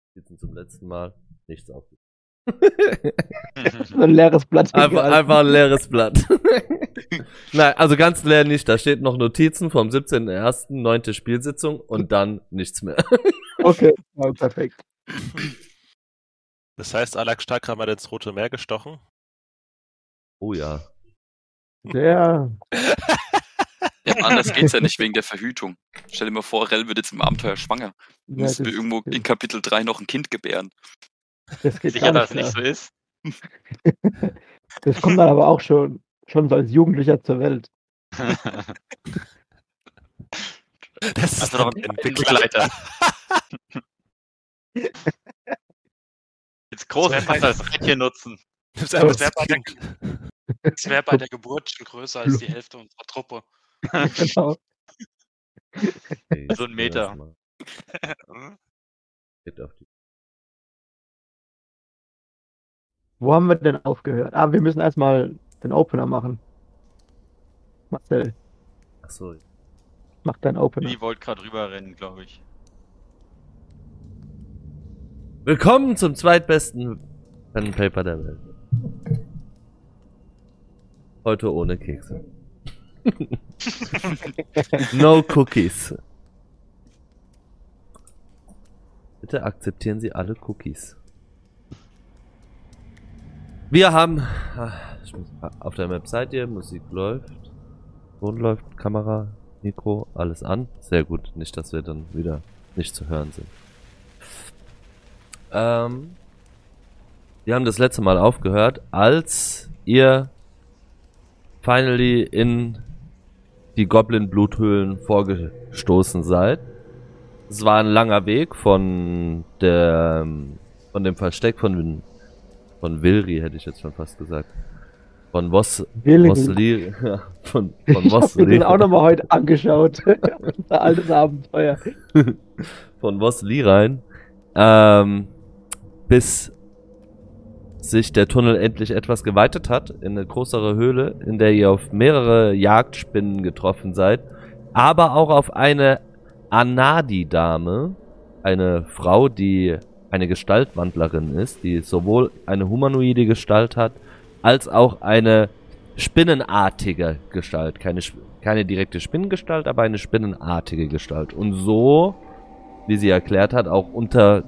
Sitzen zum letzten Mal. Nichts auf. So ein leeres Blatt. Einfach ein leeres Blatt. Nein, also ganz leer nicht. Da steht noch Notizen vom 17.01. 9. Spielsitzung und dann nichts mehr. Okay, ja, perfekt. Das heißt, Alak Stakram hat ins Rote Meer gestochen? Oh ja. Ja. Ja, anders geht's ja nicht wegen der Verhütung. Stell dir mal vor, Rell wird jetzt im Abenteuer schwanger. Ja, Müssen wir irgendwo in Kapitel 3 noch ein Kind gebären. das geht Sicher, gar dass es nicht so ist. Das kommt dann aber auch schon so als Jugendlicher zur Welt. Das ist Also noch ein Begleiter. Jetzt groß einfach als Rädchen nutzen. Das ist Das wäre bei der Geburt schon größer als die Hälfte unserer Truppe. Genau. Okay, So ein Meter. Geht auf die. Wo haben wir denn aufgehört? Ah, wir müssen erstmal den Opener machen. Marcel, Achso. mach deinen Opener. Die wollte gerade rüberrennen, glaube ich. Willkommen zum zweitbesten Pen and Paper der Welt. Heute ohne Kekse. No Cookies. Bitte akzeptieren Sie alle Cookies. Wir haben auf der Webseite Musik läuft, Ton läuft, Kamera, Mikro, alles an. Sehr gut, nicht, dass wir dann wieder nicht zu hören sind. Wir haben das letzte Mal aufgehört, als ihr finally in die Goblin-Bluthöhlen vorgestoßen seid. Es war ein langer Weg von dem Versteck von Vilri, hätte ich jetzt schon fast gesagt. Von Vossli. Ja, von Vossli. Ich habe auch nochmal heute angeschaut. Unser altes Abenteuer. Von Vossli rein. Bis sich der Tunnel endlich etwas geweitet hat, in eine größere Höhle, in der ihr auf mehrere Jagdspinnen getroffen seid, aber auch auf eine Anadi-Dame, eine Frau, die eine Gestaltwandlerin ist, die sowohl eine humanoide Gestalt hat, als auch eine spinnenartige Gestalt. Keine direkte Spinnengestalt, aber eine spinnenartige Gestalt. Und so, wie sie erklärt hat, auch unter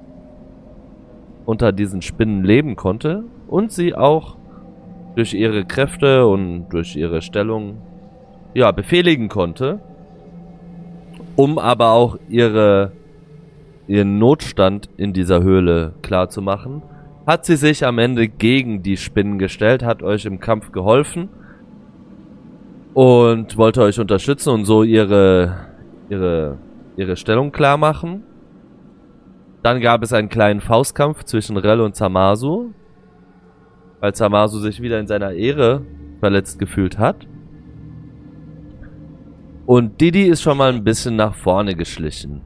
diesen Spinnen leben konnte und sie auch durch ihre Kräfte und durch ihre Stellung befehligen konnte, um aber auch ihren Notstand in dieser Höhle klar zu machen, hat sie sich am Ende gegen die Spinnen gestellt, hat euch im Kampf geholfen und wollte euch unterstützen und so ihre Stellung klar machen. Dann gab es einen kleinen Faustkampf zwischen Rell und Zamasu, weil Zamasu sich wieder in seiner Ehre verletzt gefühlt hat. Und Didi ist schon mal ein bisschen nach vorne geschlichen.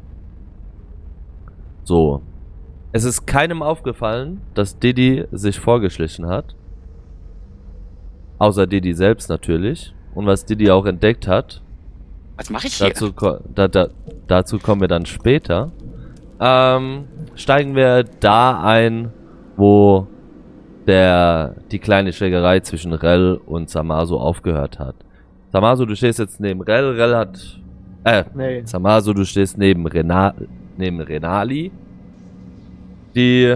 So. Es ist keinem aufgefallen, dass Didi sich vorgeschlichen hat. Außer Didi selbst natürlich. Und was Didi auch entdeckt hat. Was mache ich hier? Dazu kommen wir dann später. Steigen wir da ein, wo die kleine Schlägerei zwischen Rell und Zamasu aufgehört hat. Zamasu, du stehst jetzt neben Rell. Rell hat... Nee. Zamasu, du stehst neben Renali, die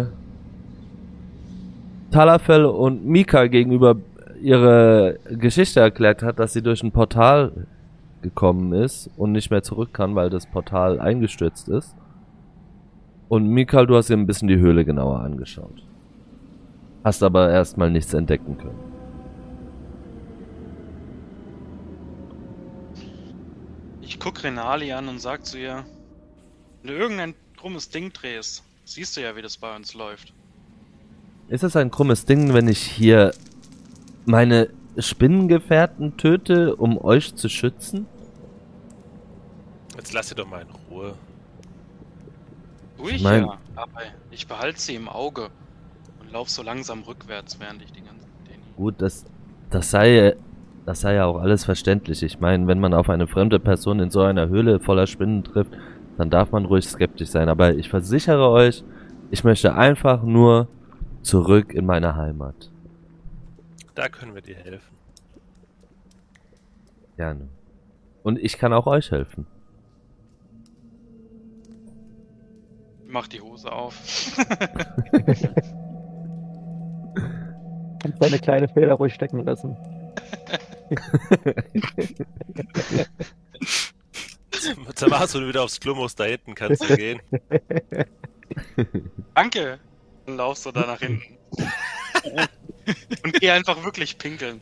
Talafel und Mika gegenüber ihre Geschichte erklärt hat, dass sie durch ein Portal gekommen ist und nicht mehr zurück kann, weil das Portal eingestürzt ist. Und Mikal, du hast dir ein bisschen die Höhle genauer angeschaut. Hast aber erstmal nichts entdecken können. Ich guck Renali an und sag zu ihr, wenn du irgendein krummes Ding drehst, siehst du ja, wie das bei uns läuft. Ist es ein krummes Ding, wenn ich hier meine Spinnengefährten töte, um euch zu schützen? Jetzt lass sie doch mal in Ruhe. Ruhig, mein- ja, aber ich behalte sie im Auge und lauf so langsam rückwärts, während ich den ganzen... Gut, das sei ja auch alles verständlich. Ich meine, wenn man auf eine fremde Person in so einer Höhle voller Spinnen trifft, dann darf man ruhig skeptisch sein. Aber ich versichere euch, Ich möchte einfach nur zurück in meine Heimat. Da können wir dir helfen. Gerne. Und ich kann auch euch helfen. Mach die Hose auf. Kannst deine kleine Feder ruhig stecken lassen. Zermachst du wieder aufs Klo musst, da hinten kannst du gehen. Danke. Dann laufst du da nach hinten. Und geh einfach wirklich pinkeln.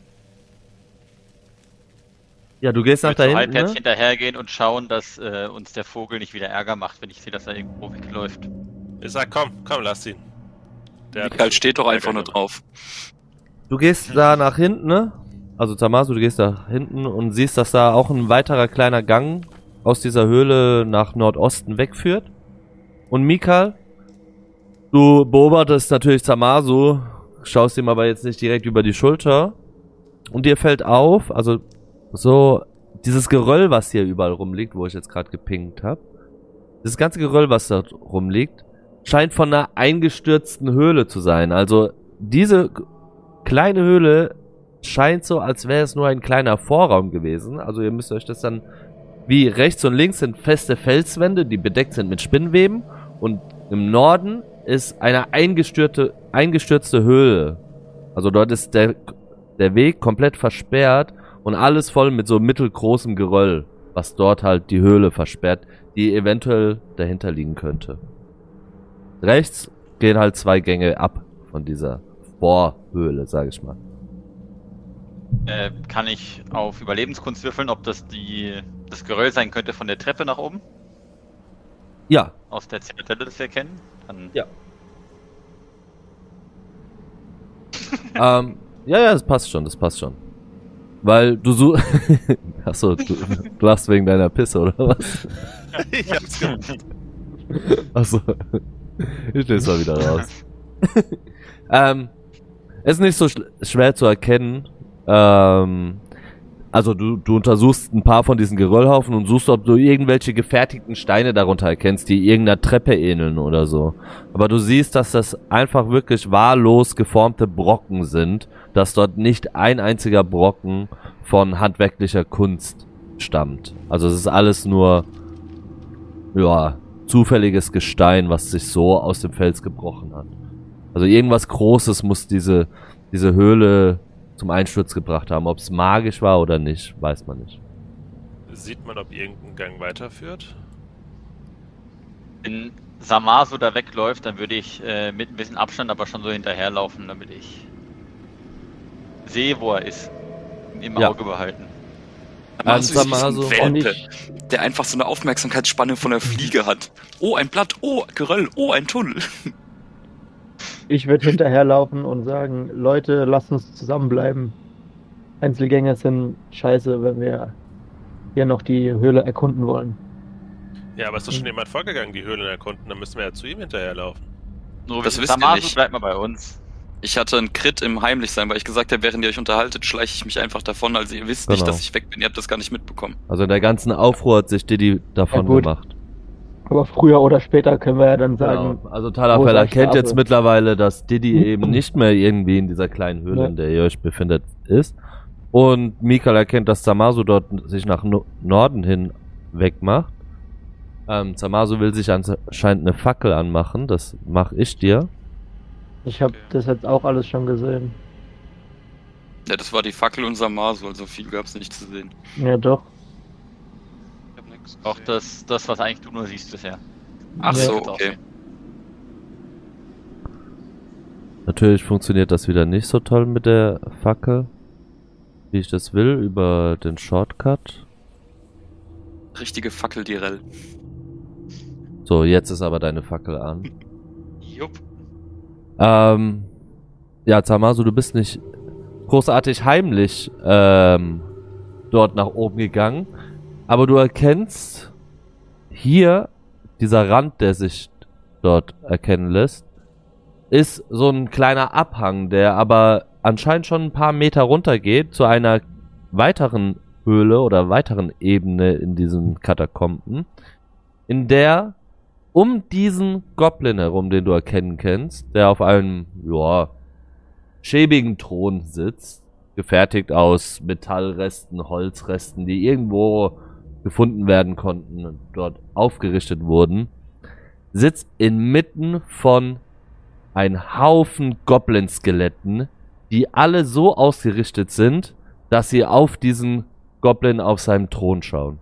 Ja, du gehst nach Ich da würde so hinten, halbherzig ne? hinterhergehen und schauen, dass uns der Vogel nicht wieder Ärger macht, wenn ich sehe, dass er irgendwo wegläuft. Ich sag, komm, lass ihn. Der hat Mikael uns steht doch einfach Ärger nur gemacht. drauf. Du gehst da nach hinten, ne? Also Zamasu, du gehst da hinten und siehst, dass da auch ein weiterer kleiner Gang aus dieser Höhle nach Nordosten wegführt. Und Mikael, du beobachtest natürlich Zamasu, schaust ihm aber jetzt nicht direkt über die Schulter. Und dir fällt auf, also so dieses Geröll, was hier überall rumliegt, wo ich jetzt gerade gepinkt habe. Das ganze Geröll, was da rumliegt, scheint von einer eingestürzten Höhle zu sein. Also diese kleine Höhle scheint so, als wäre es nur ein kleiner Vorraum gewesen. Also ihr müsst euch das dann, wie rechts und links sind feste Felswände, die bedeckt sind mit Spinnweben. Und im Norden ist eine eingestürzte Höhle. Also dort ist der Weg komplett versperrt und alles voll mit so mittelgroßem Geröll, was dort halt die Höhle versperrt, die eventuell dahinter liegen könnte. Rechts gehen halt 2 Gänge ab von dieser Vorhöhle, sage ich mal. Kann ich auf Überlebenskunst würfeln, ob das das Geröll sein könnte von der Treppe nach oben? Ja, Aus der Zitadelle, das wir kennen? Dann Ja. Ja, das passt schon. Weil du Achso, du lachst wegen deiner Pisse, oder was? Ich hab's gemacht. Achso. Ich nehm's mal wieder raus. Es ist nicht so schwer zu erkennen. Also du untersuchst ein paar von diesen Geröllhaufen und suchst, ob du irgendwelche gefertigten Steine darunter erkennst, die irgendeiner Treppe ähneln oder so. Aber du siehst, dass das einfach wirklich wahllos geformte Brocken sind, dass dort nicht ein einziger Brocken von handwerklicher Kunst stammt. Also es ist alles nur, ja, zufälliges Gestein, was sich so aus dem Fels gebrochen hat. Also irgendwas Großes muss diese Höhle zum Einsturz gebracht haben. Ob es magisch war oder nicht, weiß man nicht. Sieht man, ob irgendein Gang weiterführt? wenn Samasu da wegläuft, dann würde ich mit ein bisschen Abstand aber schon so hinterherlaufen, damit ich sehe, wo er ist. Im Ja. Auge behalten. Samasu ist wie so ein Samasu- Welpe, der einfach so eine Aufmerksamkeitsspanne von der Fliege hat. Oh, ein Blatt, oh, Geröll, oh, ein Tunnel. Ich würde hinterherlaufen und sagen, Leute, lasst uns zusammenbleiben. Einzelgänger sind scheiße, wenn wir hier noch die Höhle erkunden wollen. Ja, aber ist doch schon jemand vorgegangen, die Höhlen erkunden, dann müssen wir ja zu ihm hinterherlaufen. Nur Das wir wisst ihr Samasu nicht. bleibt mal bei uns. Ich hatte einen Crit im Heimlichsein, weil ich gesagt habe, während ihr euch unterhaltet, schleiche ich mich einfach davon. Also ihr wisst nicht, Genau. dass ich weg bin. Ihr habt das gar nicht mitbekommen. Also in der ganzen Aufruhr hat sich Diddy davon Ja, gut. gemacht. Aber früher oder später können wir ja dann sagen, Genau. Also wo Talafel ist erkennt Strafe? jetzt mittlerweile, dass Diddy eben nicht mehr irgendwie in dieser kleinen Höhle, Ja. in der ihr euch befindet, ist. Und Mikael erkennt, dass Zamasu dort sich nach Norden hin wegmacht. Zamasu will sich anscheinend eine Fackel anmachen, das mache ich dir. ich habe das jetzt auch alles schon gesehen. Ja, das war die Fackel und Samasu, also viel gab's nicht zu sehen. Ja, doch. Ich hab nix Auch gesehen. das, was eigentlich du nur siehst bisher. Ach Ja. so, Auch okay. Natürlich funktioniert das wieder nicht so toll mit der Fackel, wie ich das will, über den Shortcut. Richtige Fackel-Direll. So, jetzt ist aber deine Fackel an. Jupp. Ja, Zamasu, du bist nicht großartig heimlich dort nach oben gegangen, aber du erkennst hier, dieser Rand, der sich dort erkennen lässt, ist so ein kleiner Abhang, der aber anscheinend schon ein paar Meter runter geht zu einer weiteren Höhle oder weiteren Ebene in diesen Katakomben, in der um diesen Goblin herum, den du erkennen kannst, der auf einem, ja, schäbigen Thron sitzt, gefertigt aus Metallresten, Holzresten, die irgendwo gefunden werden konnten und dort aufgerichtet wurden, sitzt inmitten von ein Haufen Goblin-Skeletten, die alle so ausgerichtet sind, dass sie auf diesen Goblin auf seinem Thron schauen.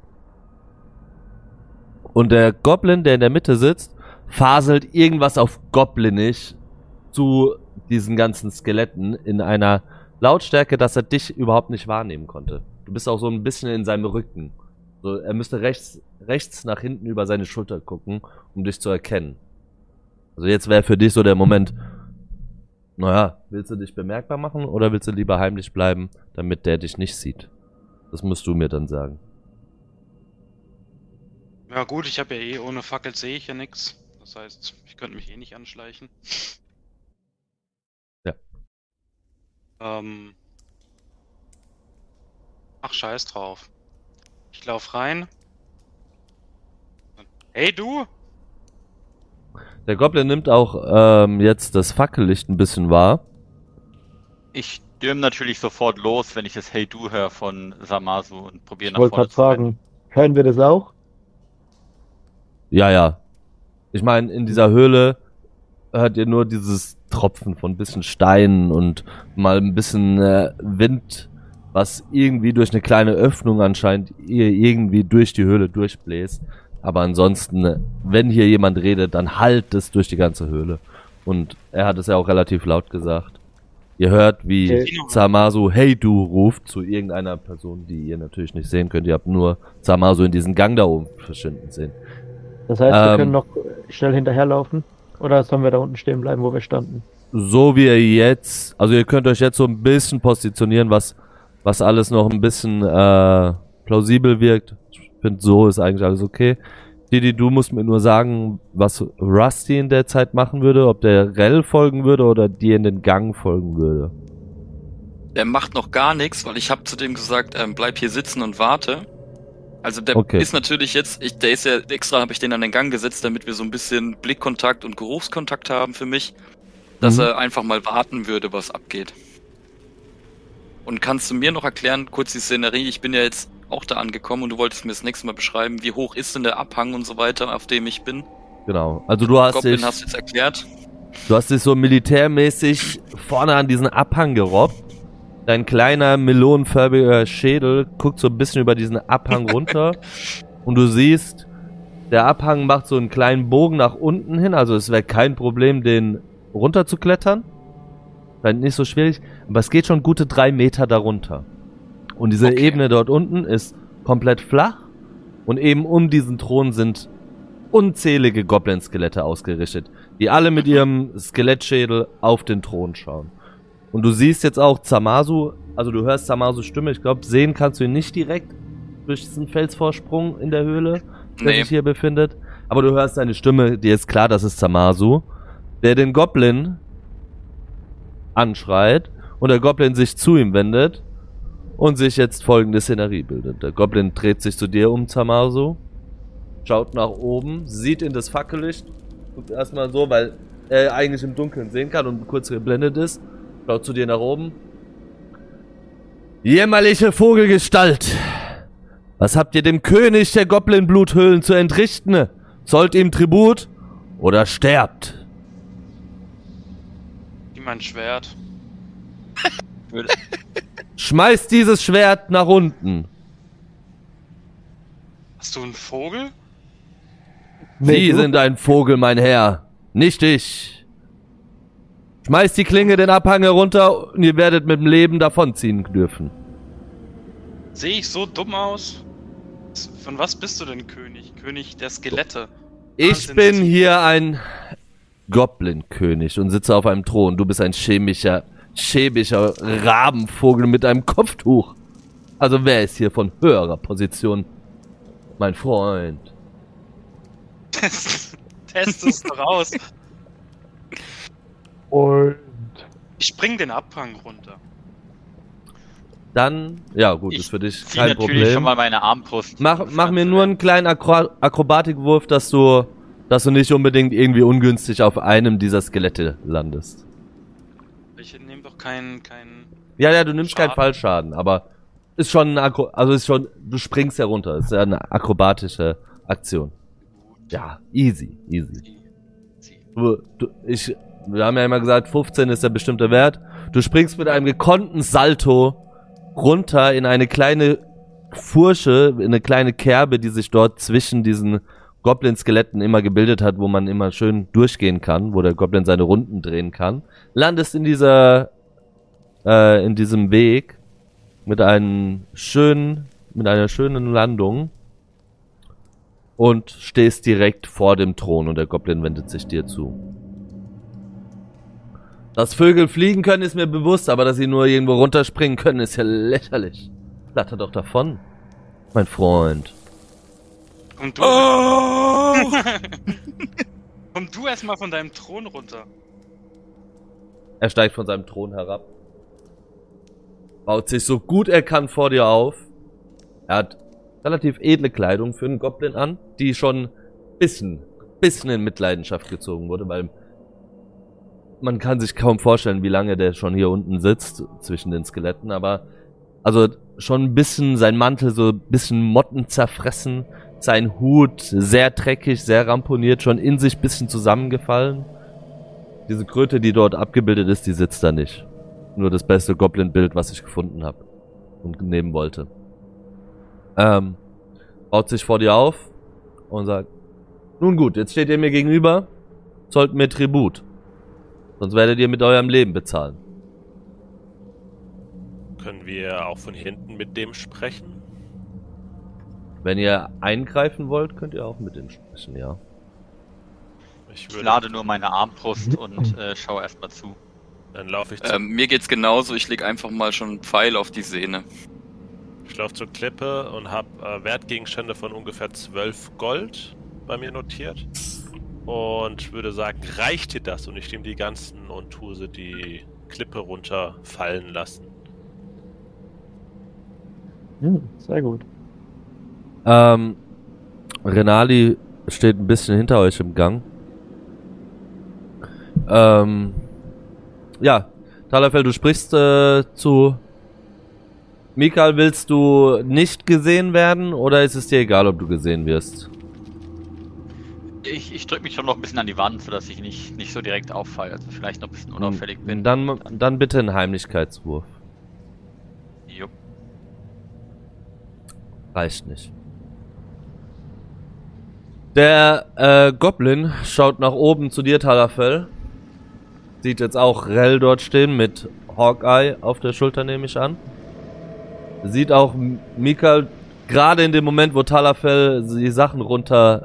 Und der Goblin, der in der Mitte sitzt, faselt irgendwas auf Goblinisch zu diesen ganzen Skeletten in einer Lautstärke, dass er dich überhaupt nicht wahrnehmen konnte. Du bist auch so ein bisschen in seinem Rücken. So, er müsste rechts nach hinten über seine Schulter gucken, um dich zu erkennen. Also jetzt wäre für dich so der Moment, naja, willst du dich bemerkbar machen oder willst du lieber heimlich bleiben, damit der dich nicht sieht? Das musst du mir dann sagen. Ja gut, ich habe ja eh, ohne Fackel sehe ich ja nichts. Das heißt, ich könnte mich eh nicht anschleichen. Ja. Ach, scheiß drauf. Ich lauf rein. Hey du! Der Goblin nimmt auch jetzt das Fackellicht ein bisschen wahr. Ich stürme natürlich sofort los, wenn ich das Hey Du höre von Zamasu und probiere Ich nach wollte vorne gerade zu rennen. fragen, hören wir das auch? Ja, ja. Ich meine, in dieser Höhle hört ihr nur dieses Tropfen von ein bisschen Steinen und mal ein bisschen Wind, was irgendwie durch eine kleine Öffnung anscheinend irgendwie durch die Höhle durchbläst. Aber ansonsten, wenn hier jemand redet, dann hallt es durch die ganze Höhle. Und er hat es ja auch relativ laut gesagt. Ihr hört, wie Okay. Zamasu Hey Du ruft zu irgendeiner Person, die ihr natürlich nicht sehen könnt. Ihr habt nur Zamasu in diesen Gang da oben verschwinden sehen. Das heißt, wir Ähm. können noch schnell hinterherlaufen? Oder sollen wir da unten stehen bleiben, wo wir standen? So wie ihr jetzt, also ihr könnt euch jetzt so ein bisschen positionieren, was alles noch ein bisschen plausibel wirkt. Ich finde, so ist eigentlich alles okay. Didi, du musst mir nur sagen, was Rusty in der Zeit machen würde, ob der Rell folgen würde oder dir in den Gang folgen würde. Der macht noch gar nichts, weil ich habe zu dem gesagt, bleib hier sitzen und warte. Also der Okay. ist natürlich jetzt, der ist ja extra, habe ich den an den Gang gesetzt, damit wir so ein bisschen Blickkontakt und Geruchskontakt haben für mich, dass er einfach mal warten würde, was abgeht. Und kannst du mir noch erklären, kurz die Szenerie, ich bin ja jetzt auch da angekommen und du wolltest mir das nächste Mal beschreiben, wie hoch ist denn der Abhang und so weiter, auf dem ich bin? Genau. Also du hast Goblin dich, hast du jetzt erklärt. du hast dich so militärmäßig vorne an diesen Abhang gerobbt. Dein kleiner melonenfarbiger Schädel guckt so ein bisschen über diesen Abhang runter und du siehst, der Abhang macht so einen kleinen Bogen nach unten hin, also es wäre kein Problem, den runter zu klettern. Wäre nicht so schwierig, aber es geht schon gute 3 Meter darunter. Und diese Okay. Ebene dort unten ist komplett flach und eben um diesen Thron sind unzählige Goblin-Skelette ausgerichtet, die alle mit ihrem Skelettschädel auf den Thron schauen. Und du siehst jetzt auch Zamasu, also du hörst Zamasus Stimme, ich glaube, sehen kannst du ihn nicht direkt durch diesen Felsvorsprung in der Höhle, der Nee. sich hier befindet. Aber du hörst seine Stimme, dir ist klar, das ist Zamasu, der den Goblin anschreit und der Goblin sich zu ihm wendet und sich jetzt folgende Szenerie bildet. Der Goblin dreht sich zu dir um, Zamasu, schaut nach oben, sieht in das Fackellicht, guckt erstmal so, weil er eigentlich im Dunkeln sehen kann und kurz geblendet ist, schaut zu dir nach oben. Jämmerliche Vogelgestalt! Was habt ihr dem König der Goblin-Bluthöhlen zu entrichten? Zollt ihm Tribut oder sterbt? Wie mein Schwert. Schmeißt dieses Schwert nach unten. Hast du einen Vogel? Sie du? sind ein Vogel, mein Herr, nicht ich. Schmeißt die Klinge den Abhang herunter und ihr werdet mit dem Leben davonziehen dürfen. Sehe ich so dumm aus? Von was bist du denn König? König der Skelette. Ich Wahnsinn, bin das- hier ein Goblin-König und sitze auf einem Thron. Du bist ein schäbischer Rabenvogel mit einem Kopftuch. Also wer ist hier von höherer Position? Mein Freund. Test es doch aus. Und Ich spring den Abhang runter. Dann, ja gut, Ich ist für dich zieh kein natürlich Problem. schon mal meine Armbrust. Mach mir nur einen kleinen Akrobatikwurf, dass du dass du nicht unbedingt irgendwie ungünstig auf einem dieser Skelette landest. Ich nehme doch keinen. Ja, du nimmst keinen Schaden. Fallschaden, aber ist schon du springst herunter. Ist ja eine akrobatische Aktion. Ja, easy. Wir haben ja immer gesagt, 15 ist der bestimmte Wert. Du springst mit einem gekonnten Salto runter in eine kleine Furche, in eine kleine Kerbe, die sich dort zwischen diesen Goblin-Skeletten immer gebildet hat, wo man immer schön durchgehen kann, wo der Goblin seine Runden drehen kann. Landest in diesem Weg mit einer schönen Landung und stehst direkt vor dem Thron und der Goblin wendet sich dir zu. Dass Vögel fliegen können, ist mir bewusst, aber dass sie nur irgendwo runterspringen können, ist ja lächerlich. Flatter doch davon, mein Freund. Und du. Komm du erstmal von deinem Thron runter. Er steigt von seinem Thron herab, baut sich so gut er kann vor dir auf. Er hat relativ edle Kleidung für einen Goblin an, die schon bisschen in Mitleidenschaft gezogen wurde, weil man kann sich kaum vorstellen, wie lange der schon hier unten sitzt zwischen den Skeletten, aber also schon ein bisschen sein Mantel so ein bisschen Motten zerfressen, sein Hut sehr dreckig, sehr ramponiert, schon in sich ein bisschen zusammengefallen. Diese Kröte, die dort abgebildet ist, die sitzt da nicht. Nur das beste Goblin-Bild, was ich gefunden habe und nehmen wollte. Baut sich vor dir auf und sagt, nun gut, jetzt steht ihr mir gegenüber, zollt mir Tribut. Sonst werdet ihr mit eurem Leben bezahlen. Können wir auch von hinten mit dem sprechen? Wenn ihr eingreifen wollt, könnt ihr auch mit dem sprechen, ja. Ich Ich lade nur meine Armbrust und schaue erstmal zu. Dann laufe ich Mir geht's genauso, ich leg einfach mal schon einen Pfeil auf die Sehne. Ich laufe zur Klippe und habe Wertgegenstände von ungefähr 12 Gold bei mir notiert. Und würde sagen, reicht dir das? Und ich nehme die ganzen und tue sie die Klippe runterfallen lassen. Sehr gut. Renali steht ein bisschen hinter euch im Gang. Ja, Talafel, du sprichst zu Mikael. Willst du nicht gesehen werden oder ist es dir egal, ob du gesehen wirst? Ich drücke mich schon noch ein bisschen an die Wand, sodass ich nicht so direkt auffalle. Also vielleicht noch ein bisschen unauffällig bin. Dann bitte einen Heimlichkeitswurf. Jupp. Reicht nicht. Der Goblin schaut nach oben zu dir, Talafel. Sieht jetzt auch Rell dort stehen mit Hawkeye auf der Schulter, nehme ich an. Sieht auch Mikael gerade in dem Moment, wo Talafel die Sachen runterwirft.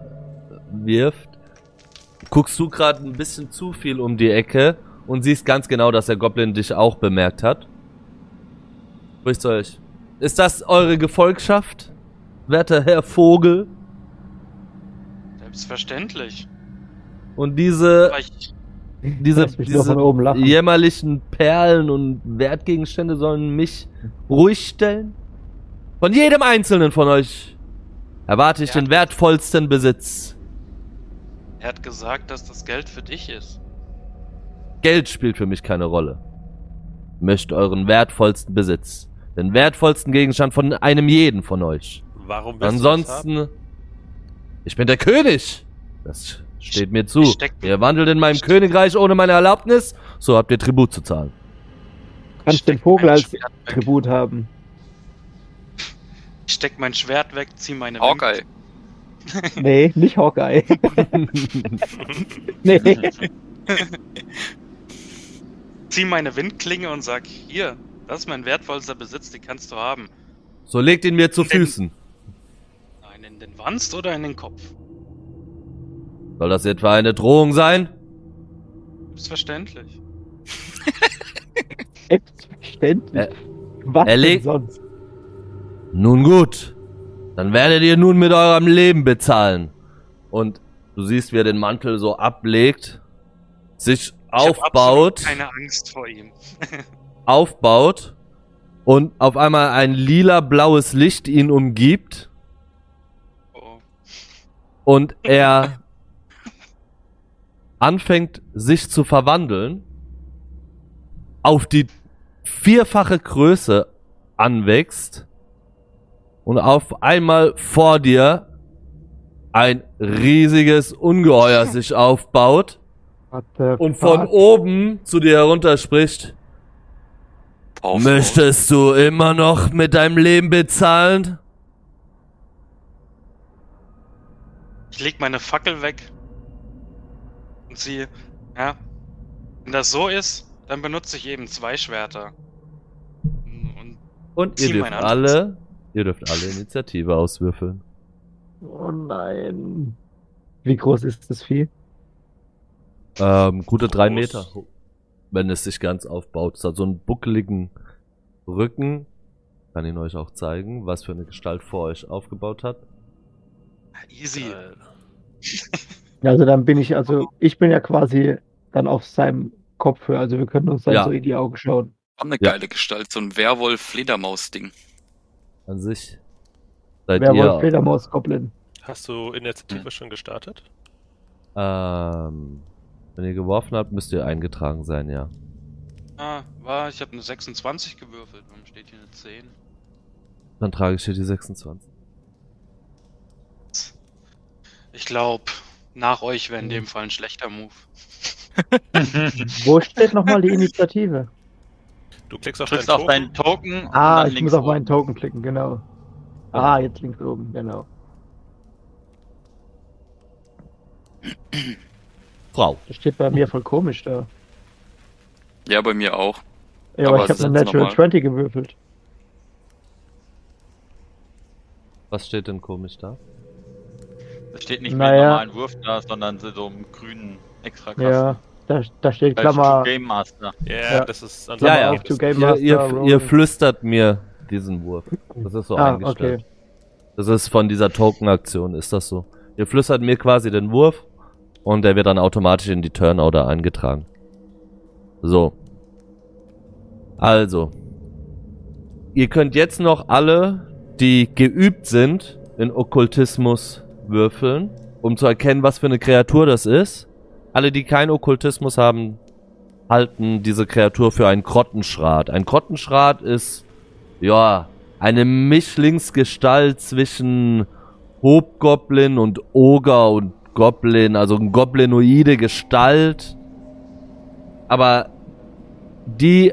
Guckst du gerade ein bisschen zu viel um die Ecke und siehst ganz genau, dass der Goblin dich auch bemerkt hat. Spricht zu euch. Ist das eure Gefolgschaft, werter Herr Vogel? Selbstverständlich. Und diese Aber ich, Lass mich nur von oben lachen. jämmerlichen Perlen und Wertgegenstände sollen mich ruhig stellen? Von jedem einzelnen von euch erwarte ich den wertvollsten Besitz. er hat gesagt, dass das Geld für dich ist. Geld spielt für mich keine Rolle. Ich möchte euren wertvollsten Besitz. Den wertvollsten Gegenstand von einem jeden von euch. Warum willst du das haben? Ansonsten, ich bin der König. Das steht mir zu. steck- Ihr wandelt in meinem Königreich ohne meine Erlaubnis, so habt ihr Tribut zu zahlen. Kannst den Steck Vogel mein als Schwert weg. Tribut haben. Ich steck mein Schwert weg, zieh meine Hawkeye. Nee, nicht Hawkeye. Nee. Zieh meine Windklinge und sag, hier, das ist mein wertvollster Besitz, den kannst du haben. So legt ihn mir zu Den- Füßen. Nein, in den Wanst oder in den Kopf? Soll das etwa eine Drohung sein? Selbstverständlich. Selbstverständlich. Was er denn legt- sonst? Nun gut. Dann werdet ihr nun mit eurem Leben bezahlen. Und du siehst, wie er den Mantel so ablegt, sich Ich hab aufbaut, absolut keine Angst vor ihm. aufbaut und auf einmal ein lila-blaues Licht ihn umgibt Oh. und er anfängt sich zu verwandeln, auf die 4-fache Größe anwächst und auf einmal vor dir ein riesiges Ungeheuer sich aufbaut und von oben zu dir herunter spricht. Möchtest du immer noch mit deinem Leben bezahlen? Ich leg meine Fackel weg. Und sie, ja, wenn das so ist, dann benutze ich eben 2 Schwerter. Und ihr dürft alle Initiative auswürfeln. Oh nein. Wie groß ist das Vieh? Gute 3 Groß. Meter, wenn es sich ganz aufbaut. Es hat so einen buckeligen Rücken. Kann ich euch auch zeigen, was für eine Gestalt vor euch aufgebaut hat. Easy. Ja, also dann bin ich bin ja quasi dann auf seinem Kopfhöhe, also wir können uns dann Ja. so in die Augen schauen. Auch eine Ja. geile Gestalt, so ein Werwolf-Fledermaus-Ding. An sich seid Werwolf, ihr, Fledermaus, Goblin. Hast du Initiative schon gestartet? wenn ihr geworfen habt, müsst ihr eingetragen sein, ja. Ich habe eine 26 gewürfelt. Warum steht hier eine 10? Dann trage ich hier die 26. Ich glaube, nach euch wäre in dem Fall ein schlechter Move. Wo steht nochmal die Initiative? Du klickst auf Drückst deinen auf Token. deinen Token und Ah, dann ich links muss auf oben. meinen Token klicken, genau. Ah, jetzt links oben, genau. Frau. Das steht bei mir voll komisch da. Ja, bei mir auch. Ja, Aber aber ich es habe ist eine Natural normal. 20 gewürfelt. Was steht denn komisch da? Das steht nicht Naja. mit einem normalen Wurf da, sondern so einem grünen Extrakasten. Ja, da steht Als Klammer. Game Master. Ja, Ja. das ist an Klammer Ja, auf to Game Ihr, Master. ihr Rolling. flüstert mir diesen Wurf. Das ist so eingestellt. Okay. Das ist von dieser Token-Aktion, ist das so. Ihr flüstert mir quasi den Wurf und der wird dann automatisch in die Turn-Order eingetragen. So. Also. Ihr könnt jetzt noch alle, die geübt sind, in Okkultismus würfeln, um zu erkennen, was für eine Kreatur das ist. Alle, die keinen Okkultismus haben, halten diese Kreatur für einen Grottenschrat. Ein Grottenschrat ist, ja, eine Mischlingsgestalt zwischen Hobgoblin und Oger und Goblin, also eine goblinoide Gestalt. Aber die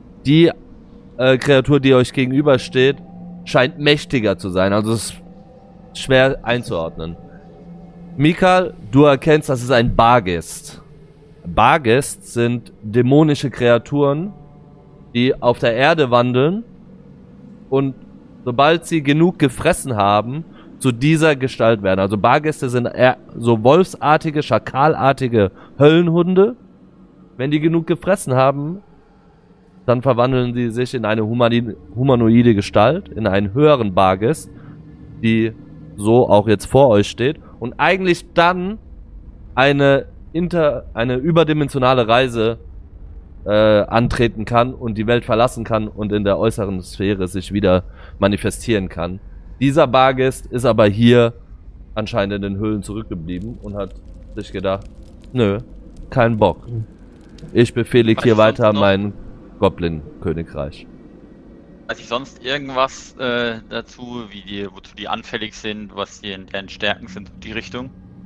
Kreatur, die euch gegenübersteht, scheint mächtiger zu sein. Also es ist schwer einzuordnen. Mikal, du erkennst, dass es ein Barghest. Barghest sind dämonische Kreaturen, die auf der Erde wandeln und sobald sie genug gefressen haben, zu dieser Gestalt werden. Also Bargäste sind eher so wolfsartige, schakalartige Höllenhunde. Wenn die genug gefressen haben, dann verwandeln sie sich in eine humanoide Gestalt, in einen höheren Barghest, die so auch jetzt vor euch steht und eigentlich dann eine überdimensionale Reise antreten kann und die Welt verlassen kann und in der äußeren Sphäre sich wieder manifestieren kann. Dieser Barghest ist aber hier anscheinend in den Höhlen zurückgeblieben und hat sich gedacht, nö, kein Bock. Ich befehle hier weiter mein Goblin-Königreich. Weiß ich sonst irgendwas dazu, wozu die anfällig sind, was hier in deren Stärken sind, die Richtung?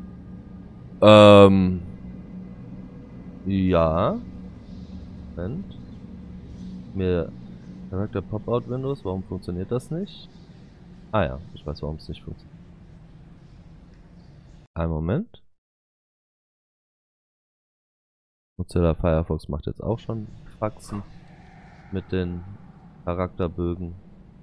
Ja. Moment. Mir Character Pop-Out Windows, warum funktioniert das nicht? Ah ja, ich weiß, warum es nicht funktioniert. Einen Moment. Mozilla Firefox macht jetzt auch schon Faxen mit den Charakterbögen.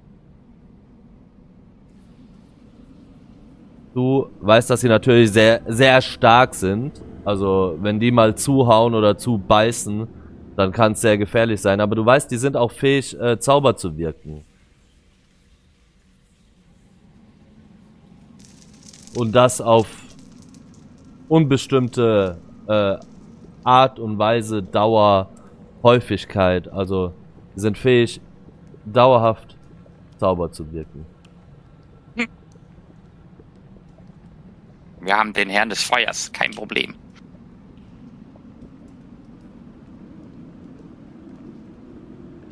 Du weißt, dass sie natürlich sehr, sehr stark sind. Also, wenn die mal zuhauen oder zubeißen, dann kann es sehr gefährlich sein. Aber du weißt, die sind auch fähig, Zauber zu wirken. Und das auf unbestimmte Art und Weise, Dauer, Häufigkeit. Also, die sind fähig, dauerhaft Zauber zu wirken. Wir haben den Herrn des Feuers, kein Problem.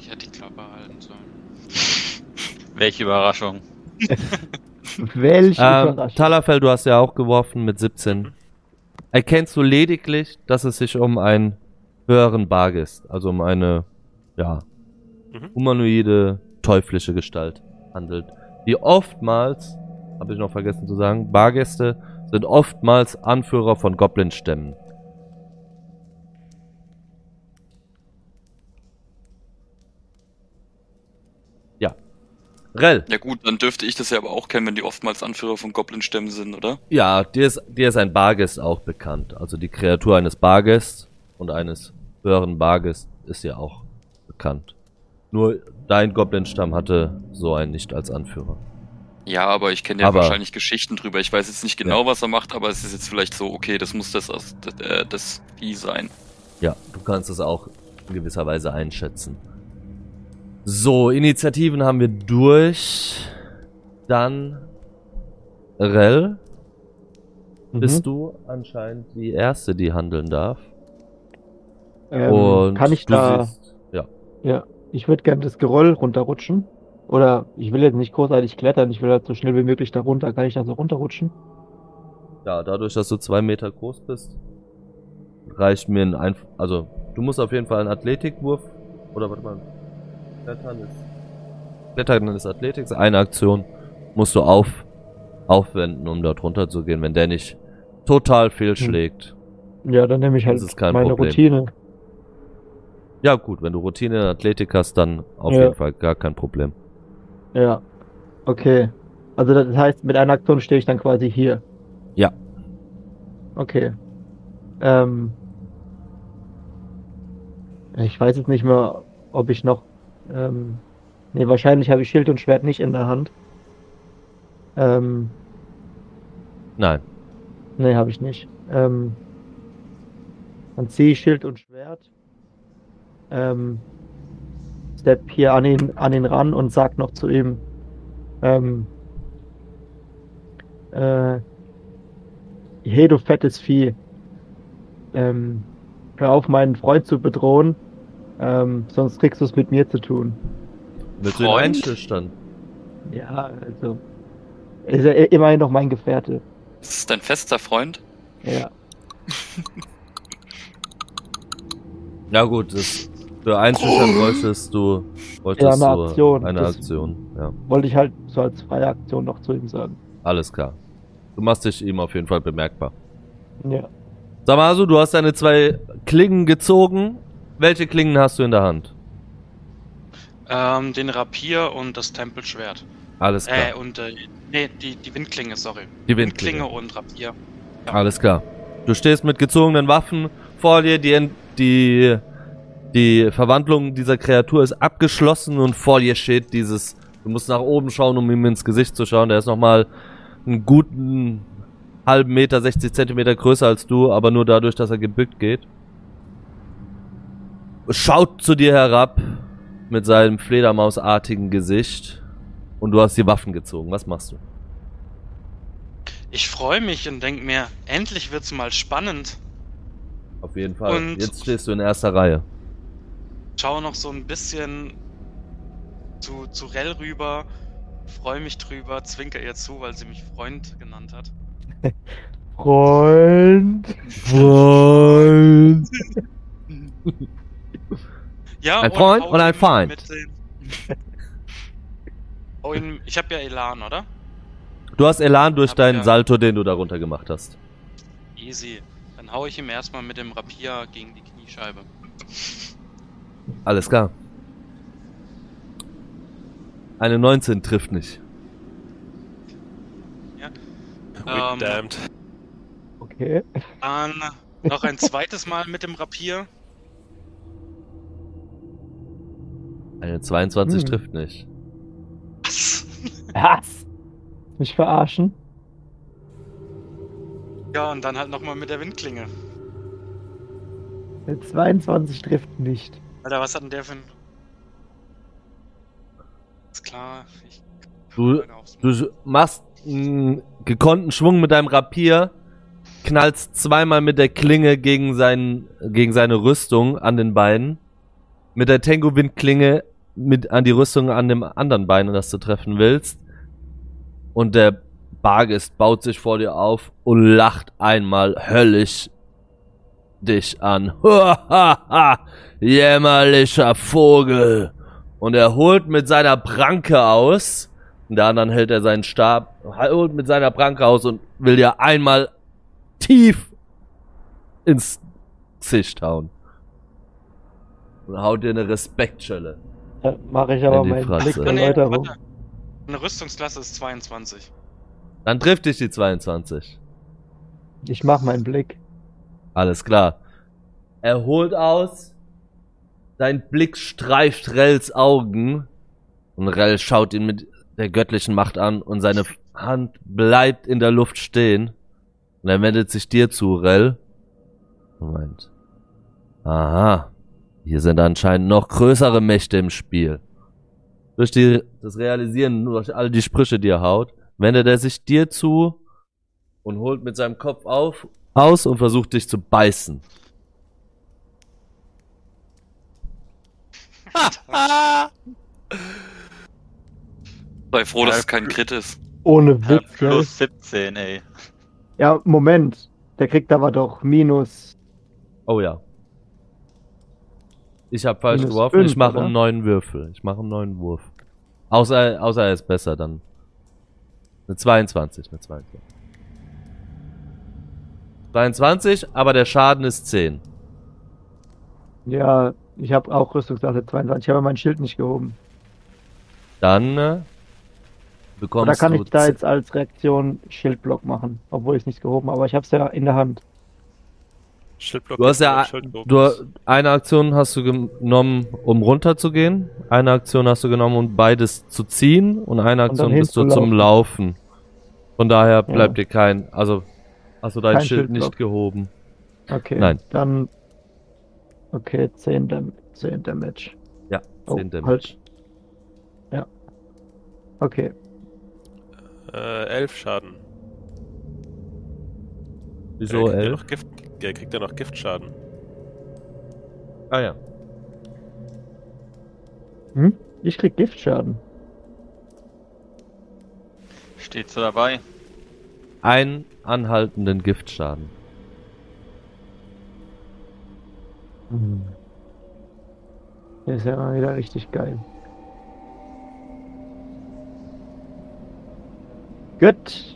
Ich hätte die Klappe halten sollen. Welche Überraschung. Welche Überraschung. Talafel, du hast ja auch geworfen mit 17. Erkennst du lediglich, dass es sich um einen höheren Bargest, also um eine, ja, humanoide, teuflische Gestalt handelt. Die oftmals, habe ich noch vergessen zu sagen, Bargäste sind oftmals Anführer von Goblin-Stämmen. Ja. Rel. Ja gut, dann dürfte ich das ja aber auch kennen, wenn die oftmals Anführer von Goblin-Stämmen sind, oder? Ja, dir ist ein Bargest auch bekannt. Also die Kreatur eines Bargests und eines höheren Bargests ist ja auch bekannt. Nur dein Goblin-Stamm hatte so einen nicht als Anführer. Ja, aber ich kenne ja Aber- wahrscheinlich Geschichten drüber. Ich weiß jetzt nicht genau, was er macht, aber es ist jetzt vielleicht so, okay, das muss das Vieh sein. Ja, du kannst es auch in gewisser Weise einschätzen. So, Initiativen haben wir durch. Dann Rel, bist du anscheinend die Erste, die handeln darf. Und kann ich du da... siehst, ja. Ja, ich würde gerne das Geröll runterrutschen. Oder ich will jetzt nicht großartig klettern, ich will halt so schnell wie möglich da runter. Kann ich da so runterrutschen? Ja, dadurch, dass du 2 Meter groß bist, reicht mir also, du musst auf jeden Fall einen Athletikwurf, oder warte mal, Klettern ist Athletik, ist eine Aktion, musst du aufwenden, um dort runter zu gehen, wenn der nicht total fehlschlägt. Ja, dann nehme ich halt Das ist kein meine Problem. Routine. Ja gut, wenn du Routine in Athletik hast, dann auf Ja. jeden Fall gar kein Problem. Ja, okay. Also das heißt, mit einer Aktion stehe ich dann quasi hier. Ja. Okay. Ich weiß jetzt nicht mehr, ob ich noch... nee, wahrscheinlich habe ich Schild und Schwert nicht in der Hand. Nein. Nee, habe ich nicht. Dann ziehe ich Schild und Schwert. Step hier an ihn ran und sag noch zu ihm, hey du fettes Vieh, hör auf meinen Freund zu bedrohen, sonst kriegst du es mit mir zu tun. Willst du den Freund? Einstillstand? Ja, also, ist ja immerhin noch mein Gefährte. Das ist dein fester Freund? Ja. Ja gut, für Einstillstand wolltest du Ja, eine Aktion. eine Das- Aktion. Ja, Wollte ich halt so als freie Aktion noch zu ihm sagen. alles klar. Du machst dich ihm auf jeden Fall bemerkbar. Ja. Samasu, du hast deine 2 Klingen gezogen. Welche Klingen hast du in der Hand? Den Rapier und das Tempelschwert. Alles klar. Nee, die Windklinge, sorry. Die Windklinge. und Rapier. Alles klar. Du stehst mit gezogenen Waffen vor dir, die Verwandlung dieser Kreatur ist abgeschlossen und vor dir steht du musst nach oben schauen, um ihm ins Gesicht zu schauen. Der ist nochmal einen guten halben Meter, 60 Zentimeter größer als du, aber nur dadurch, dass er gebückt geht. Schaut zu dir herab mit seinem fledermausartigen Gesicht und du hast die Waffen gezogen. Was machst du? Ich freue mich und denke mir, endlich wird's mal spannend. Auf jeden Fall. Und- Jetzt stehst du in erster Reihe. Schau noch so ein bisschen zu Rell rüber, freue mich drüber, zwinker ihr zu, weil sie mich Freund genannt hat. Freund. Ja, Ein Freund hau und ein ihn Feind. mit den- Ich habe ja Elan, oder? Du hast Elan durch Hab deinen ja. Salto, den du darunter gemacht hast. Easy. Dann hau ich ihm erstmal mit dem Rapier gegen die Kniescheibe. Alles klar. Eine 19 trifft nicht. Damned. Okay. Dann noch ein zweites Mal mit dem Rapier. Eine 22 Hm. trifft nicht. Was? Was? Mich verarschen? Ja, und dann halt nochmal mit der Windklinge. Eine 22 trifft nicht. Alter, was hat denn der für ein... Ist klar, ich... Du machst einen gekonnten Schwung mit deinem Rapier, knallst zweimal mit der Klinge gegen seine Rüstung an den Beinen. Mit der Tengu-Windklinge mit an die Rüstung an dem anderen Bein, das du treffen willst. Und der Bargist baut sich vor dir auf und lacht einmal höllisch dich an. Hahaha, jämmerlicher Vogel. Und er holt mit seiner Pranke aus. In der anderen hält er seinen Stab. Holt mit seiner Pranke aus und will dir einmal tief ins Gesicht hauen. Und haut dir eine Respektschelle. Da mache ich aber In die meinen Fresse. Blick der Nee, Erläuterung. warte. Eine Rüstungsklasse ist 22. Dann trifft dich die 22. Ich mach meinen Blick. Alles klar. Er holt aus. Sein Blick streift Rells Augen. Und Rell schaut ihn mit der göttlichen Macht an. Und seine Hand bleibt in der Luft stehen. Und er wendet sich dir zu, Rell. Moment. Aha. Hier sind anscheinend noch größere Mächte im Spiel. Durch das Realisieren, durch all die Sprüche, die er haut, wendet er sich dir zu und holt mit seinem Kopf aus und versucht dich zu beißen. Sei froh, dass es kein Crit ist. Ohne Witz, gell? Plus 17, ey. Ja, Moment. Der kriegt aber doch minus. Oh ja. Ich habe falsch Minus geworfen, 5, ich mache oder? einen neuen Würfel. Ich mache einen neuen Wurf. Außer er ist besser, dann. Eine 22, eine 22. 22, aber der Schaden ist 10. Ja, ich habe auch Rüstungsklasse 22. Ich habe mein Schild nicht gehoben. Dann bekommst Oder kann du ich da jetzt als Reaktion Schildblock machen? Obwohl ich es nicht gehoben habe, aber ich habe es ja in der Hand. Schildblock. Du hast ja Schildblock. eine Aktion hast du genommen, um runterzugehen. Eine Aktion hast du genommen, um beides zu ziehen. Und eine Und dann Aktion bist du zum Laufen. Von daher bleibt dir kein... Also hast du dein Kein Schild Schildblock. nicht gehoben. Okay. Nein. Dann. Okay, 10 Damage. Ja, 10 Damage. Halt. Ja. Okay. 11 Schaden. Wieso kriegt er 11? noch Gift, kriegt er noch Giftschaden. Ah ja. Hm? Ich krieg Giftschaden. Steht so dabei. Einen anhaltenden Giftschaden. Der ist ja mal wieder richtig geil. Gut.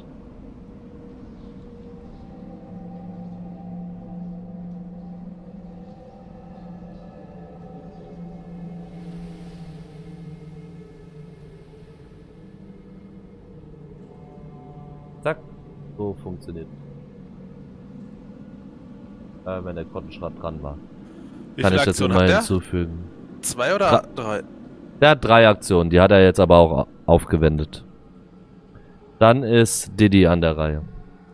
Zack. So funktioniert. Wenn der Kottenschrott dran war. Wie Kann viele ich das Aktionen immer hat der? hinzufügen. 2 oder 3? Der hat 3 Aktionen, die hat er jetzt aber auch aufgewendet. Dann ist Diddy an der Reihe.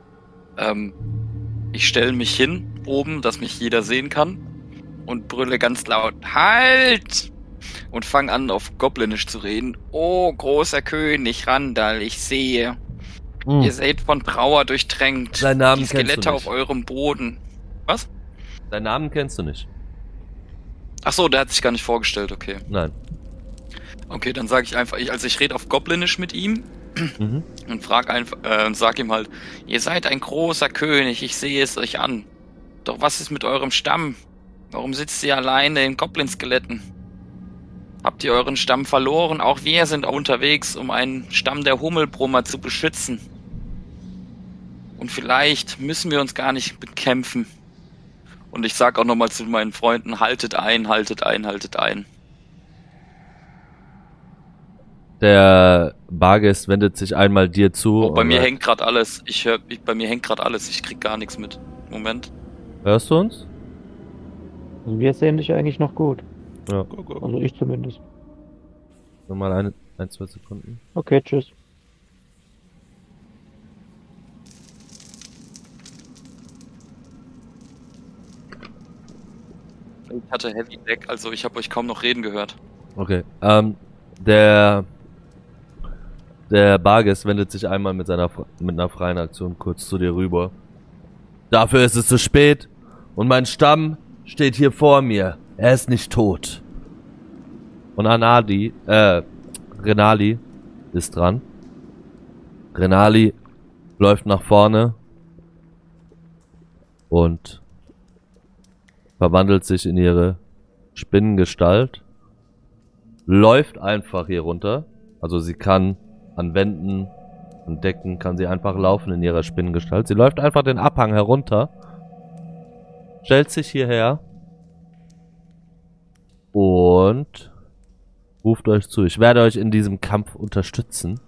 Ich stelle mich hin, oben, dass mich jeder sehen kann und brülle ganz laut, Halt! Und fange an, auf Goblinisch zu reden. Oh, großer König Randall, ich sehe. Ihr seid von Trauer durchtränkt. Seinen Namen Die kennst du Skelette auf nicht. eurem Boden. Was? Deinen Namen kennst du nicht. Ach so, der hat sich gar nicht vorgestellt, okay. Nein. Okay, dann sage ich einfach, ich rede auf Goblinisch mit ihm Mhm. und frag einfach, sag ihm halt, ihr seid ein großer König, ich sehe es euch an. Doch was ist mit eurem Stamm? Warum sitzt ihr alleine in Goblin-Skeletten? Habt ihr euren Stamm verloren? Auch wir sind unterwegs, um einen Stamm der Hummelbrummer zu beschützen. Und vielleicht müssen wir uns gar nicht bekämpfen. Und ich sag auch nochmal zu meinen Freunden, haltet ein, haltet ein, haltet ein. Der Bargest wendet sich einmal dir zu. Oh, bei und mir sagt, hängt gerade alles. Bei mir hängt gerade alles. Ich krieg gar nichts mit. Moment. Hörst du uns? Also wir sehen dich eigentlich noch gut. Ja. Go, go. Also ich zumindest. Nochmal 2 Sekunden. Okay, tschüss. Ich hatte Heavy Deck, also ich habe euch kaum noch reden gehört. Okay. Der Bargest wendet sich einmal mit einer freien Aktion kurz zu dir rüber. Dafür ist es zu spät. Und mein Stamm steht hier vor mir. Er ist nicht tot. Und Renali ist dran. Renali läuft nach vorne und verwandelt sich in ihre Spinnengestalt. Läuft einfach hier runter. Also sie kann an Wänden und Decken kann sie einfach laufen in ihrer Spinnengestalt. Sie läuft einfach den Abhang herunter. Stellt sich hierher. Und ruft euch zu. Ich werde euch in diesem Kampf unterstützen.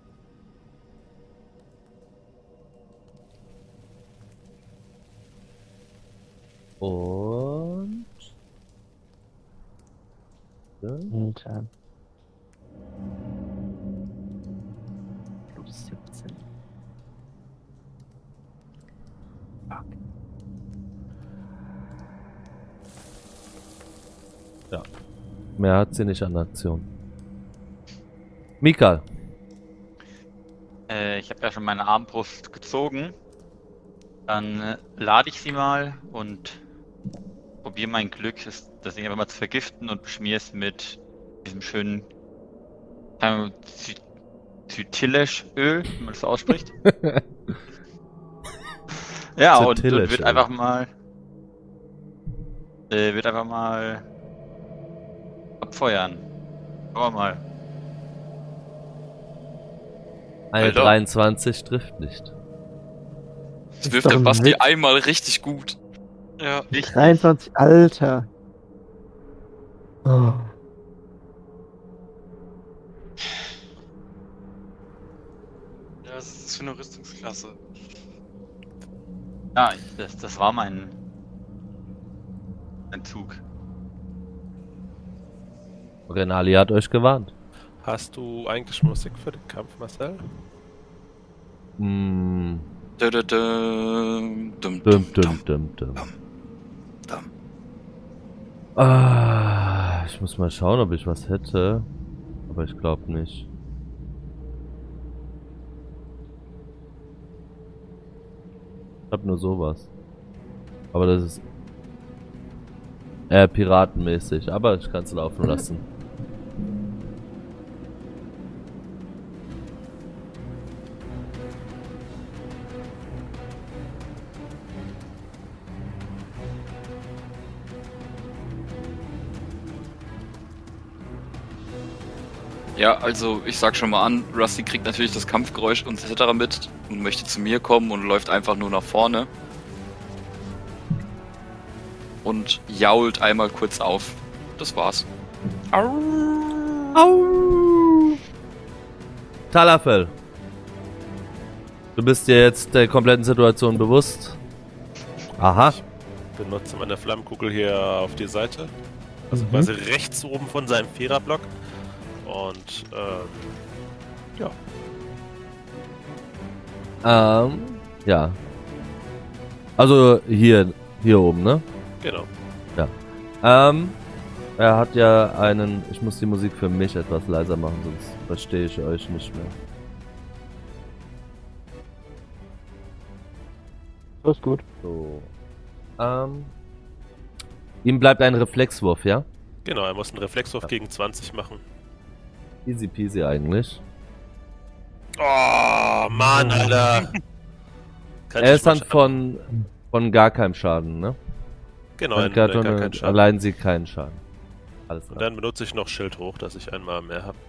Und... Alter. Plus 17. Fuck. Ja. Mehr hat sie nicht an Aktion. Mikael. Ich habe ja schon meine Armbrust gezogen. Dann lade ich sie mal und probiere mein Glück, das Ding einfach mal zu vergiften und beschmiere es mit diesem schönen Zytilisch-Öl, wenn man das so ausspricht. Ja, und wird Zytilisch-Öl. einfach mal abfeuern. Schauen wir mal. Eine Alter. 23 trifft nicht. Das wirft der Basti einmal richtig gut. Ja. 23, Alter. Oh. Ja, was ist das für eine Rüstungsklasse? Ja, das war mein Zug. Renali hat euch gewarnt. Hast du eigentlich Musik für den Kampf, Marcel? Hm. Dum, Dum, dum, dum, dum. Ah, ich muss mal schauen, ob ich was hätte. Aber ich glaube nicht. Ich hab nur sowas. Aber das ist eher piratenmäßig. Aber ich kann es laufen lassen. Ja, also ich sag schon mal an, Rusty kriegt natürlich das Kampfgeräusch und etc. mit und möchte zu mir kommen und läuft einfach nur nach vorne. Und jault einmal kurz auf. Das war's. Au! Talafel. Du bist dir jetzt der kompletten Situation bewusst. Aha. Benutze meine Flammenkugel hier auf die Seite. Also quasi rechts oben von seinem Viererblock. Und ja. Ja. Also hier oben, ne? Genau. Er hat ja einen... Ich muss die Musik für mich etwas leiser machen, sonst verstehe ich euch nicht mehr. So ist gut. So. Ihm bleibt ein Reflexwurf, ja? Genau, er muss einen Reflexwurf gegen 20 machen. Easy peasy eigentlich. Oh, Mann, Alter. Kann Er ich ist dann mal- von gar keinem Schaden, ne? Genau, Dann gar keinen Schaden. allein sie keinen Schaden. Alles Und klar. dann benutze ich noch Schild hoch, dass ich einmal mehr habe.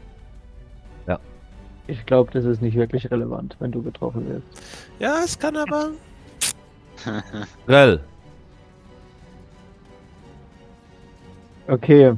Ich glaube, das ist nicht wirklich relevant, wenn du getroffen wirst. Ja, es kann aber. Grell. Okay.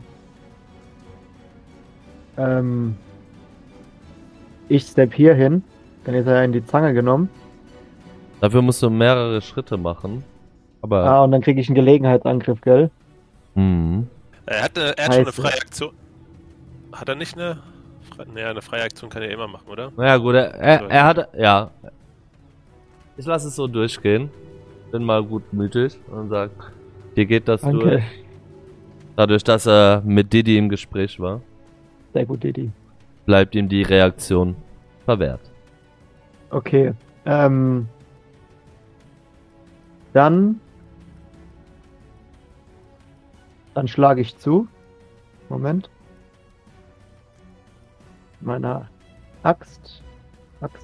Ich step hier hin. Dann ist er in die Zange genommen. Dafür musst du mehrere Schritte machen. Aber. Ah, und dann kriege ich einen Gelegenheitsangriff, gell? Er hat schon eine Scheiße. freie Aktion. Hat er nicht eine. Naja, eine freie Aktion kann er immer machen, oder? Naja, gut, er hat. Ja. Ich lasse es so durchgehen. Bin mal gutmütig und sag, hier geht das Danke. durch. Dadurch, dass er mit Didi im Gespräch war, Sehr gut, Didi. bleibt ihm die Reaktion verwehrt. Okay. Dann schlage ich zu. Moment. meiner Axt. Axt.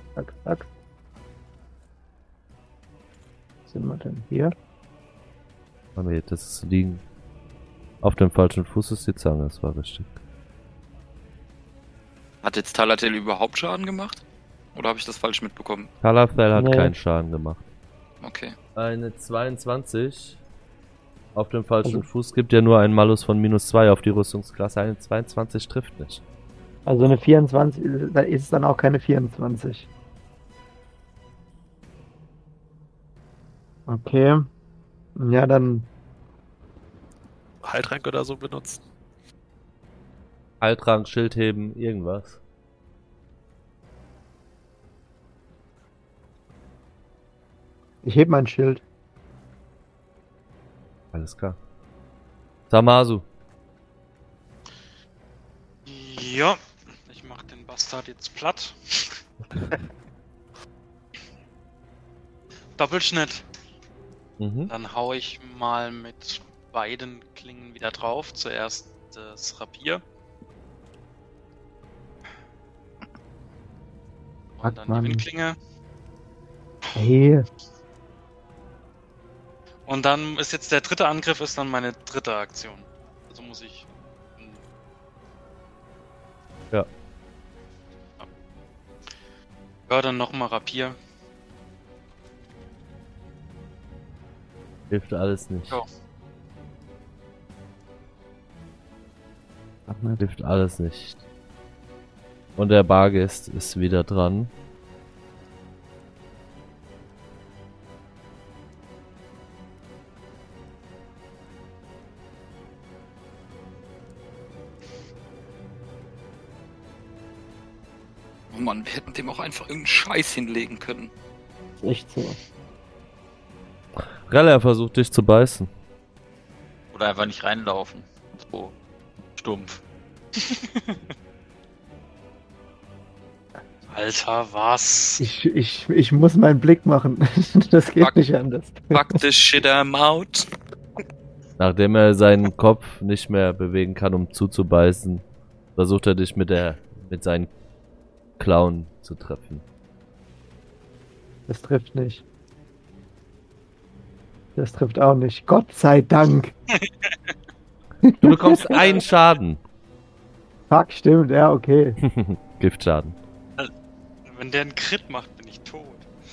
Was sind wir denn hier? Aber jetzt das liegen. Auf dem falschen Fuß ist die Zange, das war richtig. Hat jetzt Talatel überhaupt Schaden gemacht? Oder habe ich das falsch mitbekommen? Talafel hat Nee. keinen Schaden gemacht. Okay. Eine 22 auf dem falschen Also- Fuß gibt ja nur einen Malus von -2 auf die Rüstungsklasse. Eine 22 trifft nicht. Also eine 24, da ist es dann auch keine 24. Okay. Ja, dann Heiltrank oder so benutzen. Heiltrank, Schildheben, irgendwas. ich heb mein Schild. Alles klar. Samasu. Ja, ich mach den Bastard jetzt platt. Doppelschnitt. Mhm. Dann hau ich mal mit beiden Klingen wieder drauf. Zuerst das Rapier. Fuck, Und dann Mann. die Windklinge. Hey, Und dann ist jetzt der dritte Angriff, ist dann meine dritte Aktion. Also muss ich. Ja. Ja, dann nochmal Rapier. Hilft alles nicht. Ja. Hilft alles nicht. Und der Bargest ist wieder dran. Oh Mann, wir hätten dem auch einfach irgendeinen Scheiß hinlegen können. ist echt so. Reller versucht dich zu beißen. Oder einfach nicht reinlaufen. So stumpf. Alter, was? Ich muss meinen Blick machen. Das geht Fuck. nicht anders. Fuck the shit I'm out. Nachdem er seinen Kopf nicht mehr bewegen kann, um zuzubeißen, versucht er dich mit seinen Klauen zu treffen. Das trifft nicht. Das trifft auch nicht. Gott sei Dank. Du bekommst einen Schaden. Fuck, stimmt, ja, okay. Giftschaden. Wenn der einen Crit macht, bin ich tot.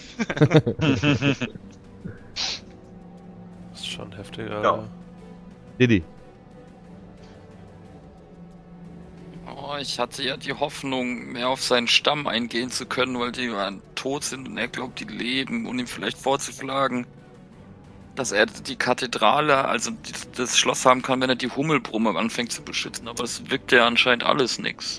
Das ist schon heftiger. Ja. Didi. Oh, ich hatte ja die Hoffnung, mehr auf seinen Stamm eingehen zu können, weil die tot sind und er glaubt, die leben, um ihm vielleicht vorzuschlagen, dass er die Kathedrale, also das Schloss haben kann, wenn er die Hummelbrumme anfängt zu beschützen. Aber es wirkt ja anscheinend alles nix.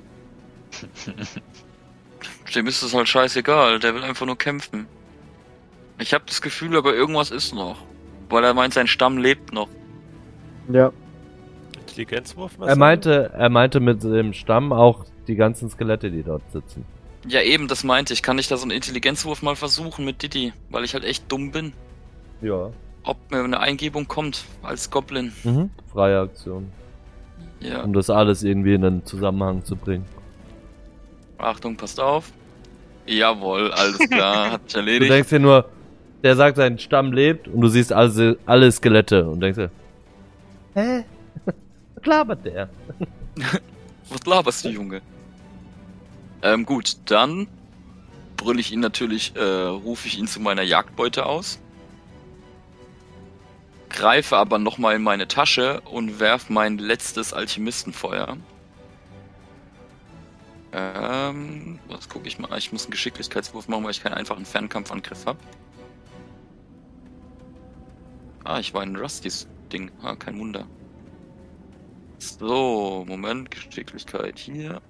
Dem ist es halt scheißegal, der will einfach nur kämpfen. Ich habe das Gefühl, aber irgendwas ist noch. Weil er meint, sein Stamm lebt noch. Ja. Intelligenzwurf? Er meinte mit dem Stamm auch die ganzen Skelette, die dort sitzen. Ja eben, das meinte ich. Kann ich da so einen Intelligenzwurf mal versuchen mit Didi? Weil ich halt echt dumm bin. Ja. Ob mir eine Eingebung kommt als Goblin. Freie Aktion. Ja. Um das alles irgendwie in einen Zusammenhang zu bringen. Achtung, passt auf. Jawohl, alles klar, hat sich Du erledigt. denkst dir nur, der sagt, sein Stamm lebt und du siehst alle Skelette und denkst dir, hä? Was labert der? Was laberst du, Junge? Gut, dann brülle ich ihn natürlich, rufe ich ihn zu meiner Jagdbeute aus. Greife aber nochmal in meine Tasche und werf mein letztes Alchemistenfeuer. Was gucke ich mal? Ich muss einen Geschicklichkeitswurf machen, weil ich keinen einfachen Fernkampfangriff habe. Ah, ich war ein Rustys Ding. Ah, kein Wunder. So, Moment, Geschicklichkeit hier.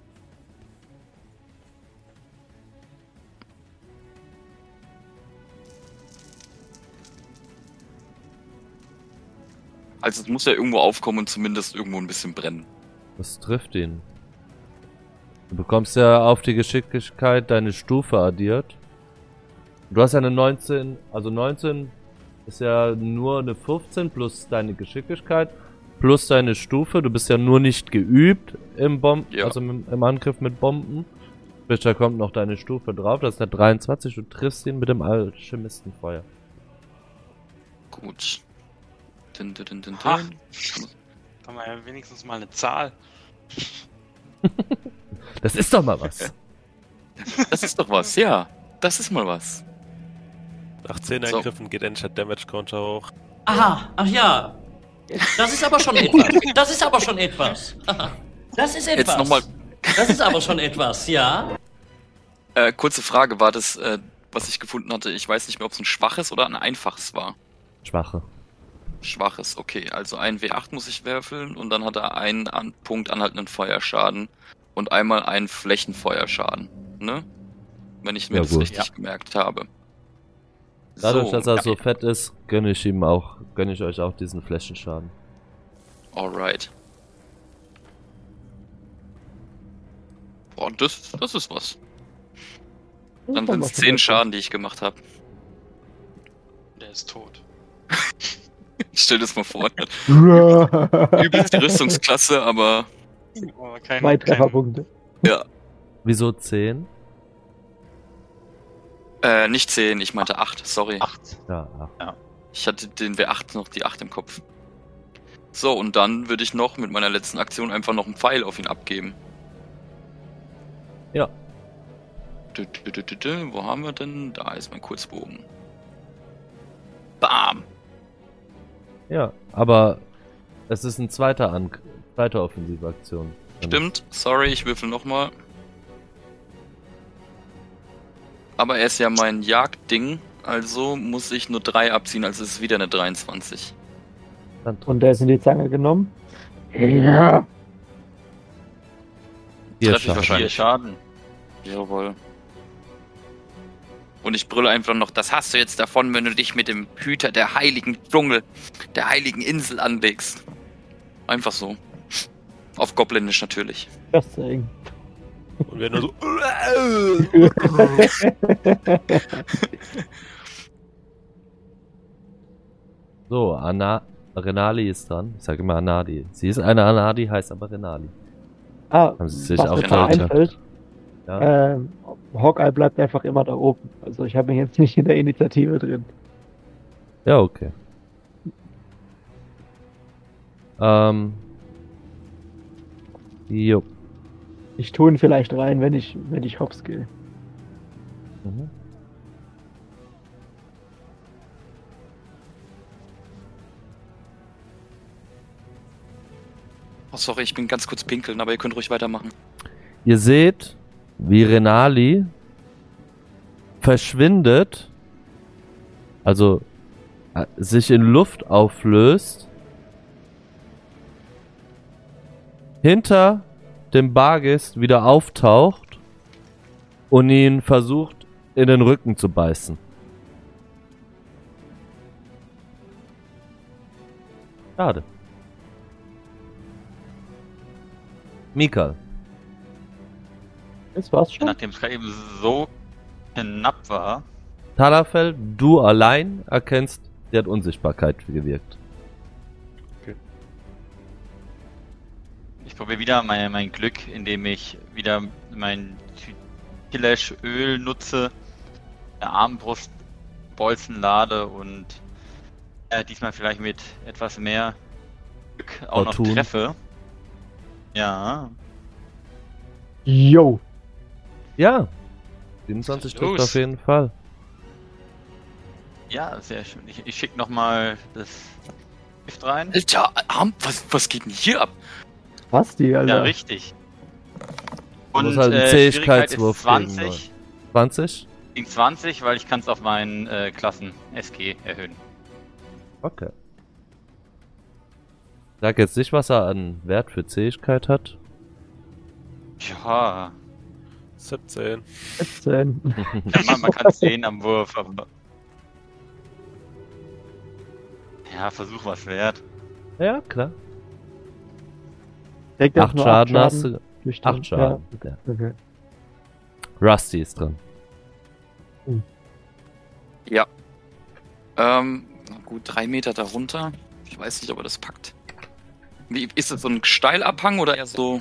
Also es muss ja irgendwo aufkommen und zumindest irgendwo ein bisschen brennen. Das trifft ihn. Du bekommst ja auf die Geschicklichkeit deine Stufe addiert. Du hast ja eine 19, also 19 ist ja nur eine 15 plus deine Geschicklichkeit. plus deine Stufe. Du bist ja nur nicht geübt im Ja. also im Angriff mit Bomben. Sprich, da kommt noch deine Stufe drauf. Das ist eine 23. Du triffst ihn mit dem Alchemistenfeuer. Gut. Din. Ach. Kann man ja wenigstens mal eine Zahl. Das ist doch mal was. Das ist doch was, ja. Das ist mal was. Nach 10 So. Angriffen geht Enchant Damage Counter hoch. Aha, ach ja. Das ist aber schon etwas. Das ist aber schon etwas. Das ist etwas. Jetzt nochmal. Das ist aber schon etwas, ja. Kurze Frage, war das, was ich gefunden hatte, ich weiß nicht mehr, ob es ein schwaches oder ein einfaches war. Schwache. Schwaches, okay. Also ein W8 muss ich würfeln und dann hat er einen Punkt anhaltenden Feuerschaden und einmal einen Flächenfeuerschaden, ne? Wenn ich mir Ja, das gut. richtig gemerkt habe. Dadurch, dass er ja, so fett ist, gönne ich euch auch diesen Flächenschaden. Alright. Boah, das ist was. Dann sind es 10 Schaden, die ich gemacht habe. Der ist tot. Stell dir das mal vor. Zwei Übelst die Rüstungsklasse, aber Aber kein Trefferpunkte. ja. Wieso 10? Nicht 10, ich meinte 8, sorry. 8. Ja, ach. Ich hatte den W8 noch die 8 im Kopf. So, und dann würde ich noch mit meiner letzten Aktion einfach noch einen Pfeil auf ihn abgeben. Ja. Wo haben wir denn? Da ist mein Kurzbogen. Bam! Ja, aber es ist ein zweite offensive Aktion. Stimmt, sorry, ich würfel nochmal. Aber er ist ja mein Jagdding, also muss ich nur 3 abziehen, also ist es wieder eine 23. Und der ist in die Zange genommen. Ja. Hier Treff ich Schaden. wahrscheinlich. 4 Schaden. Jawohl. Und ich brülle einfach noch, das hast du jetzt davon, wenn du dich mit dem Hüter der heiligen Dschungel, der heiligen Insel anlegst. Einfach so. Auf Goblinisch natürlich. Das zeigen. Und wir nur so. So, Renali ist dran. Ich sage immer Anadi. Sie ist eine Anadi, heißt aber Renali. Haben Sie sich was auch mir toll da einfällt, Ja. Hawkeye bleibt einfach immer da oben. Also ich habe ihn jetzt nicht in der Initiative drin. Ja, okay. Jo. Ich tue ihn vielleicht rein, wenn ich hops gehe. Mhm. Oh, sorry, ich bin ganz kurz pinkeln, aber ihr könnt ruhig weitermachen. Ihr seht, wie Renali verschwindet, also sich in Luft auflöst, hinter dem Bargist wieder auftaucht und ihn versucht in den Rücken zu beißen. Schade. Mikael. Das war's schon. Nachdem es gerade eben so knapp war, Talafel, du allein erkennst, sie hat Unsichtbarkeit gewirkt. ich probiere wieder mein Glück, indem ich wieder mein Tilash-Öl nutze, eine Armbrustbolzen lade und diesmal vielleicht mit etwas mehr Glück auch noch Fortun. treffe. Ja, Yo. Ja. 27 trifft Los. auf jeden Fall. ja, sehr schön. Ich schicke nochmal das Gift rein. Alter, was geht denn hier ab? Was die, Alter? Ja, richtig. Du Und musst halt einen Schwierigkeit ist Zähigkeitswurf gegen 20 20? gegen 20, weil ich kann es auf meinen Klassen SG erhöhen. Okay. Sag jetzt nicht, was er an Wert für Zähigkeit hat. Ja, 17. 17. man kann es sehen am Wurf, aber... Ja, Versuch was wert. Ja, klar. Kriegt er 8 nur Schaden hast du. durch 8 den- Schaden. Ja. Ja, okay. Rusty ist dran. Ja. Na gut, 3 Meter darunter. Ich weiß nicht, ob er das packt. Wie, ist es so ein Steilabhang oder eher so?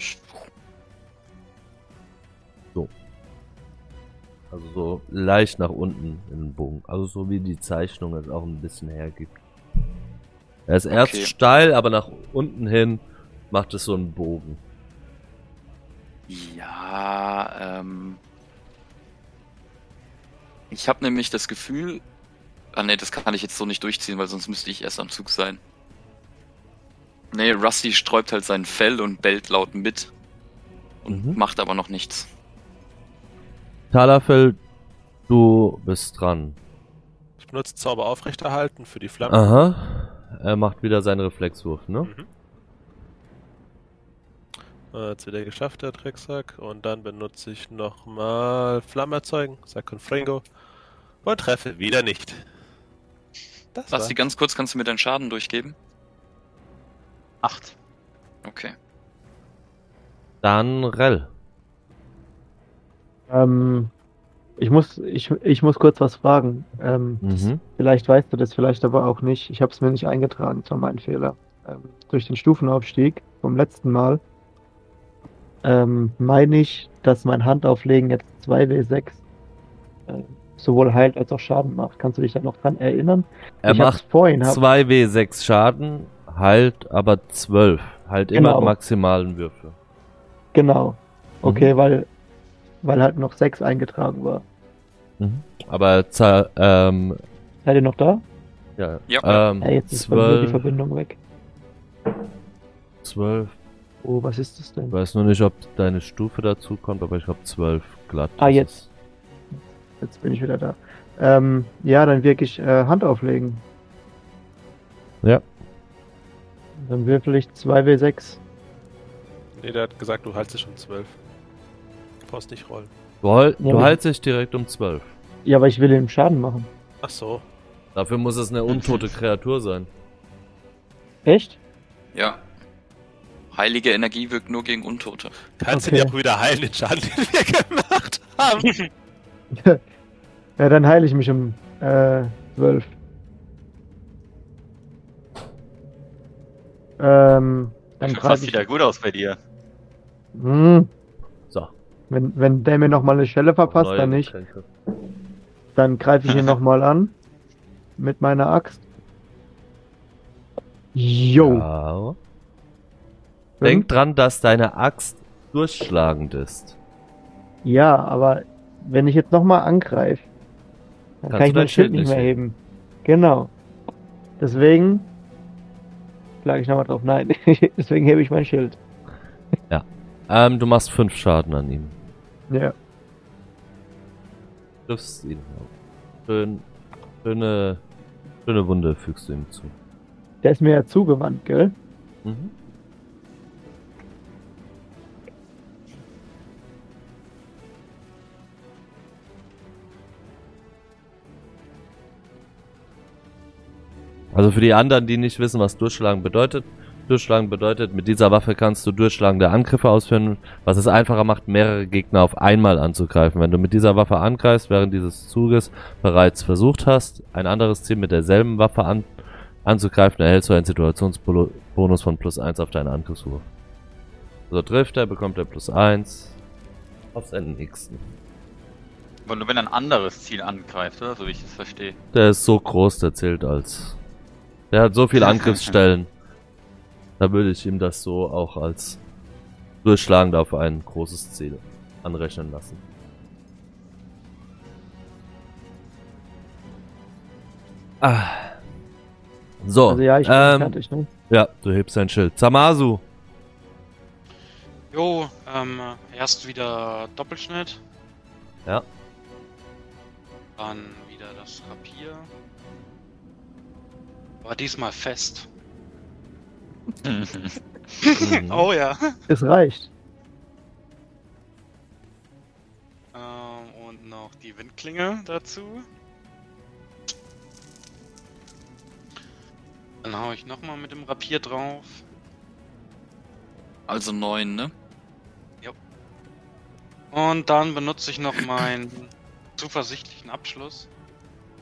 Also so leicht nach unten in den Bogen. Also so wie die Zeichnung es auch ein bisschen hergibt. Er ist erst Okay. steil, aber nach unten hin macht es so einen Bogen. Ja, ich habe nämlich das Gefühl... Ah ne, das kann ich jetzt so nicht durchziehen, weil sonst müsste ich erst am Zug sein. Ne, Rusty sträubt halt sein Fell und bellt laut mit. Und macht aber noch nichts. Talafel, du bist dran. Ich benutze Zauber aufrechterhalten für die Flamme. Aha. Er macht wieder seinen Reflexwurf, ne? Jetzt wieder geschafft, der Drecksack. Und dann benutze ich nochmal Flamme erzeugen, sag Confringo. Und treffe wieder nicht. Das Rusty, ganz kurz, kannst du mir deinen Schaden durchgeben? 8. Okay. Dann Rell. Ich muss kurz was fragen. Vielleicht weißt du das, vielleicht aber auch nicht. Ich habe es mir nicht eingetragen, das war mein Fehler. Durch den Stufenaufstieg vom letzten Mal meine ich, dass mein Handauflegen jetzt 2W6 sowohl heilt als auch Schaden macht. Kannst du dich da noch dran erinnern? Er Ich macht hab's vorhin 2W6 Schaden, heilt aber 12. Halt immer Genau. maximalen Würfe. Genau. Okay, weil halt noch 6 eingetragen war. Aber Seid ihr noch da? ja, Ja. Ja, jetzt ist bei mir die 12, Verbindung weg. 12. Oh, was ist das denn? Ich weiß nur nicht, ob deine Stufe dazu kommt, aber ich glaube 12 glatt. Ah, ist jetzt. es. Jetzt bin ich wieder da. Ja, dann wirklich Hand auflegen. Ja. Dann würfel ich 2W6. Nee, der hat gesagt, du haltst dich schon 12. Du brauchst nicht rollen. Du hältst dich direkt um 12. Ja, aber ich will ihm Schaden machen. Ach so. Dafür muss es eine untote Kreatur sein. Echt? Ja. Heilige Energie wirkt nur gegen Untote. Kannst du Okay. dir auch wieder heilen, den Schaden, den wir gemacht haben. Ja, dann heile ich mich um 12. Dann Sieht greife fast ich. wieder gut aus bei dir. So. Wenn der mir nochmal eine Schelle verpasst, neue dann nicht. Getränke. Dann greife ich ihn nochmal an. Mit meiner Axt. Jo. Ja. Denk dran, dass deine Axt durchschlagend ist. Ja, aber wenn ich jetzt nochmal angreife, dann Kannst kann ich du dein mein Schild Schild nicht nicht mehr heben. Genau. Deswegen schlage ich nochmal drauf. Nein, deswegen hebe ich mein Schild. Du machst 5 Schaden an ihm. Ja. Triffst ihn. Schöne Wunde fügst du ihm zu. Der ist mir ja zugewandt, gell? Mhm. Also für die anderen, die nicht wissen, was Durchschlagen bedeutet. Durchschlagen bedeutet, mit dieser Waffe kannst du durchschlagende Angriffe ausführen, was es einfacher macht, mehrere Gegner auf einmal anzugreifen. Wenn du mit dieser Waffe angreifst, während dieses Zuges bereits versucht hast, ein anderes Ziel mit derselben Waffe anzugreifen, erhältst du einen Situationsbonus von +1 auf deinen Angriffswurf. So trifft er, bekommt er +1 auf seinen nächsten. Aber nur wenn ein anderes Ziel angreift, oder? So wie ich das verstehe. Der ist so groß, der zählt als... Der hat so viele Angriffsstellen. Da würde ich ihm das so auch als durchschlagend auf ein großes Ziel anrechnen lassen. Ah. So, Also ja, ich bin fertig, ne? ja, du hebst dein Schild. Zamasu, Jo, erst wieder Doppelschnitt. Ja. Dann wieder das Rapier. Aber diesmal fest. Mhm. Oh ja. Es reicht. Und noch die Windklinge dazu. Dann hau ich nochmal mit dem Rapier drauf. Also 9, ne? Und dann benutze ich noch meinen zuversichtlichen Abschluss.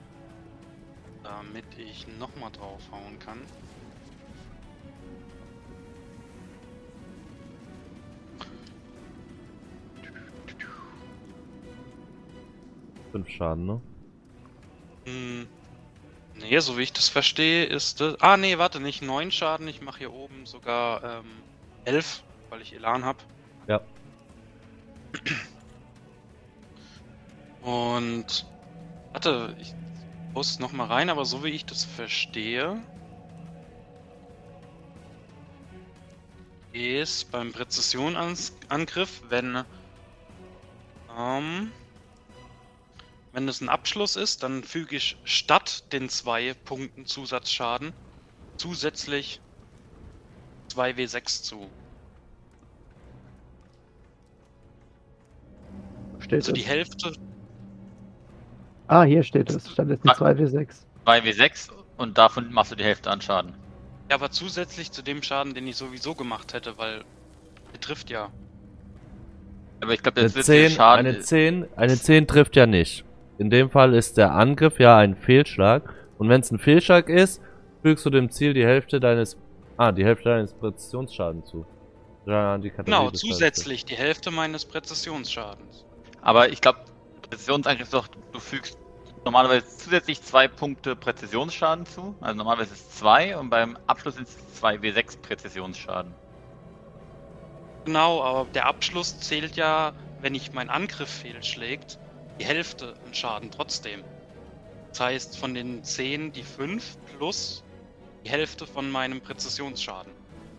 Damit ich nochmal draufhauen kann. 5 Schaden, ne? Nee, so wie ich das verstehe, ist das. Ah, nee, warte, nicht 9 Schaden. Ich mache hier oben sogar 11, weil ich Elan habe. Ja. Und. Warte, ich poste noch mal rein, aber so wie ich das verstehe, ist beim Präzisionangriff, wenn es ein Abschluss ist, dann füge ich statt den 2 Punkten Zusatzschaden zusätzlich 2W6 zu. Steht Also die das? Hälfte. Ah, hier steht es. Stand jetzt ein 2W6. 2W6 und davon machst du die Hälfte an Schaden. Ja, aber zusätzlich zu dem Schaden, den ich sowieso gemacht hätte, weil der trifft ja. Aber ich glaube, der Eine zusätzliche 10, Schaden. eine 10 trifft ja nicht. In dem Fall ist der Angriff ja ein Fehlschlag. Und wenn es ein Fehlschlag ist, fügst du dem Ziel die Hälfte deines Präzisionsschadens zu. Ja, die Kategorie Genau, des zusätzlich die Hälfte meines Präzisionsschadens. Aber ich glaube, Präzisionsangriff ist doch, du fügst normalerweise zusätzlich 2 Punkte Präzisionsschaden zu. Also normalerweise ist es 2 und beim Abschluss sind es 2W6 Präzisionsschaden. Genau, aber der Abschluss zählt ja, wenn ich meinen Angriff fehlschlägt, die Hälfte an Schaden trotzdem. Das heißt, von den 10 die 5 plus die Hälfte von meinem Präzisionsschaden.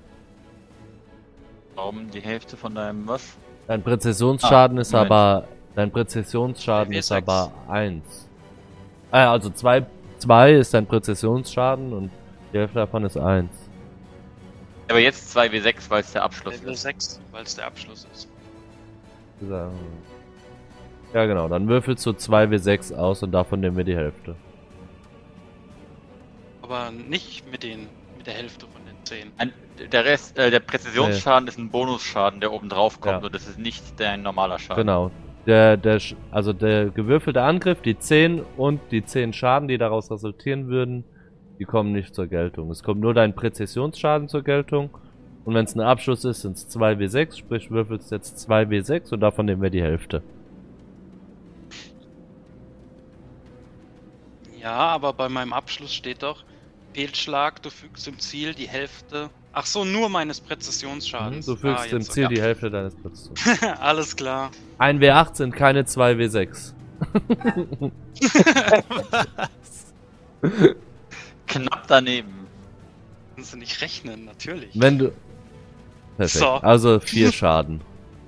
Warum die Hälfte von deinem was? Dein Präzisionsschaden ist Moment. aber. Dein Präzisionsschaden ist W6. aber 1. Also 2 ist dein Präzisionsschaden und die Hälfte davon ist 1. Aber jetzt 2W6, weil es der Abschluss Level ist. 6, weil es der Abschluss ist. Ja genau, dann würfelst du 2W6 aus und davon nehmen wir die Hälfte. Aber nicht mit der Hälfte von den 10. Der Rest, der Präzisionsschaden ist ein Bonusschaden, der oben drauf kommt Ja. und das ist nicht ein normaler Schaden. Genau. Der gewürfelte Angriff, die 10 und die 10 Schaden, die daraus resultieren würden, die kommen nicht zur Geltung. Es kommt nur dein Präzisionsschaden zur Geltung. Und wenn es ein Abschluss ist, sind es 2W6, sprich würfelst jetzt 2W6 und davon nehmen wir die Hälfte. Ja, aber bei meinem Abschluss steht doch, Fehlschlag, du fügst im Ziel die Hälfte. Ach so, nur meines Präzisionsschadens. Du fügst im jetzt, Ziel ja. die Hälfte deines Präzisionsschaden. Alles klar. Ein W8 sind keine 2W6. Knapp daneben. Kannst du nicht rechnen, natürlich. Wenn du... Perfekt. So. Also 4 Schaden.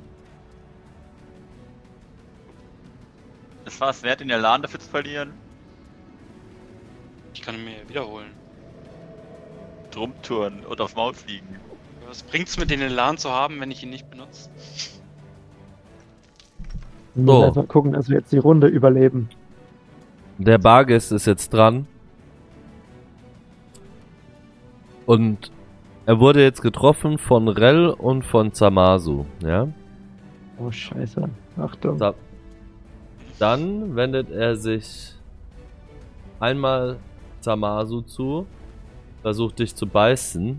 Das war es wert, in der LAN dafür zu verlieren. Ich kann ihn mir wiederholen. Drumtouren und aufs Maul fliegen. Was bringt's mir, den Elan zu haben, wenn ich ihn nicht benutze? Wir So. müssen erstmal gucken, dass wir jetzt die Runde überleben. Der Bargist ist jetzt dran. Und er wurde jetzt getroffen von Rell und von Zamasu, ja? Oh, scheiße. Achtung. So. Dann wendet er sich einmal Zamasu zu, versucht dich zu beißen.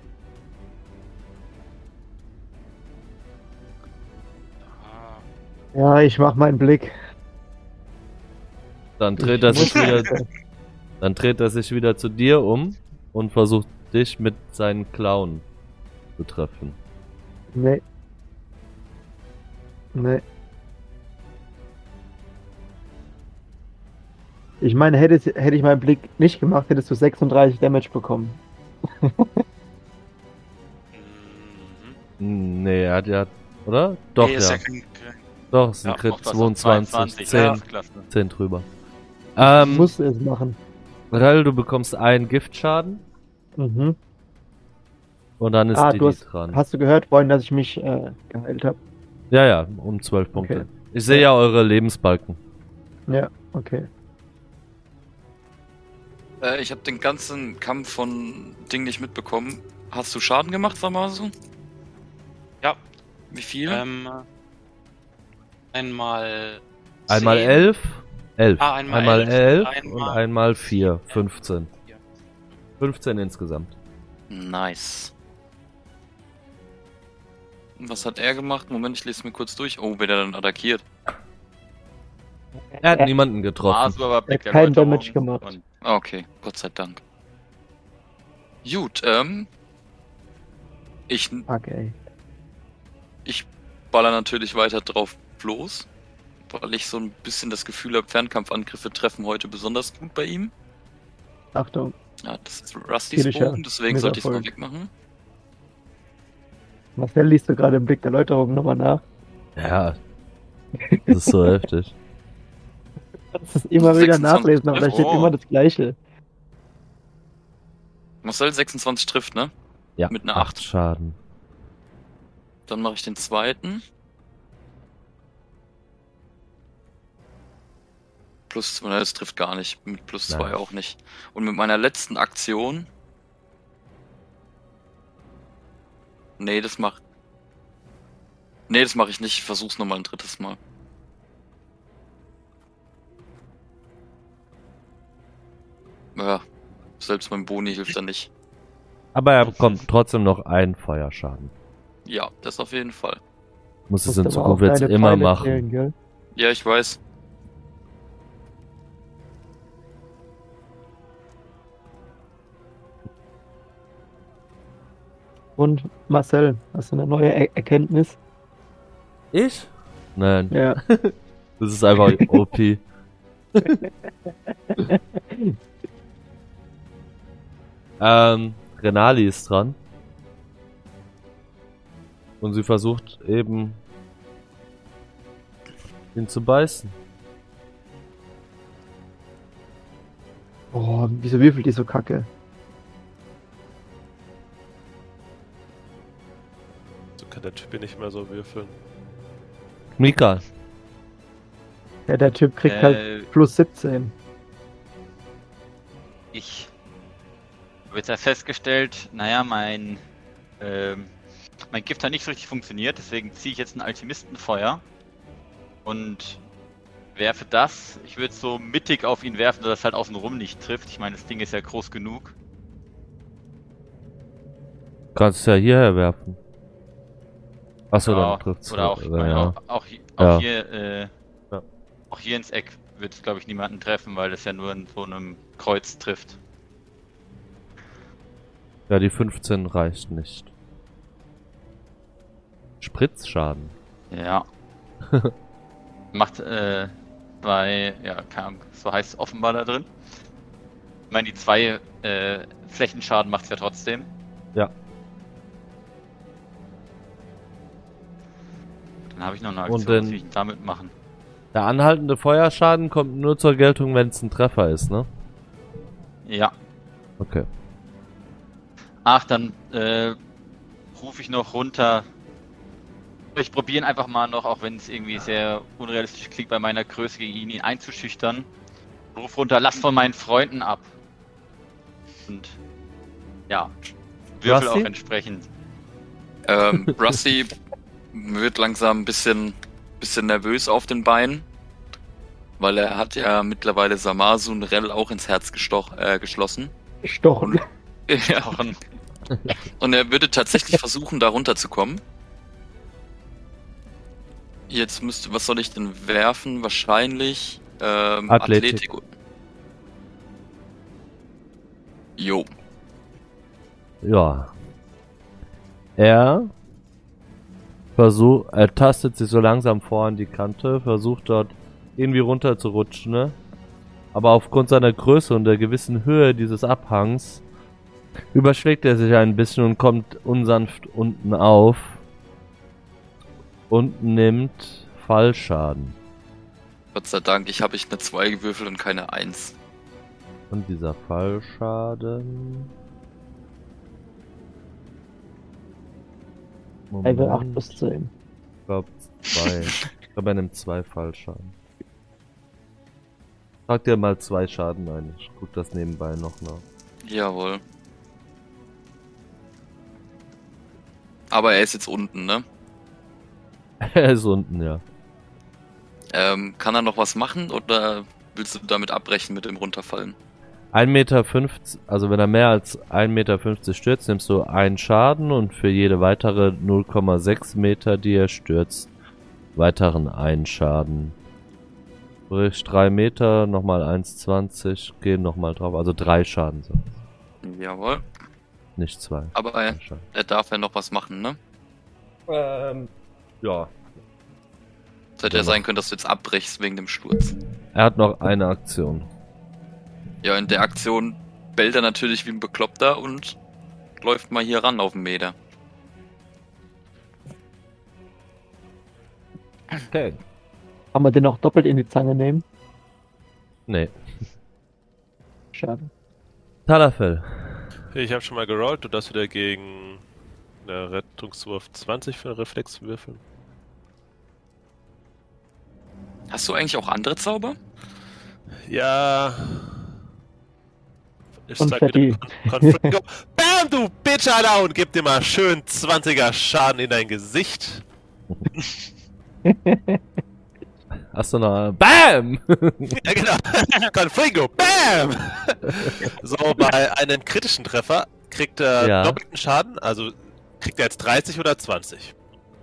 Ah, Ja, ich mach meinen Blick. Dann dreht Ich er sich muss- wieder, dann dreht er sich wieder zu dir um und versucht dich mit seinen Klauen zu treffen. Nee. Nee. Ich meine, hätte ich meinen Blick nicht gemacht, hättest du 36 Damage bekommen. mhm. Nee, er hat ja, oder? Doch, Nee, ist ja. kein- Doch, es ist ein Ja, Crit doch, das ist 22, 10, ja, klasse. 10 drüber. Ich musste es machen. Rell, du bekommst einen Giftschaden Mhm. und dann ist Ah, Didi dran. hast du gehört vorhin, dass ich mich geheilt habe? Ja, ja, um 12 Punkte. Okay. Ich sehe ja eure Lebensbalken. Ja, okay. Ich habe den ganzen Kampf von Ding nicht mitbekommen. Hast du Schaden gemacht, Samasu? Ja. Wie viel? Einmal. Einmal 10. 11? 11. Ah, einmal einmal 11, 11 und einmal einmal 4. 15. Ja. 15 insgesamt. Nice. Und was hat er gemacht? Moment, ich lese mir kurz durch. Oh, wird er dann attackiert. Er hat niemanden getroffen. Also aber Blick der keinen Erläuterung Damage gemacht. und Okay, Gott sei Dank. Gut, ich Fuck, ey. baller natürlich weiter drauf los, weil ich so ein bisschen das Gefühl habe, Fernkampfangriffe treffen heute besonders gut bei ihm. Achtung. Ja, das ist Rustys Kritischer Bogen, deswegen sollte ich es mal Misserfolg. wegmachen. Marcel, liest du gerade im Blick der Erläuterung nochmal nach? Ja. Das ist so heftig. Du kannst es immer wieder 26 nachlesen, aber da steht Oh. immer das Gleiche. Marcel 26 trifft, ne? Ja. Mit einer 8 Schaden. Dann mache ich den zweiten. Plus 2, das trifft gar nicht. Mit plus 2 Nein. auch nicht. Und mit meiner letzten Aktion. Nee, das mache ich nicht. Ich versuch's nochmal ein drittes Mal. Ja, selbst mein Boni hilft da nicht. Aber er bekommt trotzdem noch einen Feuerschaden. Ja, das auf jeden Fall. Muss es Musst in aber auch Zukunft jetzt deine immer Pfeile machen. zählen, gell? Ja, ich weiß. Und Marcel, hast du eine neue Erkenntnis? Ich? Nein, Ja. das ist einfach OP. Renali ist dran. Und sie versucht eben ihn zu beißen. Boah, wieso würfelt die so kacke? So kann der Typ hier nicht mehr so würfeln. Mika, Ja, der Typ kriegt halt plus 17. ich habe jetzt ja festgestellt, naja, mein Gift hat nicht so richtig funktioniert, deswegen ziehe ich jetzt ein Alchemistenfeuer und werfe das. Ich würde es so mittig auf ihn werfen, sodass es halt außenrum nicht trifft. Ich meine, das Ding ist ja groß genug. kannst es ja hierher werfen. Achso, Ja, dann trifft's. oder auch, ich meine, ja. auch Ja. hier, Ja. auch hier ins Eck wird es, glaube ich, niemanden treffen, weil das ja nur in so einem Kreuz trifft. Ja, die 15 reicht nicht. Spritzschaden. Ja. Macht zwei, ja, keine Ahnung, so heißt es offenbar da drin. Ich meine, die 2 Flächenschaden macht es ja trotzdem. Ja. Dann habe ich noch eine Und Aktion, dann- was will ich damit machen? Der anhaltende Feuerschaden kommt nur zur Geltung, wenn es ein Treffer ist, ne? Ja. Okay. Ach, dann rufe ich noch runter. Ich probiere ihn einfach mal noch, auch wenn es irgendwie sehr unrealistisch klingt, bei meiner Größe gegen ihn einzuschüchtern. Ruf runter, lass von meinen Freunden ab. Und ja, würfel Rusty? auch entsprechend. Rusty wird langsam ein bisschen nervös auf den Beinen, weil er hat ja mittlerweile Samasu und Rell auch ins Herz geschlossen. Gestochen. Ja. Und er würde tatsächlich versuchen, da runterzukommen. Jetzt was soll ich denn werfen? Wahrscheinlich Athletik. Jo. Ja. Er tastet sich so langsam vor an die Kante, versucht dort irgendwie runter zu rutschen, ne? Aber aufgrund seiner Größe und der gewissen Höhe dieses Abhangs überschlägt er sich ein bisschen und kommt unsanft unten auf und nimmt Fallschaden. Gott sei Dank, ich habe eine 2 gewürfelt und keine 1. Und dieser Fallschaden... Level 8 plus 10. Ich glaube 2. Ich glaube, er nimmt 2 Fallschaden. Trag dir mal 2 Schaden ein. Ich guck das nebenbei noch nach. Jawohl. Aber er ist jetzt unten, ne? Er ist unten, ja. Kann er noch was machen oder willst du damit abbrechen mit dem Runterfallen? 1,50 Meter, also wenn er mehr als 1,50 Meter stürzt, nimmst du einen Schaden und für jede weitere 0,6 Meter, die er stürzt, weiteren einen Schaden. Sprich 3 Meter, nochmal 1,20, gehen nochmal drauf. Also 3 Schaden. So. Jawohl. Nicht 2. Aber er darf ja noch was machen, ne? Ja. Es hätte ja sein können, dass du jetzt abbrichst wegen dem Sturz. Er hat noch eine Aktion. Ja, in der Aktion bellt er natürlich wie ein Bekloppter und läuft mal hier ran auf den Meter. Okay. Kann man den auch doppelt in die Zange nehmen? Nee. Schade. Talafel. Ich habe schon mal gerollt, du darfst wieder gegen eine Rettungswurf 20 für einen Reflex würfeln. Hast du eigentlich auch andere Zauber? Ja. Ich sag Konfetti. wieder Konflikt. Bam, du Bitch, Alter, und gib dir mal schön 20er Schaden in dein Gesicht. Hast du noch... BAM! Ja, genau. Confringo, bam! So, bei einem kritischen Treffer kriegt er Ja. doppelten Schaden, also kriegt er jetzt 30 oder 20.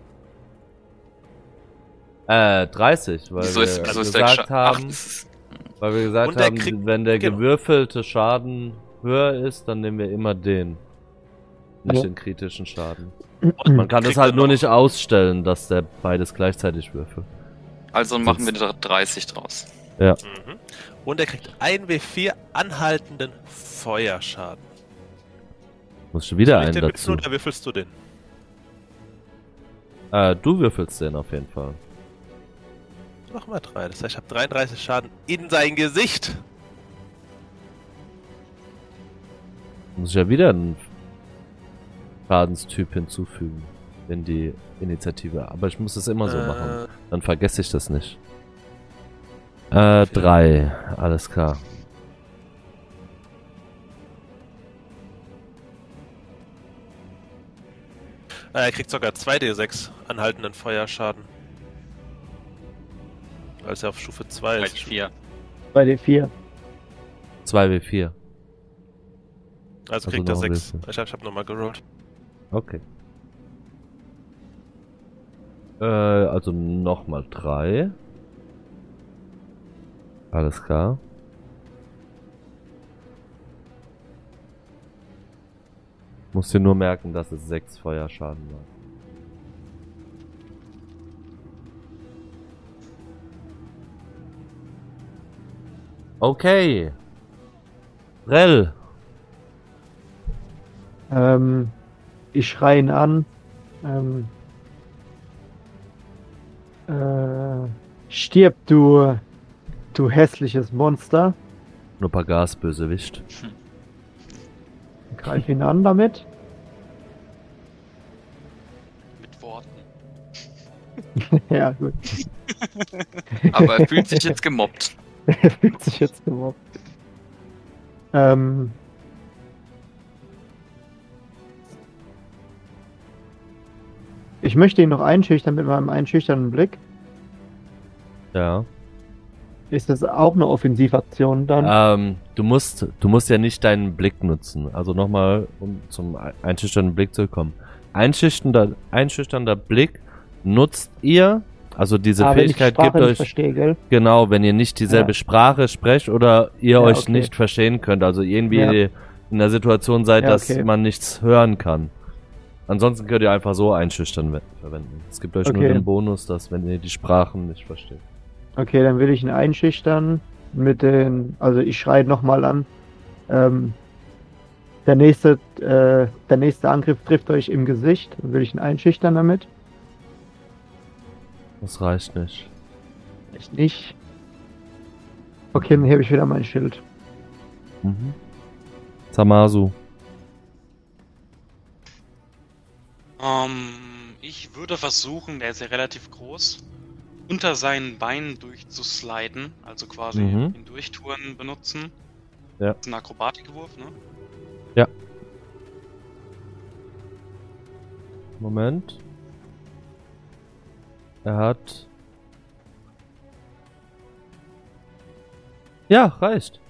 30, weil Wieso wir ist der gesagt Ach, haben, das ist, weil wir gesagt Und der haben, kriegt- wenn der genau. gewürfelte Schaden höher ist, dann nehmen wir immer den. Nicht Ja. den kritischen Schaden. Und Man kann das kriegt halt er nur noch- nicht ausstellen, dass der beides gleichzeitig würfelt. also machen wir da 30 draus. Mhm. Und er kriegt 1W4 anhaltenden Feuerschaden. Muss schon wieder Soll ich einen den dazu. würfeln oder würfelst du den? Du würfelst den auf jeden Fall. Mach mal 3. Das heißt, ich habe 33 Schaden in sein Gesicht. Muss ich ja wieder einen Schadenstyp hinzufügen in die Initiative. Aber ich muss das immer so machen. Dann vergesse ich das nicht. 3. Alles klar. Er kriegt sogar 2D6 anhaltenden Feuerschaden. Als er auf Stufe 2 ist. 4. Bei den 4. 2W4. Also kriegt er noch ein 6. bisschen. Ich hab nochmal gerollt. Okay. Also nochmal 3. Alles klar. Musst dir nur merken, dass es 6 Feuerschaden war. Okay. Rell. Ich schreie ihn an. Stirb, du hässliches Monster. Nur Pagas Bösewicht. Greif ihn an damit. Mit Worten. Ja, gut. Aber er fühlt sich jetzt gemobbt. Er fühlt sich jetzt gemobbt. Ich möchte ihn noch einschüchtern mit meinem einschüchternden Blick. Ja. Ist das auch eine Offensivaktion dann? Du musst ja nicht deinen Blick nutzen. Also nochmal, um zum einschüchternden Blick zu kommen. Einschüchternder Blick nutzt ihr, also diese Wenn ich Fähigkeit Sprache gibt nicht euch, verstehe, gell? genau, wenn ihr nicht dieselbe Ja. Sprache sprecht oder ihr Ja, euch okay. nicht verstehen könnt, also irgendwie Ja. in der Situation seid, Ja, dass okay. man nichts hören kann. Ansonsten könnt ihr einfach so einschüchtern verwenden. Es gibt euch nur Okay. den Bonus, dass wenn ihr die Sprachen nicht versteht. Okay, dann will ich ihn einschüchtern mit den, also ich schreie nochmal an. Der nächste Angriff trifft euch im Gesicht. Dann will ich ihn einschüchtern damit. Das reicht nicht. Echt nicht. Okay, dann hebe ich wieder mein Schild. Mhm. Samasu. Ich würde versuchen, der ist ja relativ groß, unter seinen Beinen durchzusliden, also quasi Mhm. ihn durchtouren benutzen. Ja. Das ist ein Akrobatikwurf, ne? Moment. Er hat... Ja, reicht.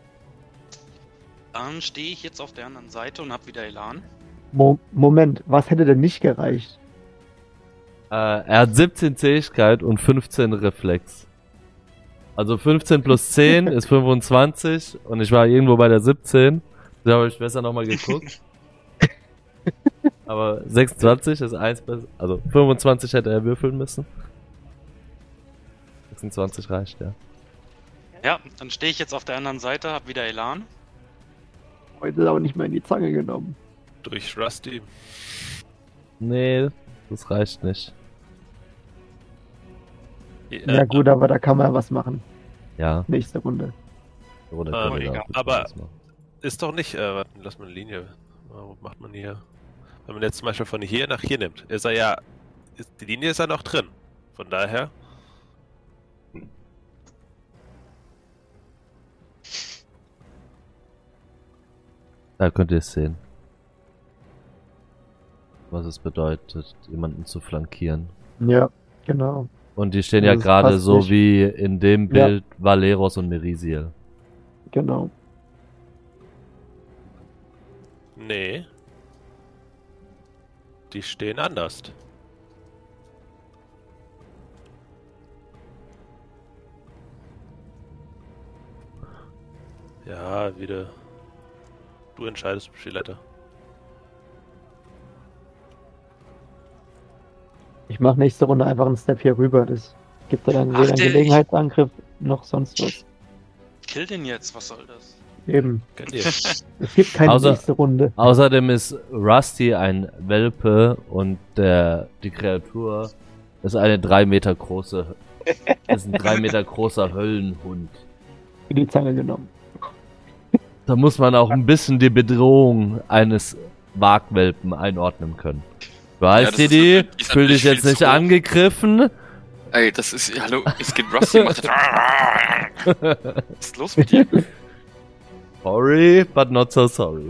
Dann stehe ich jetzt auf der anderen Seite und habe wieder Elan. Moment, was hätte denn nicht gereicht? Er hat 17 Zähigkeit und 15 Reflex. Also 15 plus 10 ist 25 und ich war irgendwo bei der 17. Da habe ich besser nochmal geguckt. Aber 26 ist 1 besser. Also 25 hätte er würfeln müssen. 26 reicht, ja. Ja, dann stehe ich jetzt auf der anderen Seite, hab wieder Elan. Heute auch nicht mehr in die Zange genommen. Durch Rusty. Nee, das reicht nicht. Ja gut, aber da kann man was machen. Ja. Nächste Runde. Oder Ah, können wir egal. da Aber- was machen. Ist doch nicht, warte, lass mal eine Linie. Warum macht man hier? Wenn man jetzt zum Beispiel von hier nach hier nimmt, ist er ja, die Linie ist ja noch drin. Von daher, Da könnt ihr es sehen. Was es bedeutet, jemanden zu flankieren. Ja, genau. Und die stehen ja Das gerade passt so nicht. wie in dem Bild Valeros und Merisiel. Genau. nee. Die stehen anders. Ja, wieder. Du entscheidest, Spielleiter. Ich mache nächste Runde einfach einen Step hier rüber. Das gibt dann Ach, weder einen der- Gelegenheitsangriff noch sonst was. Kill den jetzt, was soll das? Eben. Kennt ihr? Es gibt keine Außer- nächste Runde. Außerdem ist Rusty ein Welpe und die Kreatur ist eine 3 Meter große, ist ein 3 Meter großer Höllenhund. In die Zange genommen. Da muss man auch ein bisschen die Bedrohung eines Wagwelpen einordnen können. Ja, das Weißt du ist die? natürlich- Fühl dich viel jetzt nicht zu hoch. angegriffen. Ey, das ist. Hallo, es geht Rusty macht das. Was ist los mit dir? Sorry, but not so sorry.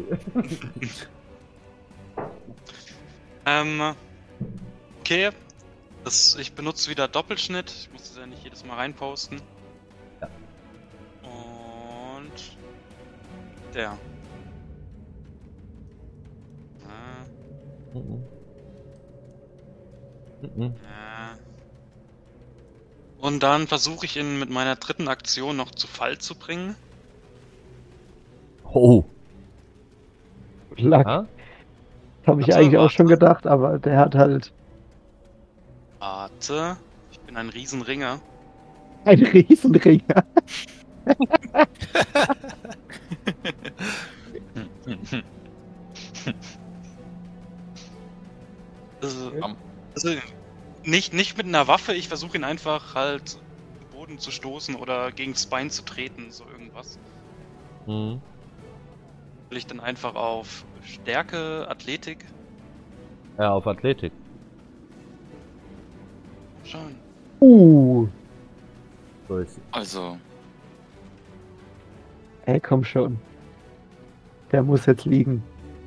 Okay. Ich benutze wieder Doppelschnitt. Ich muss das ja nicht jedes Mal reinposten. Ja. Und der. Und dann versuche ich ihn mit meiner dritten Aktion noch zu Fall zu bringen. Oh. Lack. Ja? Habe ich Warte, eigentlich auch warte. schon gedacht, aber der hat halt Warte. Ich bin ein Riesenringer. einen Riesenringer. Also nicht mit einer Waffe, ich versuche ihn einfach halt im Boden zu stoßen oder gegen das Bein zu treten, so irgendwas. Mhm. Will ich dann einfach auf Stärke, Athletik Ja, auf Athletik. schauen. So ist Also, Ey, komm schon. Der muss jetzt liegen.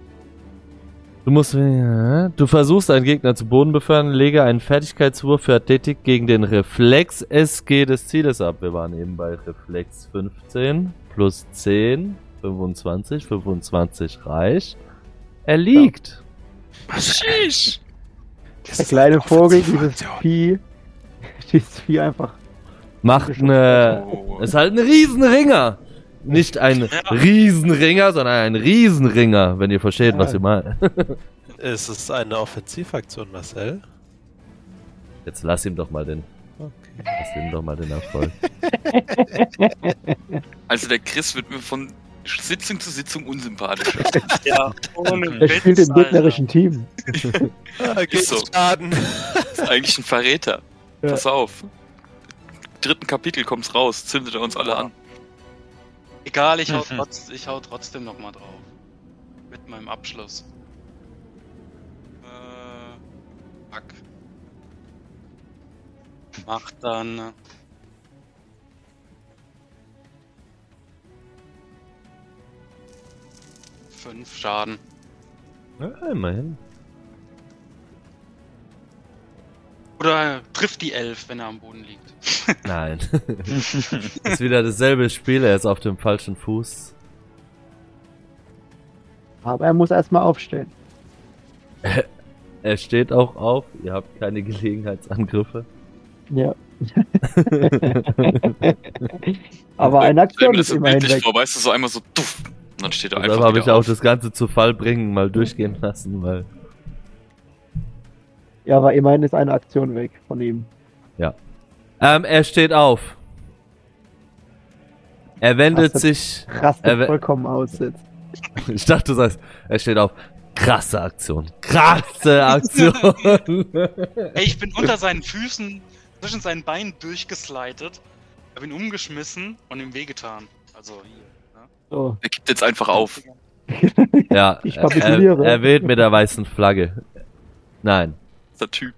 Du versuchst einen Gegner zu Boden befördern, lege einen Fertigkeitswurf für Athletik gegen den Reflex SG des Zieles ab. Wir waren eben bei Reflex 15 plus 10, 25, 25 reicht. Er liegt. Sheesh. Der kleine Vogel, dieses Vieh einfach. Macht eine. Ist halt ein Riesenringer. Nicht ein Riesenringer, sondern ein Riesenringer, wenn ihr versteht, was Ja. ich meine. Ist es eine Offensivaktion, Marcel? Jetzt lass ihm doch mal den. Okay. Lass ihm doch mal den Erfolg. also der Chris wird mir von Sitzung zu Sitzung unsympathischer. Ja, ohne Er spielt im gegnerischen Team. Geht so. Schaden. Das ist eigentlich ein Verräter. Ja. Pass auf. Im 3. Kapitel kommt's raus, zündet er uns alle an. Egal, ich hau trotzdem nochmal drauf. Mit meinem Abschluss. Fuck. Mach dann. Fünf Schaden. Ja, immerhin. Oder trifft die 11, wenn er am Boden liegt. Nein. Ist wieder dasselbe Spiel, er ist auf dem falschen Fuß. Aber er muss erstmal aufstehen. Er steht auch auf, ihr habt keine Gelegenheitsangriffe. Ja. Aber eine Stell Aktion mir das ist so immerhin bildlich weg. vor, weißt du, so einmal so duff. Und dann steht er Deshalb einfach habe ich wieder auch auf. das Ganze zu Fall bringen mal durchgehen lassen, weil. Ja, aber immerhin ist eine Aktion weg von ihm. Er steht auf. Er wendet Rastet- sich. Rastet vollkommen aus jetzt. Ich dachte, du sagst, er steht auf. Krasse Aktion. Krasse Aktion. Ey, ich bin unter seinen Füßen, zwischen seinen Beinen durchgeslidet, hab ihn umgeschmissen und ihm wehgetan. Also hier. Ne? So. Er gibt jetzt einfach auf. Ja, Ich kapituliere. er weht mit der weißen Flagge. Nein. Der Typ.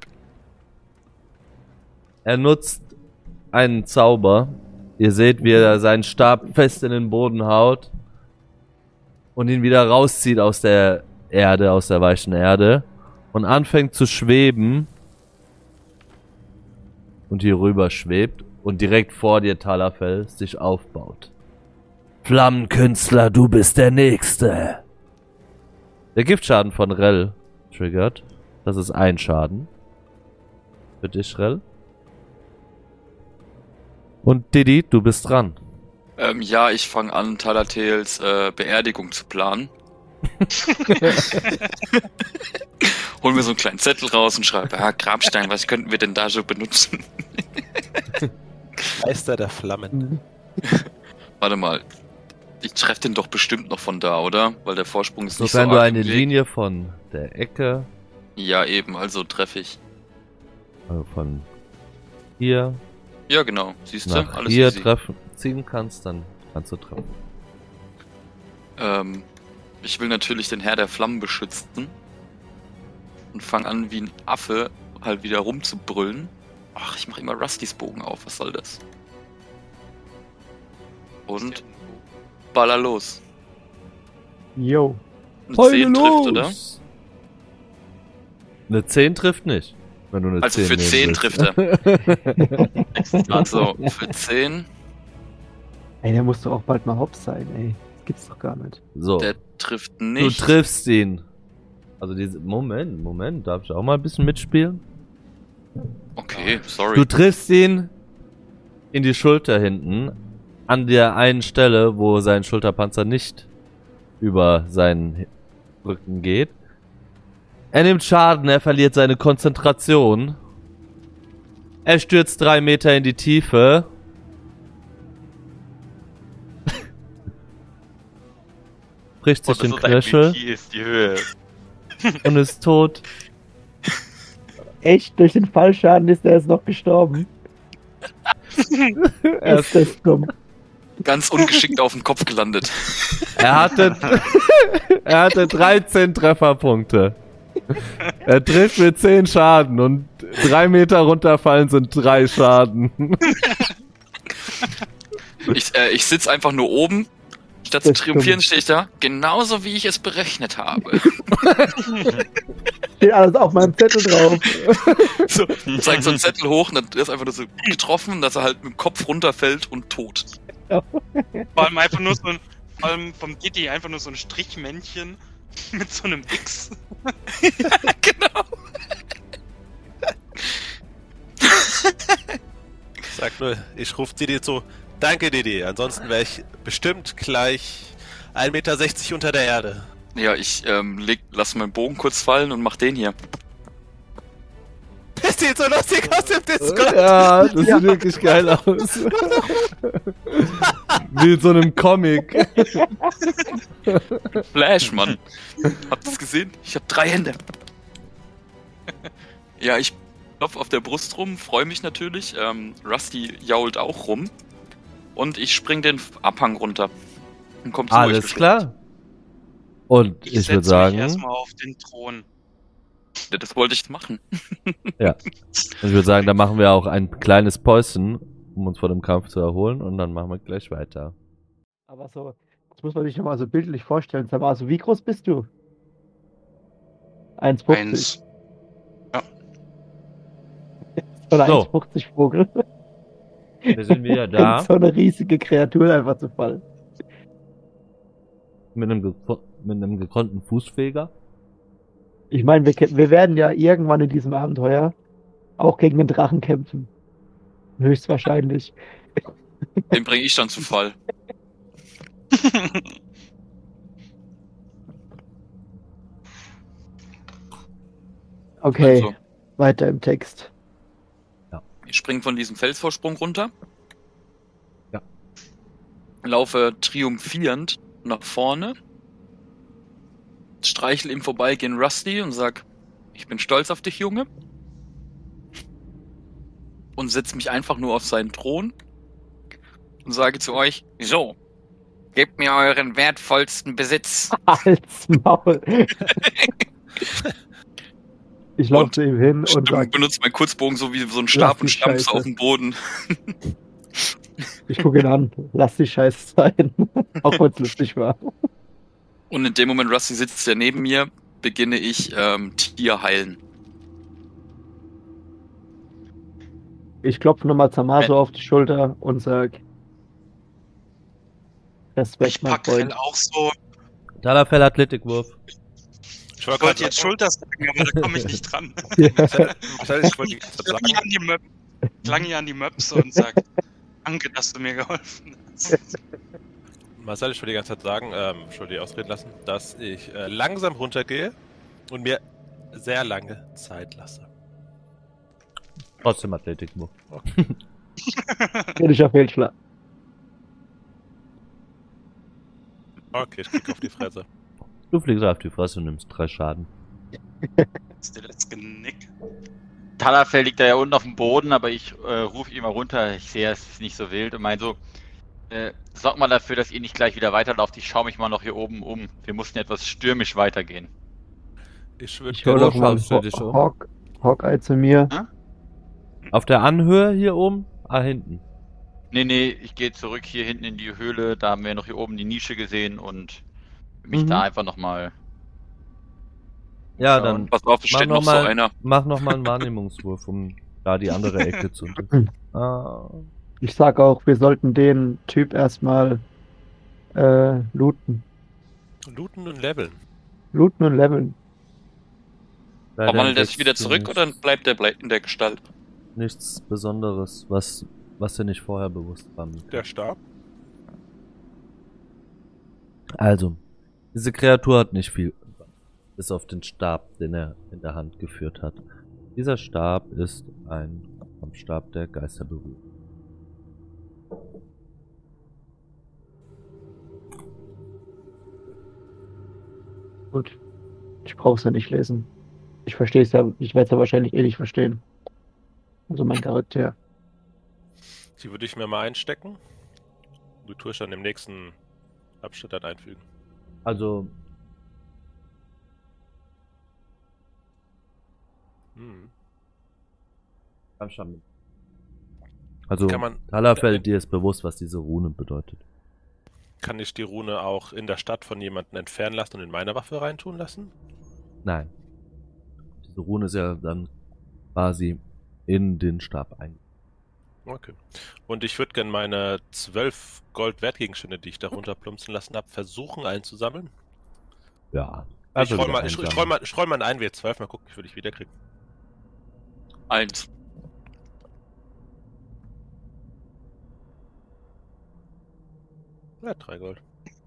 Er nutzt einen Zauber. Ihr seht, wie er seinen Stab fest in den Boden haut und ihn wieder rauszieht aus der Erde, aus der weichen Erde und anfängt zu schweben und hier rüber schwebt und direkt vor dir, Talafel, sich aufbaut. Flammenkünstler, du bist der Nächste. Der Giftschaden von Rell triggert. Das ist ein Schaden. Für dich, Rell. Und Didi, du bist dran. Ja, ich fange an, Talatales Beerdigung zu planen. Hol mir so einen kleinen Zettel raus und schreibe, Grabstein, was könnten wir denn da so benutzen? Meister der Flammen. Warte mal. Ich treffe den doch bestimmt noch von da, oder? Weil der Vorsprung ist nicht so Sofern du arg eine im Weg. Linie von der Ecke, Ja, eben, also treffe ich. also von hier Ja, genau. Siehst du? nach Alles hier easy. ziehen kannst, dann kannst du treffen. Ich will natürlich den Herr der Flammen beschützen. Und fange an, wie ein Affe halt wieder rumzubrüllen. Ach, ich mache immer Rustys Bogen auf. Was soll das? Und baller los. Yo. Eine 10 trifft, oder? Eine 10 trifft nicht. Wenn du eine Also 10 für nehmen 10 willst. trifft er. Also für 10. Ey, der muss doch auch bald mal hops sein, ey. Das gibt's doch gar nicht. So, Der trifft du nicht. triffst ihn. Also diese Moment, darf ich auch mal ein bisschen mitspielen? Okay, sorry. Du triffst ihn in die Schulter hinten, an der einen Stelle, wo sein Schulterpanzer nicht über seinen Rücken geht. Er nimmt Schaden, er verliert seine Konzentration. Er stürzt 3 Meter in die Tiefe. Bricht sich den Knöchel ist die Höhe. und ist tot. Echt, durch den Fallschaden ist er jetzt noch gestorben. Ist das dumm. Ganz ungeschickt auf den Kopf gelandet. Er hatte 13 Trefferpunkte. Er trifft mit 10 Schaden und 3 Meter runterfallen sind 3 Schaden. Ich sitz einfach nur oben. Statt zu triumphieren stehe ich da. Genauso wie ich es berechnet habe. Steht alles auf meinem Zettel drauf. So, zeigt so einen Zettel hoch und dann ist einfach nur so getroffen, dass er halt mit dem Kopf runterfällt und tot. Vor allem einfach nur so ein, vor allem vom Diddy einfach nur so ein Strichmännchen mit so einem X. Genau. Sag nur, ich ruf Didi zu. Danke, Didi. Ansonsten wäre ich bestimmt gleich 1,60 Meter unter der Erde. Ja, ich lass meinen Bogen kurz fallen und mach den hier. Das sieht so lustig aus im Discord. Ja, das sieht wirklich geil aus. Wie in so einem Comic. Flash, Mann. Habt ihr's gesehen? Ich hab 3 Hände. Ja, ich klopf auf der Brust rum, freue mich natürlich. Rusty jault auch rum. Und ich spring den Abhang runter. Und komm zu euch Alles geschluckt. klar. Und ich würde setz mich sagen, erstmal auf den Thron. Ja, das wollte ich machen. da machen wir auch ein kleines Päuschen, um uns vor dem Kampf zu erholen und dann machen wir gleich weiter. Aber so, das muss man sich nochmal so bildlich vorstellen. Sag mal, also wie groß bist du? 1,50. 1. Oder So. 1,50 Vogel. Wir sind wieder In da so eine riesige Kreatur einfach zu fallen. mit einem gekonnten Fußfeger. Ich meine, wir werden ja irgendwann in diesem Abenteuer auch gegen den Drachen kämpfen. Höchstwahrscheinlich. Den bringe ich dann zu Fall. Okay, Also, weiter im Text. ich springe von diesem Felsvorsprung runter. Ja. Laufe triumphierend nach vorne. Streichel im Vorbeigehen Rusty und sag, ich bin stolz auf dich, Junge. Und setze mich einfach nur auf seinen Thron und sage zu euch, so, gebt mir euren wertvollsten Besitz. Als Maul. Ich laufe Und zu ihm hin und sag, benutze meinen Kurzbogen so wie so ein Stab die und stampfe Scheiße. auf den Boden. ich gucke ihn an, lass die Scheiße sein. Auch wenn es lustig war. Und in dem Moment, Rusty sitzt ja neben mir, beginne ich Tier heilen. Ich klopfe nochmal Zamaso auf die Schulter und sag, Respekt, Ich mein pack Rell Freund. auch so. Talafel Athletikwurf. Ich Ich wollte wollte jetzt Schulter sagen, aber da komme ich nicht dran. Marcel, ich wollte die ganze Zeit Klang sagen, hier an die klang hier an die Möpse und sagt, danke, dass du mir geholfen hast. Marcel, ich wollte die ganze Zeit sagen, ich wollte dich ausreden lassen, dass ich langsam runtergehe und mir sehr lange Zeit lasse. Trotzdem Athletikwurf. Kritischer Fehlschlag. Okay, ich krieg auf die Fresse. Du fliegst auf die Fresse und nimmst 3 Schaden. Das ist dir das Genick. Talafel liegt da ja unten auf dem Boden, aber ich rufe ihn mal runter. Ich sehe, es ist nicht so wild und meine so, sorgt mal dafür, dass ihr nicht gleich wieder weiterlauft. Ich schaue mich mal noch hier oben um. Wir mussten etwas stürmisch weitergehen. Ich würde Ich höre Genau, doch mal schaust du dich um? Hawkeye zu mir. Auf der Anhöhe hier oben? Ah, hinten. Nee, ich gehe zurück hier hinten in die Höhle. Da haben wir noch hier oben die Nische gesehen und mich Mhm. da einfach nochmal. Ja, Schauen. dann Pass auf, es steht noch so einer. mach noch mal einen Wahrnehmungswurf, um da die andere Ecke zu tun. Ich sag auch, wir sollten den Typ erstmal looten. looten und leveln. Looten und leveln. Verwandelt er sich wieder zurück oder bleibt er in der Gestalt? Nichts Besonderes, was dir nicht vorher bewusst war. Der Stab. Also, diese Kreatur hat nicht viel, bis auf den Stab, den er in der Hand geführt hat. Dieser Stab ist ein Kampfstab der Geisterberührung. Gut. Ich brauch's ja nicht lesen. Ich verstehe es ja, ich werde es ja wahrscheinlich eh nicht verstehen. Also mein Charakter. Die würde ich mir mal einstecken. Du tust dann im nächsten Abschnitt dann einfügen. Also, Kampfstab mit. Also, Kann man- Talafel, dir ist bewusst, was diese Rune bedeutet. Kann ich die Rune auch in der Stadt von jemandem entfernen lassen und in meine Waffe reintun lassen? Nein. Diese Rune ist ja dann quasi in den Stab ein. Okay. Und ich würde gerne meine 12 Gold-Wertgegenstände, die ich da runterplumpsen lassen habe, versuchen einzusammeln. Ja. Ich roll mal ein 1W12, mal gucken, wie viel ich wiederkriege. 1. Ja, 3 Gold.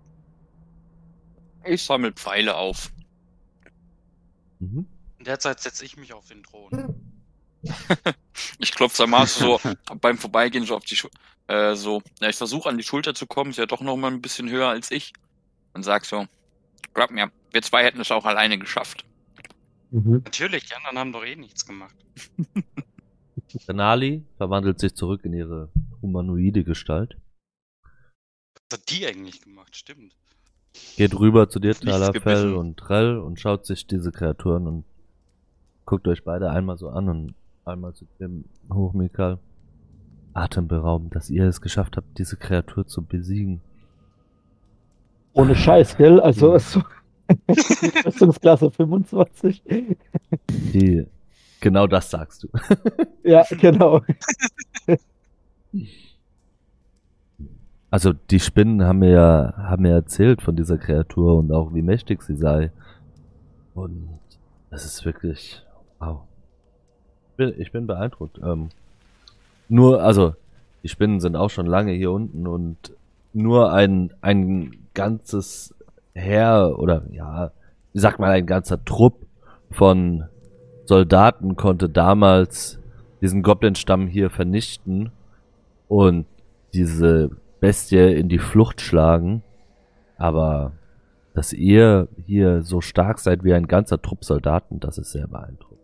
Ich sammle Pfeile auf. Mhm. In der Zeit setze ich mich auf den Thron. Ich klopfe Samasu so beim Vorbeigehen so auf die so. Ja, ich versuche an die Schulter zu kommen, ist ja doch noch mal ein bisschen höher als ich. Und sag so, glaub mir, wir zwei hätten es auch alleine geschafft. Mhm. Natürlich, die anderen haben doch eh nichts gemacht. Renali verwandelt sich zurück in ihre humanoide Gestalt. Was hat die eigentlich gemacht? Stimmt. Geht rüber zu dir, Ist nichts Talafel gebissen. und Trell, und schaut sich diese Kreaturen und guckt euch beide einmal so an und einmal zu dem Hochmikal. Atemberaubend, dass ihr es geschafft habt, diese Kreatur zu besiegen. Ohne Scheiß, gell? Also so Rüstungsklasse 25. Genau das sagst du. Ja, genau. Also die Spinnen haben mir erzählt von dieser Kreatur und auch wie mächtig sie sei. Und das ist wirklich wow. Ich bin beeindruckt. nur, also, die Spinnen sind auch schon lange hier unten und nur ein ganzes Heer oder ja, wie sagt man, ein ganzer Trupp von Soldaten konnte damals diesen Goblin-Stamm hier vernichten und diese Bestie in die Flucht schlagen. Aber dass ihr hier so stark seid wie ein ganzer Trupp Soldaten, das ist sehr beeindruckend.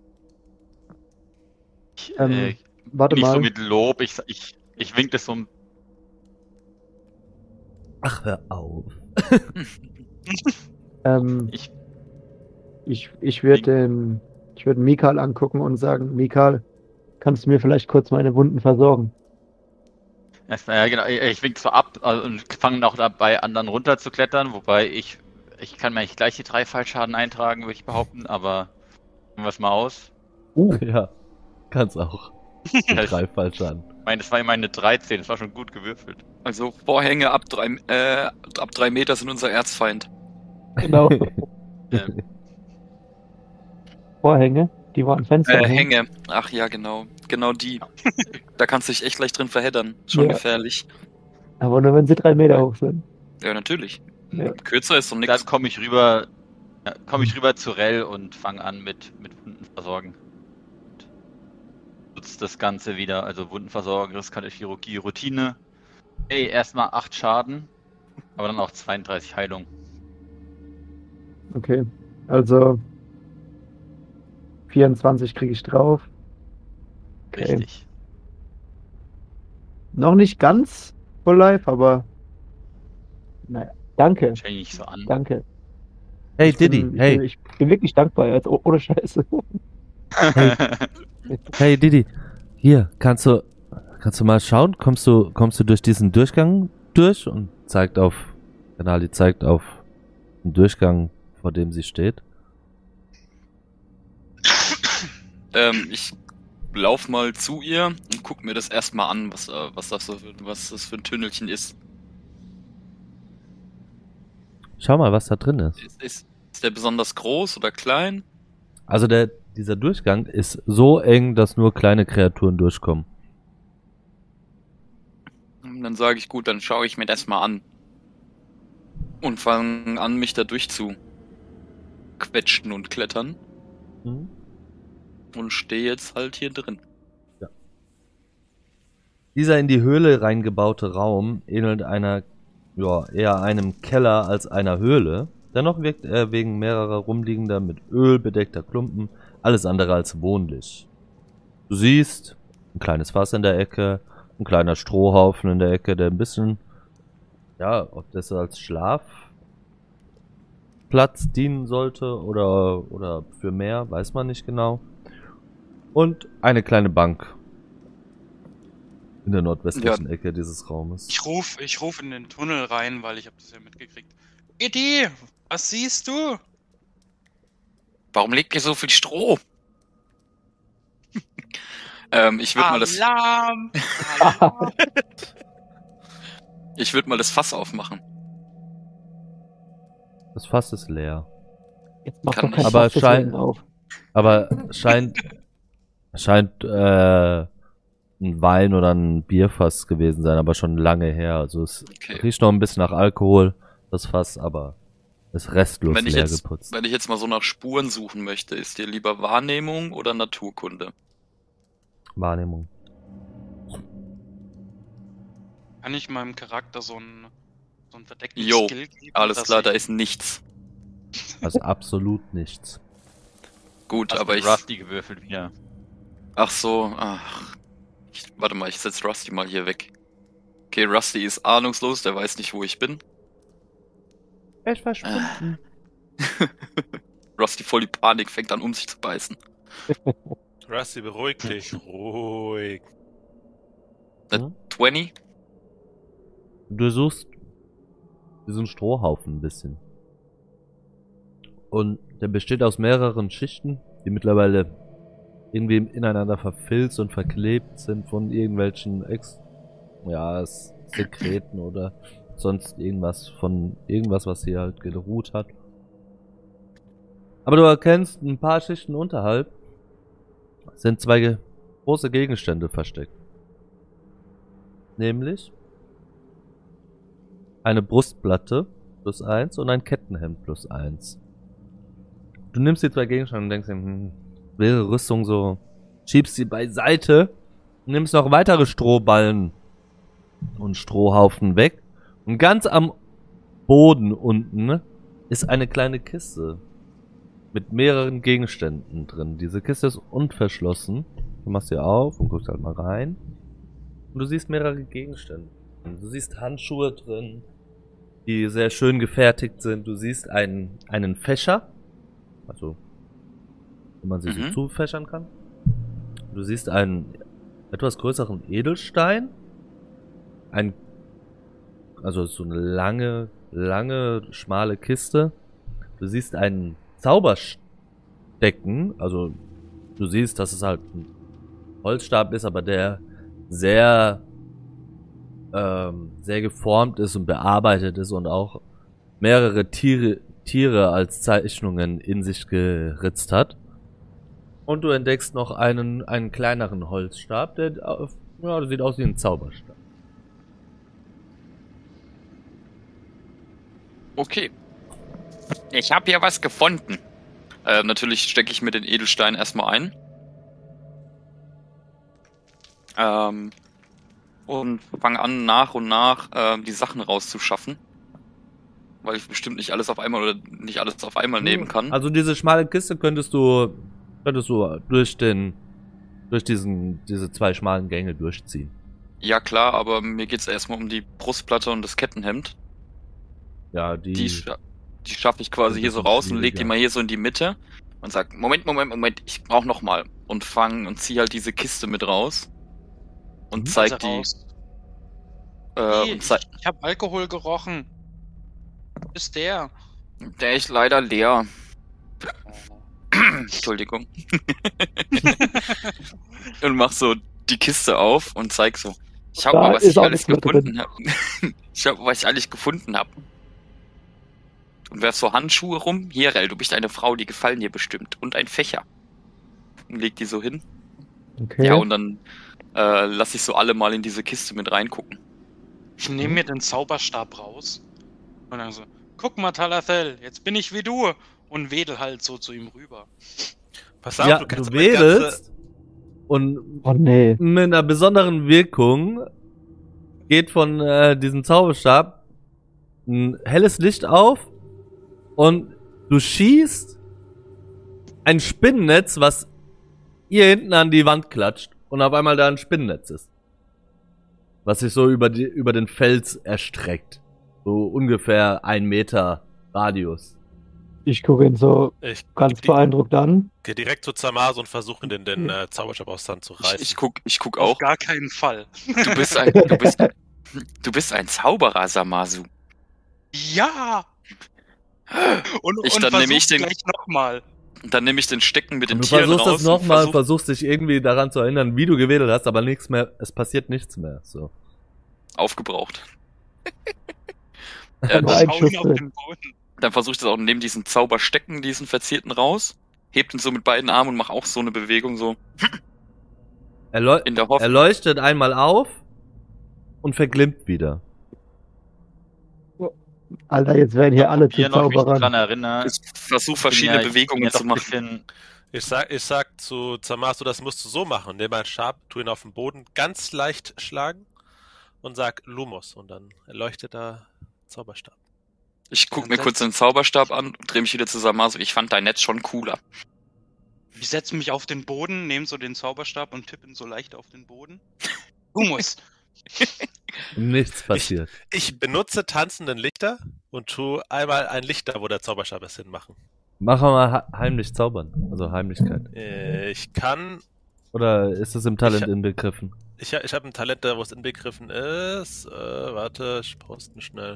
Warte Nicht mal. so mit Lob, ich wink das so ein. Ach, hör auf. Ich würde Mikal angucken und sagen, Mikal, kannst du mir vielleicht kurz meine Wunden versorgen? Ja, genau, ich wink zwar ab und fange auch dabei an, dann runter zu klettern, wobei ich kann mir eigentlich gleich die 3 Fallschaden eintragen, würde ich behaupten, aber probieren wir es mal aus. Ja, kann's auch. 3 Fallschaden. Ich meine, das war immer eine 13, das war schon gut gewürfelt. Also Vorhänge ab 3 Meter sind unser Erzfeind. Genau. Ähm, Vorhänge, die waren Fenster. Hänge. Ach ja, genau. Genau die. Da kannst du dich echt leicht drin verheddern. Schon Ja. gefährlich. Aber nur wenn sie 3 Meter hoch sind. Ja, natürlich. Ja. Kürzer ist doch dann nichts. komme ich rüber zu Rell und fange an mit Wunden versorgen. Nutzt das Ganze wieder, also Wunden versorgen, riskante Chirurgie, Routine. Ey, erstmal 8 Schaden, aber dann auch 32 Heilung. Okay, also 24 kriege ich drauf. Okay. Richtig. Noch nicht ganz full life, aber naja, danke, Stell dich nicht so an. danke. Hey Diddy, hey, Ich bin wirklich dankbar, jetzt ohne Scheiße. hey Diddy, hier, kannst du mal schauen, kommst du durch diesen Durchgang durch und Renali zeigt auf den Durchgang, vor dem sie steht. Ich lauf mal zu ihr und guck mir das erstmal an, was das für ein Tünnelchen ist. Schau mal, was da drin ist. Ist der besonders groß oder klein? Also dieser Durchgang ist so eng, dass nur kleine Kreaturen durchkommen. Und dann sage ich, gut, dann schaue ich mir das mal an. Und fange an, mich da durch zu quetschen und klettern. Mhm. Und stehe jetzt halt hier drin. Ja. Dieser in die Höhle reingebaute Raum ähnelt eher einem Keller als einer Höhle. Dennoch wirkt er wegen mehrerer rumliegender, mit Öl bedeckter Klumpen alles andere als wohnlich. Du siehst ein kleines Fass in der Ecke, ein kleiner Strohhaufen in der Ecke, der ein bisschen, ob das als Schlafplatz dienen sollte oder für mehr, weiß man nicht genau. Und eine kleine Bank in der nordwestlichen Ecke dieses Raumes. Ich ruf in den Tunnel rein, weil ich habe das ja mitgekriegt. Edi, was siehst du? Warum legt ihr so viel Stroh? Ich würde mal Alarm! Ich würde mal das Fass aufmachen. Das Fass ist leer. Jetzt mach Kann doch kein aber Fass deswegen auf. Aber scheint ein Wein oder ein Bierfass gewesen sein, aber schon lange her. Also es riecht noch ein bisschen nach Alkohol, das Fass, aber ist restlos leer geputzt. Wenn ich jetzt mal so nach Spuren suchen möchte, ist dir lieber Wahrnehmung oder Naturkunde? Wahrnehmung. Kann ich meinem Charakter so ein verdecktes Jo, Skill geben? alles dass klar, ich- da ist nichts. Also absolut nichts. Gut, Hast aber mit ich... Rusty gewürfelt wieder. Ach so, warte mal, ich setz Rusty mal hier weg. Okay, Rusty ist ahnungslos, der weiß nicht, wo ich bin. Ich verschwunden. Rusty voll die Panik, fängt an, um sich zu beißen. Rusty, beruhig dich. Ruhig. 20? Du suchst diesen Strohhaufen ein bisschen. Und der besteht aus mehreren Schichten, die mittlerweile irgendwie ineinander verfilzt und verklebt sind von irgendwelchen Sekreten oder sonst irgendwas was hier halt geruht hat. Aber du erkennst, ein paar Schichten unterhalb sind 2 große Gegenstände versteckt. nämlich eine Brustplatte +1 und ein Kettenhemd +1. Du nimmst die zwei Gegenstände und denkst dir, wäre Rüstung so, schiebst sie beiseite, nimmst noch weitere Strohballen und Strohhaufen weg und ganz am Boden unten ist eine kleine Kiste mit mehreren Gegenständen drin. Diese Kiste ist unverschlossen. Du machst sie auf und guckst halt mal rein. Und du siehst mehrere Gegenstände. Du siehst Handschuhe drin, die sehr schön gefertigt sind. Du siehst einen Fächer, also wo man sie so zufächern kann. Du siehst einen etwas größeren Edelstein. Also so eine lange, schmale Kiste. Du siehst einen Zauberstecken. Also du siehst, dass es halt ein Holzstab ist, aber der sehr geformt ist und bearbeitet ist und auch mehrere Tiere als Zeichnungen in sich geritzt hat. Und du entdeckst noch einen kleineren Holzstab, der sieht aus wie ein Zauberstab. Okay. Ich habe hier was gefunden. Natürlich stecke ich mir den Edelstein erstmal ein. Und fange an, nach und nach die Sachen rauszuschaffen. Weil ich bestimmt nicht alles auf einmal nehmen kann. Also diese schmale Kiste könntest du durch diese zwei schmalen Gänge durchziehen. Ja klar, aber mir geht's erstmal um die Brustplatte und das Kettenhemd. Ja, die schaffe ich quasi hier so raus und leg die mal hier so in die Mitte und sag, Moment, ich brauch noch mal. Und zieh halt diese Kiste mit raus. Und zeig die. Ich hab Alkohol gerochen. Wo ist der? Der ist leider leer. Entschuldigung. Und mach so die Kiste auf und zeig so. Schau mal, was ich alles gefunden habe. Schau mal, was ich alles gefunden habe. Und werf so Handschuhe rum. Hier, Rell, du bist eine Frau, die gefallen dir bestimmt. Und ein Fächer. Und leg die so hin. Okay. Ja, und dann lass ich so alle mal in diese Kiste mit reingucken. Ich nehme mir den Zauberstab raus. Und dann so, guck mal, Talathel, jetzt bin ich wie du. Und wedel halt so zu ihm rüber. Pass auf, Ja, du kannst du wedelst und mit einer besonderen Wirkung geht von diesem Zauberstab ein helles Licht auf und du schießt ein Spinnennetz, was ihr hinten an die Wand klatscht und auf einmal da ein Spinnennetz ist. Was sich so über den Fels erstreckt. So ungefähr 1 Meter Radius. Ich gucke ihn so ganz beeindruckt an. Geh direkt zu Zamasu und versuche den Zauberstab aus der Hand zu reißen. Ich guck auch. Auf gar keinen Fall. Du bist ein Zauberer, Zamasu. Ja! Dann nehme ich den gleich nochmal. Dann nehme ich den Stecken mit den Du Tieren versuchst raus. das nochmal, versuchst dich irgendwie daran zu erinnern, wie du gewedelt hast, aber nichts mehr, es passiert nichts mehr. So. Aufgebraucht. Nur ein Schuss auf drin. den Boden. Dann versuche ich das auch neben diesen Zauberstecken, diesen verzierten raus. Hebt ihn so mit beiden Armen und mach auch so eine Bewegung so. In der Hoffnung. Er leuchtet einmal auf und verglimmt wieder. Alter, jetzt werden hier alle zu Hier noch mich dran Zauberern. erinnern. Ich versuche verschiedene Bewegungen zu machen. Ich sag zu Zamasu, das musst du so machen. Nimm einen Stab, tu ihn auf den Boden ganz leicht schlagen und sag Lumos. Und dann leuchtet da Zauberstab. Ich guck mir kurz den Zauberstab an und dreh mich wieder zu Zamasu. Ich fand dein Netz schon cooler. Ich setze mich auf den Boden, nehme so den Zauberstab und tippe ihn so leicht auf den Boden. Lumos! Nichts passiert. Ich benutze tanzenden Lichter und tu einmal ein Licht da, wo der Zauberstab ist, hinmachen. Machen wir mal heimlich zaubern. Also Heimlichkeit. Ich kann. Oder ist es im Talent inbegriffen? Ich habe ein Talent da, wo es inbegriffen ist. Warte, ich poste schnell.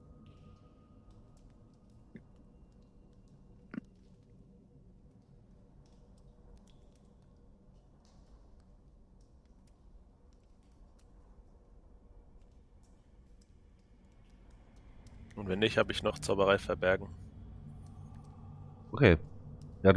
Und wenn nicht, habe ich noch Zauberei verbergen. Okay. Ja,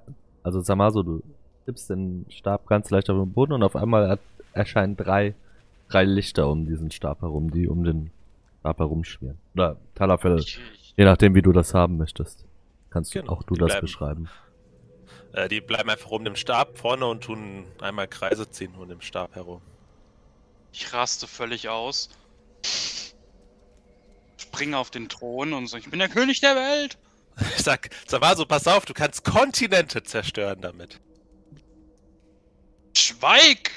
also Zamasu, du tippst den Stab ganz leicht auf den Boden und auf einmal erscheinen 3 3 Lichter um diesen Stab herum, die um den Stab herumschwirren. Oder Talafel, Ich, je nachdem wie du das haben möchtest. Kannst Genau, auch du die das bleiben. beschreiben. Die bleiben einfach um den Stab vorne und tun einmal Kreise ziehen um den Stab herum. ich raste völlig aus. Springe auf den Thron und so, ich bin der König der Welt. Ich sag, Zavaso, pass auf, du kannst Kontinente zerstören damit. Schweig!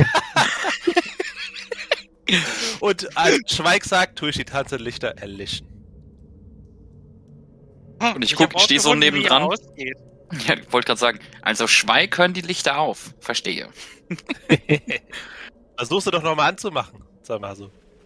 Und als Schweig sagt, tue ich die tanzenden Lichter erlischen. Und ich hab steh so rausgefunden, wie er nebendran. ausgeht. Ja, ich wollte gerade sagen, also Schweig hören die Lichter auf. Verstehe. Versuchst du doch nochmal anzumachen, Zavaso.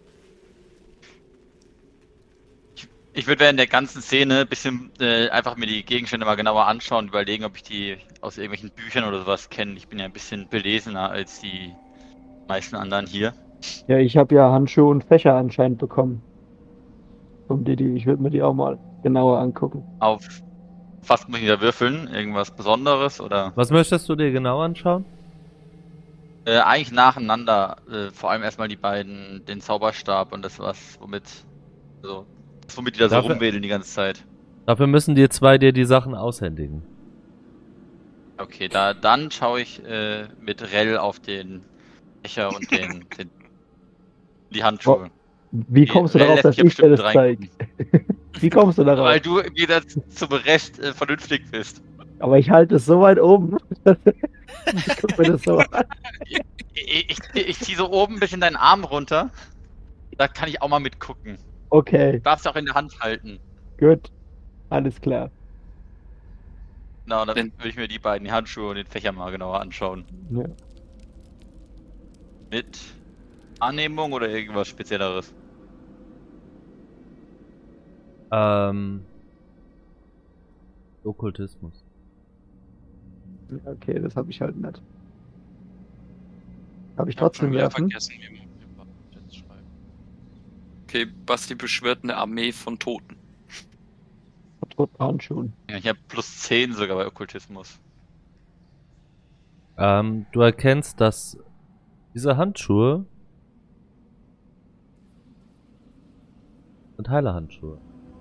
Ich würde während der ganzen Szene ein bisschen einfach mir die Gegenstände mal genauer anschauen und überlegen, ob ich die aus irgendwelchen Büchern oder sowas kenne. Ich bin ja ein bisschen belesener als die meisten anderen hier. Ja, ich habe ja Handschuhe und Fächer anscheinend bekommen. Vom Didi. Ich würde mir die auch mal genauer angucken. Auf was muss ich da würfeln? Irgendwas Besonderes oder? Was möchtest du dir genau anschauen? Eigentlich nacheinander. Vor allem erstmal die beiden, den Zauberstab und womit die da so Dafür- rumwedeln die ganze Zeit. Dafür müssen die 2 dir die Sachen aushändigen. Okay, dann schaue ich mit Rell auf den Becher und die Handschuhe. Wie kommst du darauf, dass ich dir das zeige? Wie kommst du darauf? Weil du wieder zum Recht vernünftig bist. Aber ich halte es so weit oben. Guck mir das so an. Ich ziehe so oben ein bisschen deinen Arm runter. Da kann ich auch mal mitgucken. Okay, Du darfst auch in der Hand halten. gut. Alles klar. Genau, dann Wenn- würde ich mir die beiden, die Handschuhe und den Fächer mal genauer anschauen. Ja. Mit Annehmung oder irgendwas Spezielleres? Okkultismus. Ja, okay, das habe ich halt nicht. Habe ich Ich hab trotzdem schon wieder werfen? vergessen, wie man jetzt schreibt. Okay, Basti beschwört eine Armee von Toten. Vertraut Handschuhen. Ja, ich habe plus 10 sogar bei Okkultismus. Du erkennst, dass diese Handschuhe sind Heilerhandschuhe.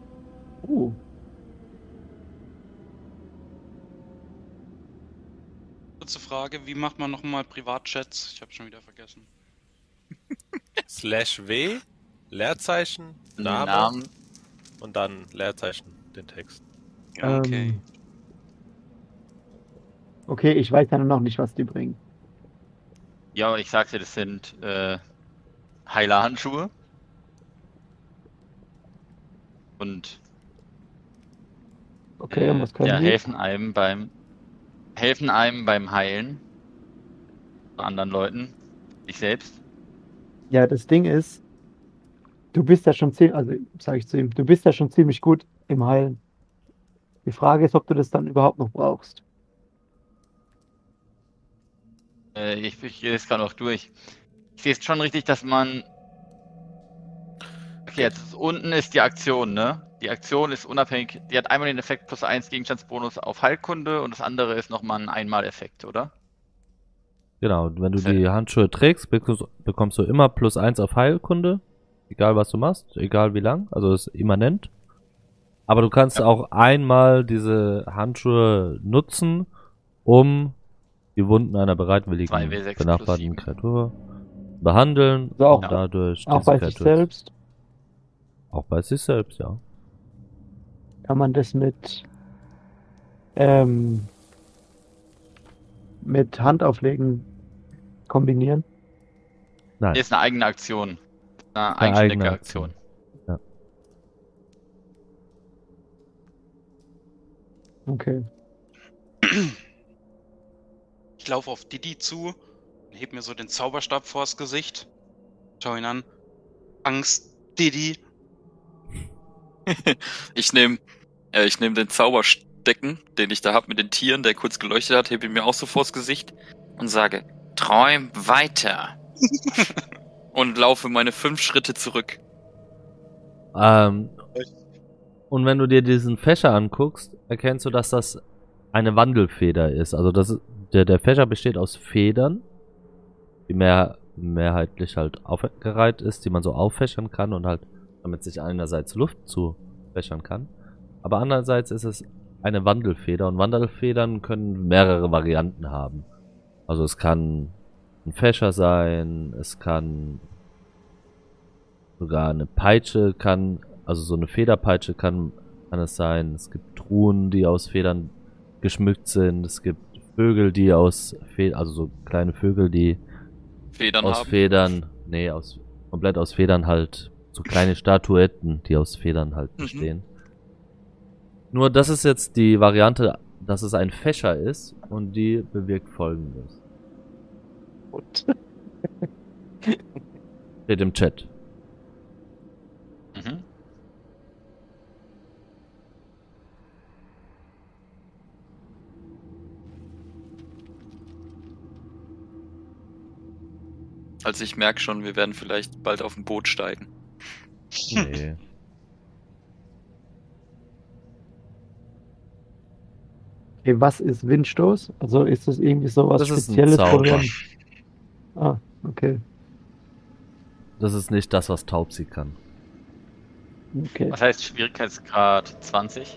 Kurze Frage, wie macht man nochmal Privatchats? Ich habe schon wieder vergessen. /W, Leerzeichen, Name Namen. und dann Leerzeichen, den Text. Okay. Okay, ich weiß ja noch nicht, was die bringen. Ja, ich sag's dir, das sind Heilerhandschuhe. Und Okay, und was können ja, die? helfen einem beim Heilen von anderen Leuten, dich selbst. Ja, das Ding ist, du bist ja schon ziemlich, also sage ich zu ihm, du bist ja schon ziemlich gut im Heilen. Die Frage ist, ob du das dann überhaupt noch brauchst. Ich gehe jetzt gerade noch durch. Ich sehe es schon richtig, dass man. Okay, jetzt unten ist die Aktion, ne? Die Aktion ist unabhängig. Die hat einmal den Effekt +1 Gegenstandsbonus auf Heilkunde und das andere ist nochmal ein Einmal-Effekt, oder? Genau, und wenn du die Handschuhe trägst, bekommst du immer +1 auf Heilkunde. Egal was du machst, egal wie lang. Also das ist immanent. Aber du kannst auch einmal diese Handschuhe nutzen, um die Wunden einer bereitwilligen 2W6 benachbarten +7. Kreatur behandeln Also auch- und dadurch Auch diese bei sich Kreatur- selbst Auch bei sich selbst, ja. kann man das mit Handauflegen kombinieren. Nein. Ist eine eigene Aktion. Eine Eine eigenständige eigene Aktion. Ja. Okay. Ich laufe auf Didi zu, heb mir so den Zauberstab vors Gesicht, schau ihn an. Angst, Didi. Ich nehme den Zauberstecken, den ich da hab mit den Tieren, der kurz geleuchtet hat, hebe ihn mir auch so vors Gesicht und sage, träum weiter. Und laufe meine 5 Schritte zurück. Und wenn du dir diesen Fächer anguckst, erkennst du, dass das eine Wandelfeder ist. Also der Fächer besteht aus Federn, die mehr mehrheitlich halt aufgereiht ist, die man so auffächern kann und halt damit sich einerseits Luft zufächern kann. Aber andererseits ist es eine Wandelfeder und Wandelfedern können mehrere Varianten haben. Also es kann ein Fächer sein, es kann sogar eine Peitsche, also so eine Federpeitsche kann es sein. Es gibt Truhen, die aus Federn geschmückt sind. Es gibt Vögel, die aus also so kleine Vögel, die Federn aus haben. Federn, komplett aus Federn halt, so kleine Statuetten, die aus Federn halt bestehen. Nur das ist jetzt die Variante, dass es ein Fächer ist und die bewirkt Folgendes. Und Steht im Chat. Mhm. Also ich merke schon, wir werden vielleicht bald auf ein Boot steigen. Nee. okay, was ist Windstoß? Also ist das irgendwie sowas Das ist ein Spezielles? wo Zauber. Ah, okay. Das ist nicht das, was Taubsi kann. Okay. Was heißt Schwierigkeitsgrad 20?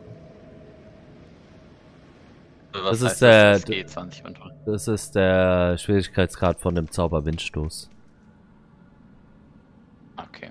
Oder was Das ist heißt der- das G20 und Das ist der Schwierigkeitsgrad von dem Zauber Windstoß. okay.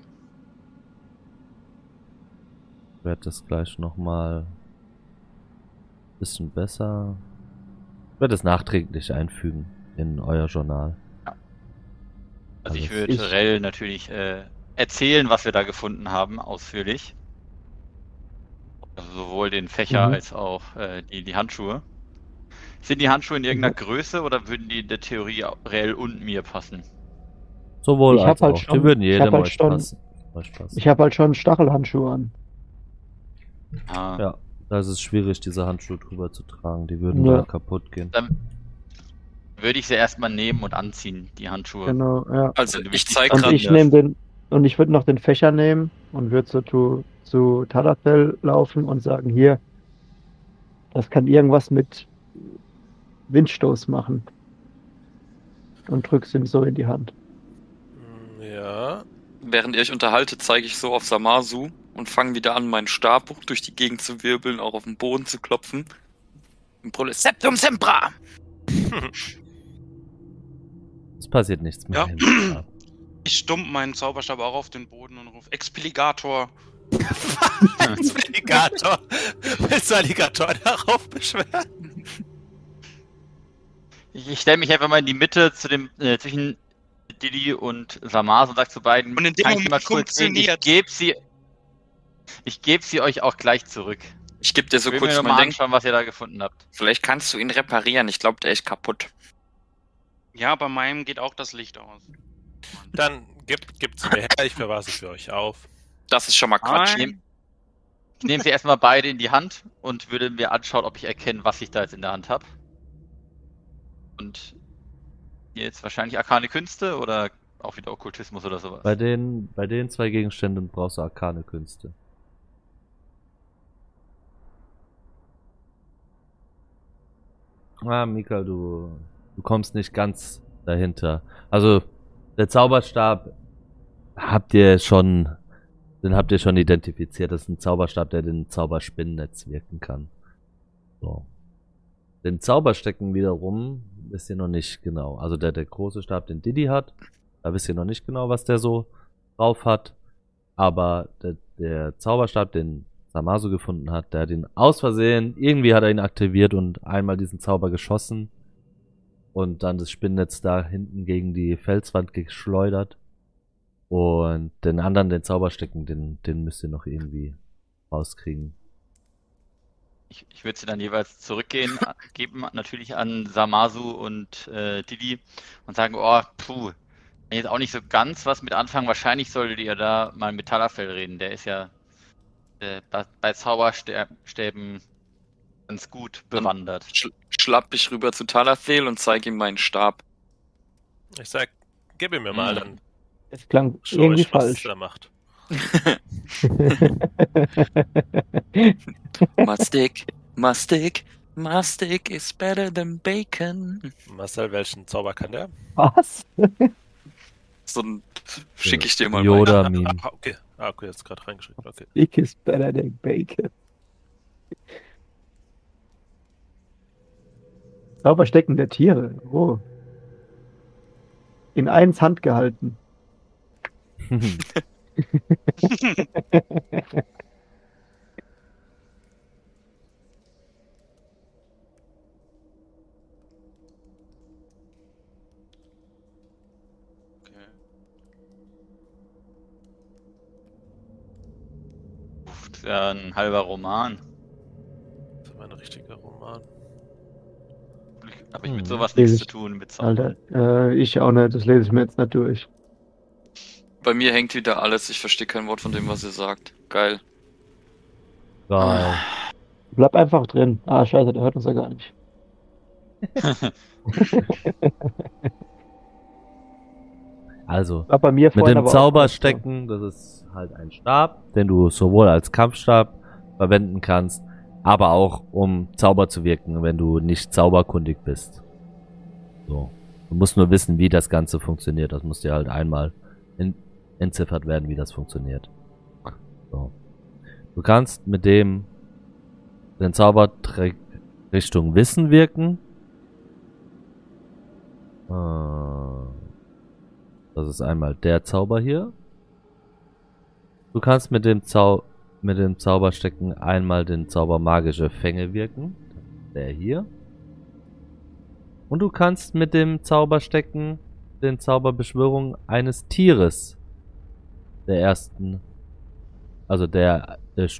Ich werde das gleich nochmal ein bisschen besser. Ich werde es nachträglich einfügen in euer Journal. Also ich Also würde ich- Rell natürlich erzählen, was wir da gefunden haben, ausführlich. Also sowohl den Fächer Mhm. als auch die Handschuhe. Sind die Handschuhe in irgendeiner Größe oder würden die in der Theorie auch Rell und mir passen? Sowohl Ich hab als halt auch. schon- Die würden ich jedem hab halt euch schon- passen. Ich habe halt schon Stachelhandschuhe an. Ah, Ja, da ist es schwierig, diese Handschuhe drüber zu tragen. Die würden Ja. da kaputt gehen. Dann würde ich sie erstmal nehmen und anziehen, die Handschuhe. Genau, ja. Also Wenn du ich mich zeige Und gerade. ich nehme und ich würde noch den Fächer nehmen und würde zu Tadafel laufen und sagen, hier, das kann irgendwas mit Windstoß machen. Und drück's ihm so in die Hand. Ja. Während ihr euch unterhaltet, zeige ich so auf Samasu und fange wieder an, meinen Stab durch die Gegend zu wirbeln, auch auf den Boden zu klopfen. Und brülle Septum Sempra! Es passiert nichts mehr. Ja. Ich stumm meinen Zauberstab auch auf den Boden und rufe Expeligator. Alligator. Willst du Alligator darauf beschweren? Ich stelle mich einfach mal in die Mitte zwischen Didi und Samasu und sag zu beiden, Und in dem kann ich sie mal Moment kurz sehen? funktioniert. Ich gebe sie euch auch gleich zurück. Ich gebe dir so Ich will kurz mir noch mein mal Ding. anschauen, was ihr da gefunden habt. Vielleicht kannst du ihn reparieren. Ich glaube, der ist kaputt. Ja, bei meinem geht auch das Licht aus. Dann gibt's mir her, ich bewahre sie für euch auf. Das ist schon mal Quatsch. Nein. Ich nehme sie erstmal beide in die Hand und würde mir anschauen, ob ich erkenne, was ich da jetzt in der Hand habe. Und jetzt wahrscheinlich arkane Künste oder auch wieder Okkultismus oder sowas. Bei den zwei Gegenständen brauchst du arkane Künste. Ah, Mika, du kommst nicht ganz dahinter. Also, der Zauberstab den habt ihr schon identifiziert. Das ist ein Zauberstab, der den Zauberspinnennetz wirken kann. So. Den Zauberstecken wiederum wisst ihr noch nicht genau. Also der große Stab, den Didi hat, da wisst ihr noch nicht genau, was der so drauf hat. Aber der Zauberstab, den Samasu gefunden hat, der hat ihn aus Versehen, irgendwie hat er ihn aktiviert und einmal diesen Zauber geschossen und dann das Spinnnetz da hinten gegen die Felswand geschleudert. Und den anderen, den Zauberstecken, den müsst ihr noch irgendwie rauskriegen. Ich würde sie dann jeweils zurückgeben, natürlich an Samasu und Didi und sagen, oh, puh, jetzt auch nicht so ganz was mit anfangen. Wahrscheinlich solltet ihr da mal mit Talafel reden. Der ist ja bei Zauberstäben ganz gut bewandert. Schlapp ich rüber zu Talafel und zeige ihm meinen Stab. Ich sag, gib ihn mir mal, dann Es klang schau irgendwie ich, was falsch. er macht. Mastic is better than bacon. Marcel, welchen Zauber kann der? Was? So ein schicke ich dir mal Yoda-Meme. Okay. Okay, jetzt gerade reingeschrieben. Okay. Steak is better than bacon. Zauberstecken der Tiere. Oh. In eins Hand gehalten. Okay. Das ist ja ein halber Roman. Das war ein richtiger Roman. Habe ich mit Hm. sowas Lese nichts ich- zu tun, mit Zauber. Alter, ich auch nicht. Das lese ich mir jetzt nicht durch. Bei mir hängt wieder alles, ich verstehe kein Wort von dem, was ihr sagt. Geil. Geil. Bleib einfach drin. Ah, scheiße, der hört uns ja gar nicht. Also, War bei mir mit vorhin dem aber auch Zauberstecken, das ist halt ein Stab, den du sowohl als Kampfstab verwenden kannst, aber auch um Zauber zu wirken, wenn du nicht zauberkundig bist. So. Du musst nur wissen, wie das Ganze funktioniert. Das muss dir halt einmal entziffert werden, wie das funktioniert. So. Du kannst mit dem den Zaubertrick Richtung Wissen wirken. Das ist einmal der Zauber hier. Du kannst mit dem Zauberstecken einmal den Zauber magische Fänge wirken. Der hier. Und du kannst mit dem Zauberstecken den Zauber Beschwörung eines Tieres der ersten, also der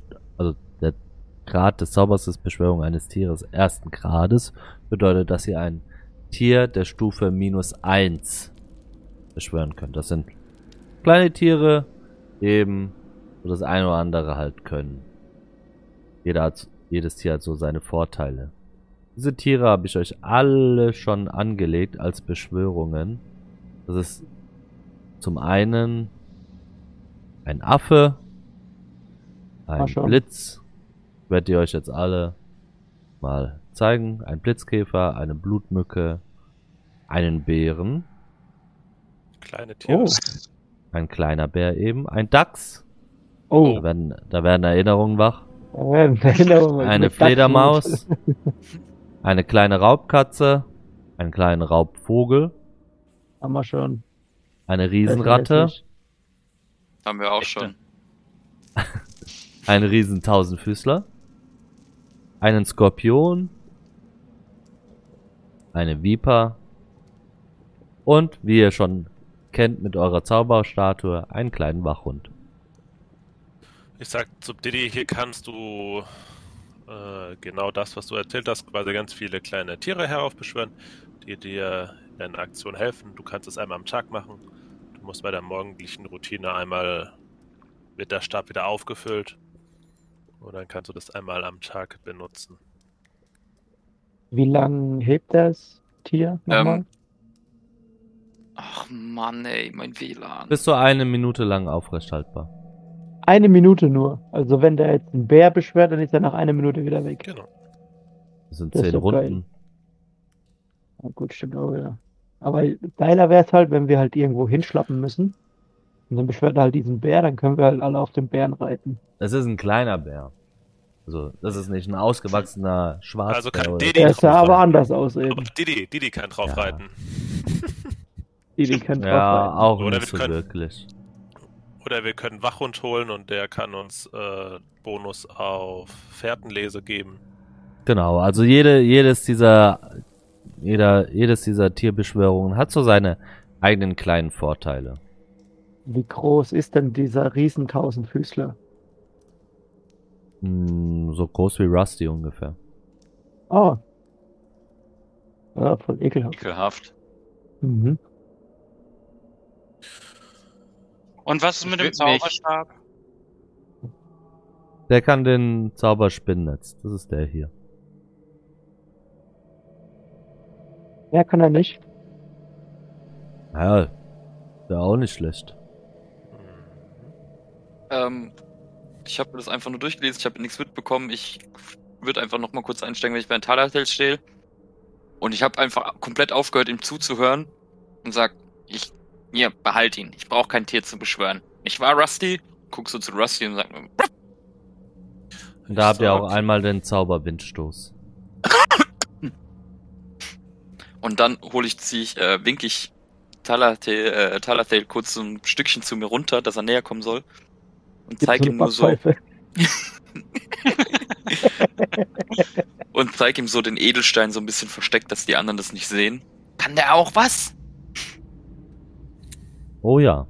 Grad des Zaubers ist Beschwörung eines Tieres ersten Grades, bedeutet, dass ihr ein Tier der Stufe -1 beschwören könnt. Das sind kleine Tiere, eben so das eine oder andere halt können. Jedes Tier hat so seine Vorteile. Diese Tiere habe ich euch alle schon angelegt als Beschwörungen. Das ist zum einen ein Affe, ein schon. Blitz, werde ich euch jetzt alle mal zeigen. Ein Blitzkäfer, eine Blutmücke, einen Bären, Kleine Tiere. Oh. ein kleiner Bär eben, ein Dachs, Oh, da werden Erinnerungen wach, Erinnerung, eine mit Fledermaus, Dachsmut. eine kleine Raubkatze, einen kleinen Raubvogel, Haben wir schon. eine Riesenratte, Haben wir auch Echte. schon. einen riesen Tausendfüßler, einen Skorpion, eine Viper und, wie ihr schon kennt mit eurer Zauberstatue, einen kleinen Wachhund. Ich sag zu Diddy, hier kannst du genau das, was du erzählt hast, quasi ganz viele kleine Tiere heraufbeschwören, die dir in deiner Aktion helfen. Du kannst es einmal am Tag machen. Du musst bei der morgendlichen Routine einmal, wird der Stab wieder aufgefüllt und dann kannst du das einmal am Tag benutzen. Wie lang hebt das Tier nochmal? Ach Mann, ey, mein WLAN. Bis zu 1 Minute lang aufrechthaltbar. 1 Minute nur. Also wenn der jetzt einen Bär beschwört, dann ist er nach 1 Minute wieder weg. Genau. Das sind Das ist 10 ja Runden. Ja, gut, stimmt auch wieder. Aber geiler wäre es halt, wenn wir halt irgendwo hinschlappen müssen. Und dann beschwört er halt diesen Bär, dann können wir halt alle auf dem Bären reiten. Das ist ein kleiner Bär. Also, das ist nicht ein ausgewachsener Schwarzbär. Also kann oder Didi Der sah drauf aber reiten. anders aus eben. Aber Didi kann drauf Ja. reiten. Die können drauf Ja, reiten. auch Oder nicht wir so können- wirklich. Oder wir können Wachhund holen und der kann uns Bonus auf Fährtenlese geben. Genau, also jedes dieser Tierbeschwörungen hat so seine eigenen kleinen Vorteile. Wie groß ist denn dieser riesen Tausendfüßler? So groß wie Rusty ungefähr. Oh. Ja, voll ekelhaft. Ekelhaft. Mhm. Und was ist mit dem Ich würd mich- Zauberstab? Der kann den Zauberspinnennetz. Das ist der hier. Ja, kann er nicht. Ja, der auch nicht schlecht. Ich habe das einfach nur durchgelesen, ich habe nichts mitbekommen. Ich würde einfach noch mal kurz einsteigen, wenn ich bei Talartel stehe. Und ich habe einfach komplett aufgehört, ihm zuzuhören und sag, ich Hier, behalt ihn. Ich brauche kein Tier zu beschwören. Nicht wahr, Rusty? Guckst du zu Rusty und sagst, Und da habt ihr auch einmal den Zauberwindstoß. und dann winke ich Talathael kurz so ein Stückchen zu mir runter, dass er näher kommen soll. Und zeige ihm nur so. Und zeig ihm so den Edelstein so ein bisschen versteckt, dass die anderen das nicht sehen. Kann der auch was? Oh ja.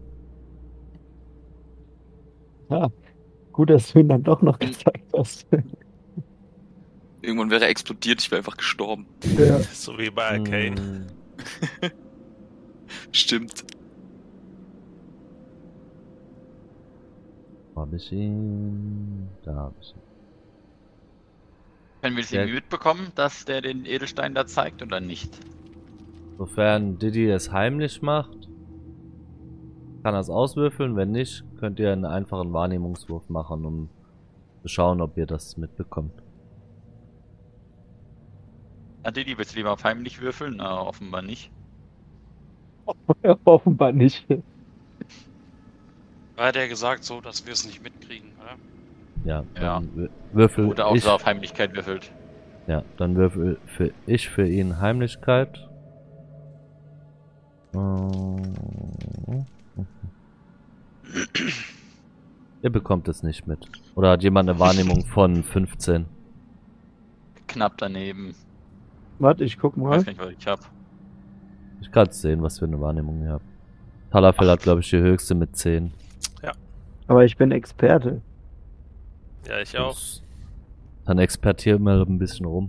Ja, gut, dass du ihn dann doch noch gezeigt hast. Irgendwann wäre er explodiert, ich wäre einfach gestorben. Ja. So wie bei Arcane. Stimmt. Hab ich ihn. Da hab ich ihn. Können wir es Ja. irgendwie mitbekommen, dass der den Edelstein da zeigt oder nicht? Sofern Diddy es heimlich macht, kann er es auswürfeln. Wenn nicht, könnt ihr einen einfachen Wahrnehmungswurf machen, um zu schauen, ob ihr das mitbekommt. Didi, willst du lieber auf heimlich würfeln? Offenbar nicht. Offenbar nicht. Hat er gesagt so, dass wir es nicht mitkriegen, oder? Ja, Ja. dann würfel Oder auch ich. so auf Heimlichkeit würfelt. Ja, dann würfel für ihn Heimlichkeit. Ihr bekommt es nicht mit. Oder hat jemand eine Wahrnehmung von 15? Knapp daneben. Warte, ich guck Ich mal. weiß nicht, was ich hab. Ich kann sehen, was für eine Wahrnehmung ihr habt. Talafel hat, glaube ich, die höchste mit 10. Aber ich bin Experte. Ja, ich auch. Dann expertiert mal ein bisschen rum.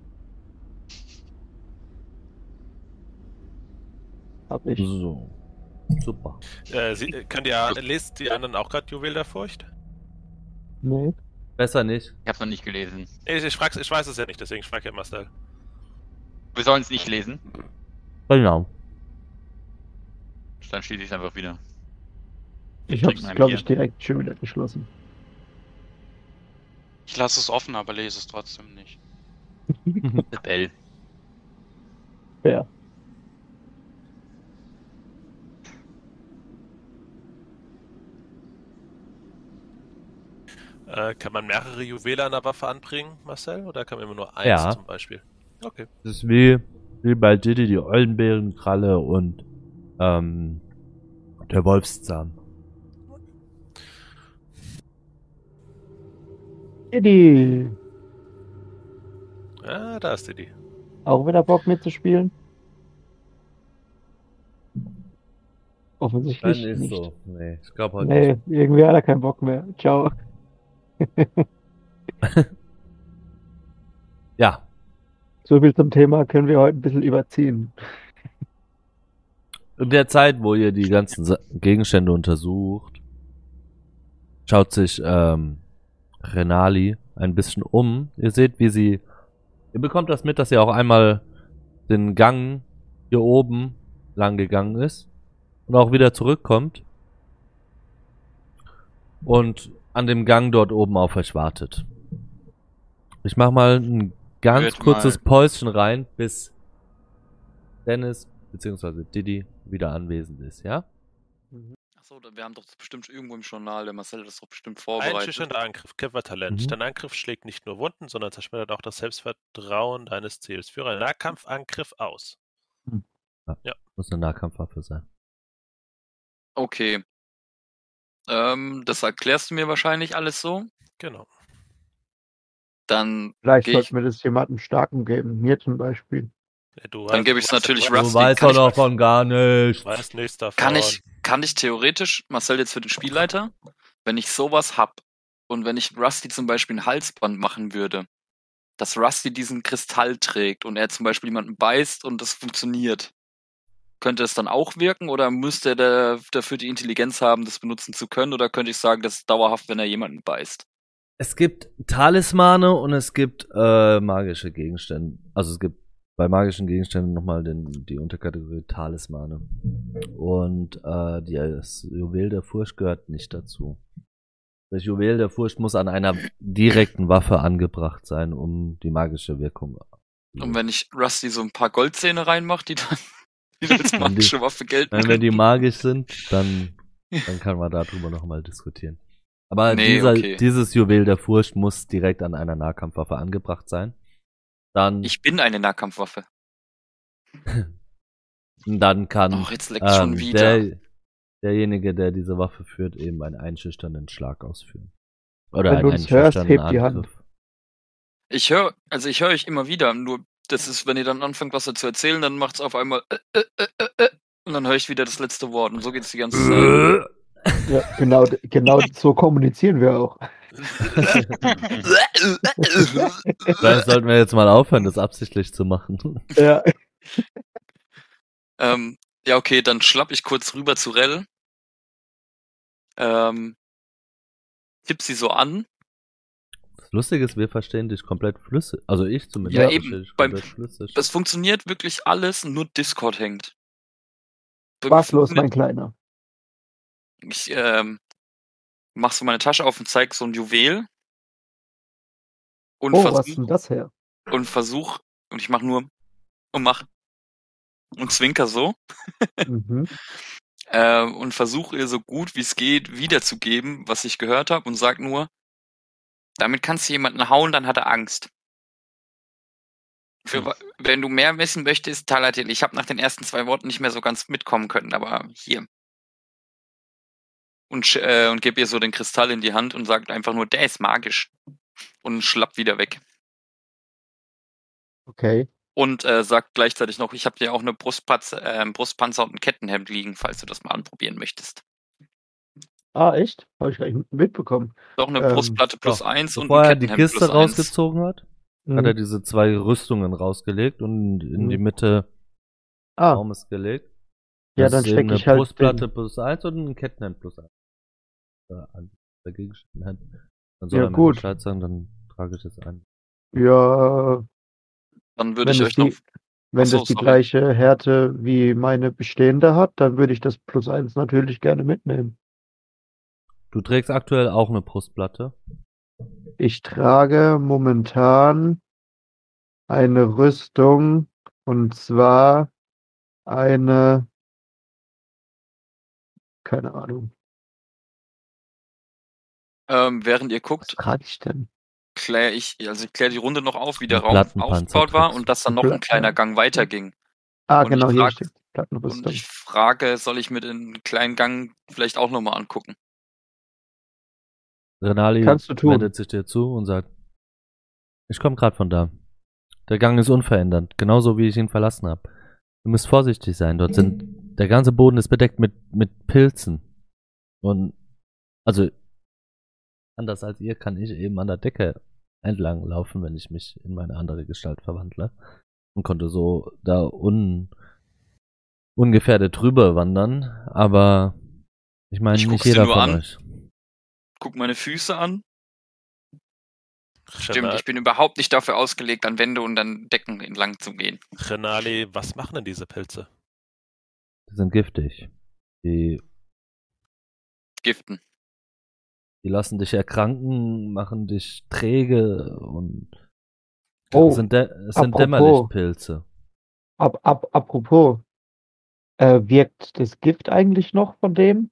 Hab ich. So. Super. Lest die anderen auch gerade Juwel der Furcht? Nee. Besser nicht. Ich hab's noch nicht gelesen. Ich weiß es ja nicht, deswegen frage ich ja Marcel. Wir sollen es nicht lesen. Genau. Dann schließe ich es einfach wieder. Ich Trink hab's, mal ein glaube Bier. ich, direkt schon wieder geschlossen. Ich lasse es offen, aber lese es trotzdem nicht. Bell. Ja. Kann man mehrere Juwele an der Waffe anbringen, Marcel? Oder kann man immer nur eins Ja. zum Beispiel? Okay. Das ist wie bei Diddy die Eulenbärenkralle und der Wolfszahn. Eddie, Ah, da ist die. auch wieder Bock mitzuspielen? Offensichtlich nicht. so. Nee, ich glaube heute Nee, irgendwie hat er keinen Bock mehr. Ciao. Ja. So viel zum Thema können wir heute ein bisschen überziehen. In der Zeit, wo ihr die ganzen Gegenstände untersucht, schaut sich Renali ein bisschen um. Ihr seht, ihr bekommt das mit, dass ihr auch einmal den Gang hier oben lang gegangen ist und auch wieder zurückkommt und an dem Gang dort oben auf euch wartet. Ich mach mal ein ganz Wird kurzes Päuschen rein, bis Dennis bzw. Diddy wieder anwesend ist, ja? Achso, wir haben doch das bestimmt irgendwo im Journal, der Marcel hat das doch bestimmt vorbereitet. Einschüchternder Angriff, Kämpfertalent. Mhm. Dein Angriff schlägt nicht nur Wunden, sondern zerschmettert auch das Selbstvertrauen deines Ziels. Führe einen Nahkampfangriff aus. Muss eine Nahkampfwaffe sein. Okay. Das erklärst du mir wahrscheinlich alles so. Genau. Dann Vielleicht Geh ich- sollten wir das jemandem Starken geben. Mir zum Beispiel. Ja, du Dann gebe ich's du hast- natürlich du Rusty. Du weißt kann doch ich- davon gar nichts. weißt nichts davon. kann ich theoretisch, Marcel jetzt für den Spielleiter, wenn ich sowas hab und wenn ich Rusty zum Beispiel ein Halsband machen würde, dass Rusty diesen Kristall trägt und er zum Beispiel jemanden beißt und das funktioniert, könnte es dann auch wirken oder müsste er dafür die Intelligenz haben, das benutzen zu können, oder könnte ich sagen, das ist dauerhaft, wenn er jemanden beißt? Es gibt Talismane und es gibt magische Gegenstände. Also es gibt bei magischen Gegenständen nochmal die Unterkategorie Talismane. Und das Juwel der Furcht gehört nicht dazu. Das Juwel der Furcht muss an einer direkten Waffe angebracht sein, um die magische Wirkung. Und wenn ich Rusty so ein paar Goldzähne reinmache, die dann die als magische Waffe gelten Wenn wir die könnten. magisch sind, dann kann man darüber nochmal diskutieren. Aber Nee, okay. dieses Juwel der Furcht muss direkt an einer Nahkampfwaffe angebracht sein. Dann Ich bin eine Nahkampfwaffe. kann Och, jetzt leckt's schon wieder. derjenige, der diese Waffe führt, eben einen einschüchternden Schlag ausführen. Oder Wenn einen du uns hörst, einschüchternden heb die Hand. Angriff. Ich höre euch immer wieder, nur das ist, wenn ihr dann anfangt, was zu erzählen, dann macht's auf einmal und dann höre ich wieder das letzte Wort und so geht's die ganze Zeit. Ja, genau so kommunizieren wir auch. Vielleicht sollten wir jetzt mal aufhören, das absichtlich zu machen. Ja. Ja, okay, dann schlapp ich kurz rüber zu Rell. Tipp sie so an. Das Lustige ist, wir verstehen dich komplett flüssig. Also ich zumindest Ja, verstehe eben. dich komplett flüssig. Das funktioniert wirklich alles, nur Discord hängt. Was los, mein Kleiner? Ich mach so meine Tasche auf und zeig so ein Juwel. Und Oh, was ist denn das her? Und ich mach nur und zwinker so. Mhm. Und versuche ihr so gut wie es geht wiederzugeben, was ich gehört habe und sag nur, damit kannst du jemanden hauen, dann hat er Angst. Wenn du mehr wissen möchtest, Talatil, ich habe nach den ersten 2 Worten nicht mehr so ganz mitkommen können, aber hier. Und gebe ihr so den Kristall in die Hand und sagt einfach nur, der ist magisch. Und schlappt wieder weg. Okay. Und sagt gleichzeitig noch, ich habe dir auch eine Brustpanzer und ein Kettenhemd liegen, falls du das mal anprobieren möchtest. Ah, echt? Habe ich gar nicht mitbekommen. Doch eine Brustplatte plus 1 und Bevor ein er die Kettenhemd Kiste plus 1. rausgezogen hat, hat er diese 2 Rüstungen rausgelegt und in die Mitte des Ah, Raumes gelegt. ja, Das dann ist eben stecke eine ich halt Brustplatte plus 1 und ein Kettenhemd plus 1. Dagegen hat. Dann soll Ja, er mir gut. Bescheid sagen, dann trage ich es ein. Ja, Dann würde wenn ich das euch noch... wenn Achso, das die sorry. gleiche Härte wie meine bestehende hat, dann würde ich das plus 1 natürlich gerne mitnehmen. Du trägst aktuell auch eine Brustplatte. Ich trage momentan eine Rüstung, und zwar eine, keine Ahnung, Während ihr was guckt, trage ich denn? kläre ich die Runde noch auf, wie der Einen Raum Plattenpanzer aufgebaut war trägst. und dass dann noch ein kleiner Gang weiterging. Ah, Und genau, ich hier frag- steht Und Plattenrüstung. ich frage, soll ich mir den kleinen Gang vielleicht auch nochmal angucken? Renali Kannst du tun. wendet sich dir zu und sagt, ich komme gerade von da. Der Gang ist unverändert, genauso wie ich ihn verlassen habe. Du musst vorsichtig sein, der ganze Boden ist bedeckt mit Pilzen. Und, also, anders als ihr kann ich eben an der Decke entlang laufen, wenn ich mich in meine andere Gestalt verwandle. Und konnte so da ungefährdet drüber wandern, aber ich meine, Ich nicht guck's dir jeder nur von an. euch. Guck meine Füße an. Stimmt, Renali, ich bin überhaupt nicht dafür ausgelegt, an Wände und an Decken entlang zu gehen. Renali, was machen denn diese Pilze? Die sind giftig. Die Giften. lassen dich erkranken, machen dich träge und Oh, es sind apropos. Dämmerlichtpilze. Apropos, wirkt das Gift eigentlich noch von dem?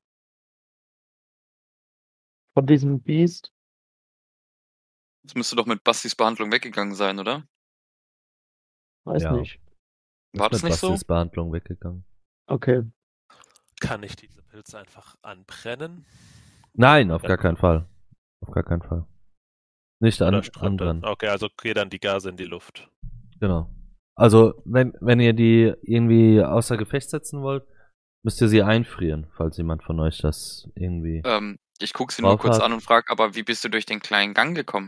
Von diesem Biest? Das müsste doch mit Bastis Behandlung weggegangen sein, oder? Weiß Ja. nicht. War das mit nicht so? Bastis Behandlung weggegangen. Okay. Kann ich diese Pilze einfach anbrennen? Nein, auf gar keinen Fall. Auf gar keinen Fall. Nicht Oder strömt anbrennen. das? Okay, also gehen dann die Gase in die Luft. Genau. Also, wenn ihr die irgendwie außer Gefecht setzen wollt, müsst ihr sie einfrieren, falls jemand von euch das irgendwie. Ich guck sie nur Drauf kurz hat. an und frag, aber wie bist du durch den kleinen Gang gekommen?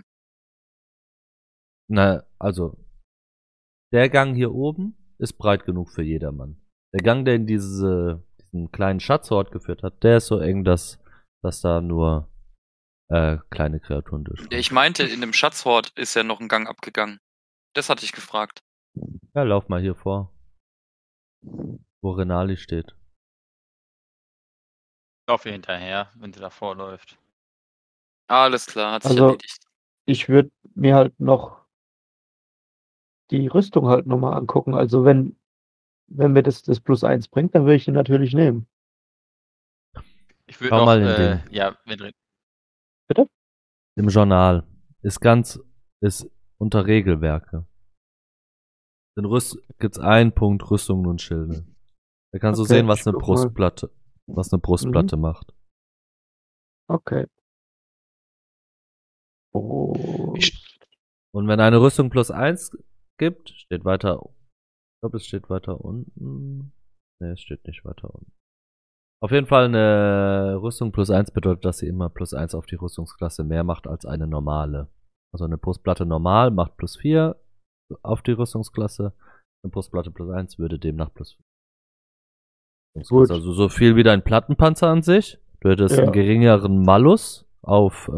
Na, also, der Gang hier oben ist breit genug für jedermann. Der Gang, der in diesen kleinen Schatzort geführt hat, der ist so eng, dass da nur kleine Kreaturen durchkommen. Ich meinte, in dem Schatzhort ist ja noch ein Gang abgegangen. Das hatte ich gefragt. Ja, lauf mal hier vor. Wo Renali steht. Ich laufe ihr hinterher, wenn sie davor läuft. Alles klar, hat sich Also- erledigt. Ich würde mir halt noch die Rüstung halt nochmal angucken. Also wenn wenn mir das +1 bringt, dann würde ich den natürlich nehmen. Ich würde Schau noch, mal in den- ja, wenn Im Journal. Ist unter Regelwerke. Gibt's einen Punkt Rüstungen und Schilde. Da kannst du Okay, sehen, was ich eine guck mal. Brustplatte macht. Okay. Brust. Und wenn eine Rüstung +1 gibt, steht weiter. Ich glaube, es steht weiter unten. Ne, es steht nicht weiter unten. Auf jeden Fall eine Rüstung +1 bedeutet, dass sie immer +1 auf die Rüstungsklasse mehr macht als eine normale. Also eine Brustplatte normal macht +4 auf die Rüstungsklasse. Eine Brustplatte +1 würde demnach +4. Gut. Also so viel wie dein Plattenpanzer an sich. Du hättest Ja. einen geringeren Malus auf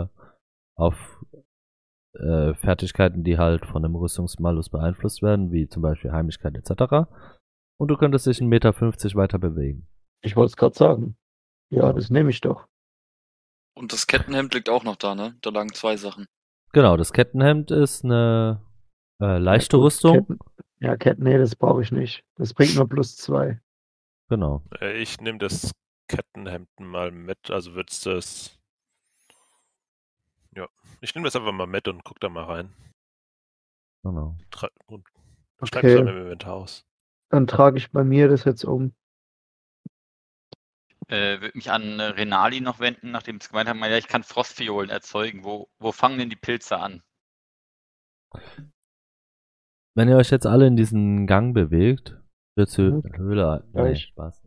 Fertigkeiten, die halt von einem Rüstungsmalus beeinflusst werden, wie zum Beispiel Heimlichkeit etc. Und du könntest dich 1,50 Meter weiter bewegen. Ich wollte es gerade sagen. Ja, das nehme ich doch. Und das Kettenhemd liegt auch noch da, ne? Da lagen 2 Sachen. Genau, das Kettenhemd ist eine leichte Ja, gut, Rüstung. Nee, das brauche ich nicht. Das bringt nur +2. Genau. Ich nehme das Kettenhemd mal mit, also wird's das. Ja, ich nehme das einfach mal mit und guck da mal rein. Genau. Und schreib's Okay. dann im Inventar aus. Dann trage ich bei mir das jetzt um. würde mich an Renali noch wenden, nachdem es gemeint haben, ja, ich kann Frostviolen erzeugen. Wo fangen denn die Pilze an? Wenn ihr euch jetzt alle in diesen Gang bewegt, wird zur Mhm. Höhle. Nee, Gleich. Spaß.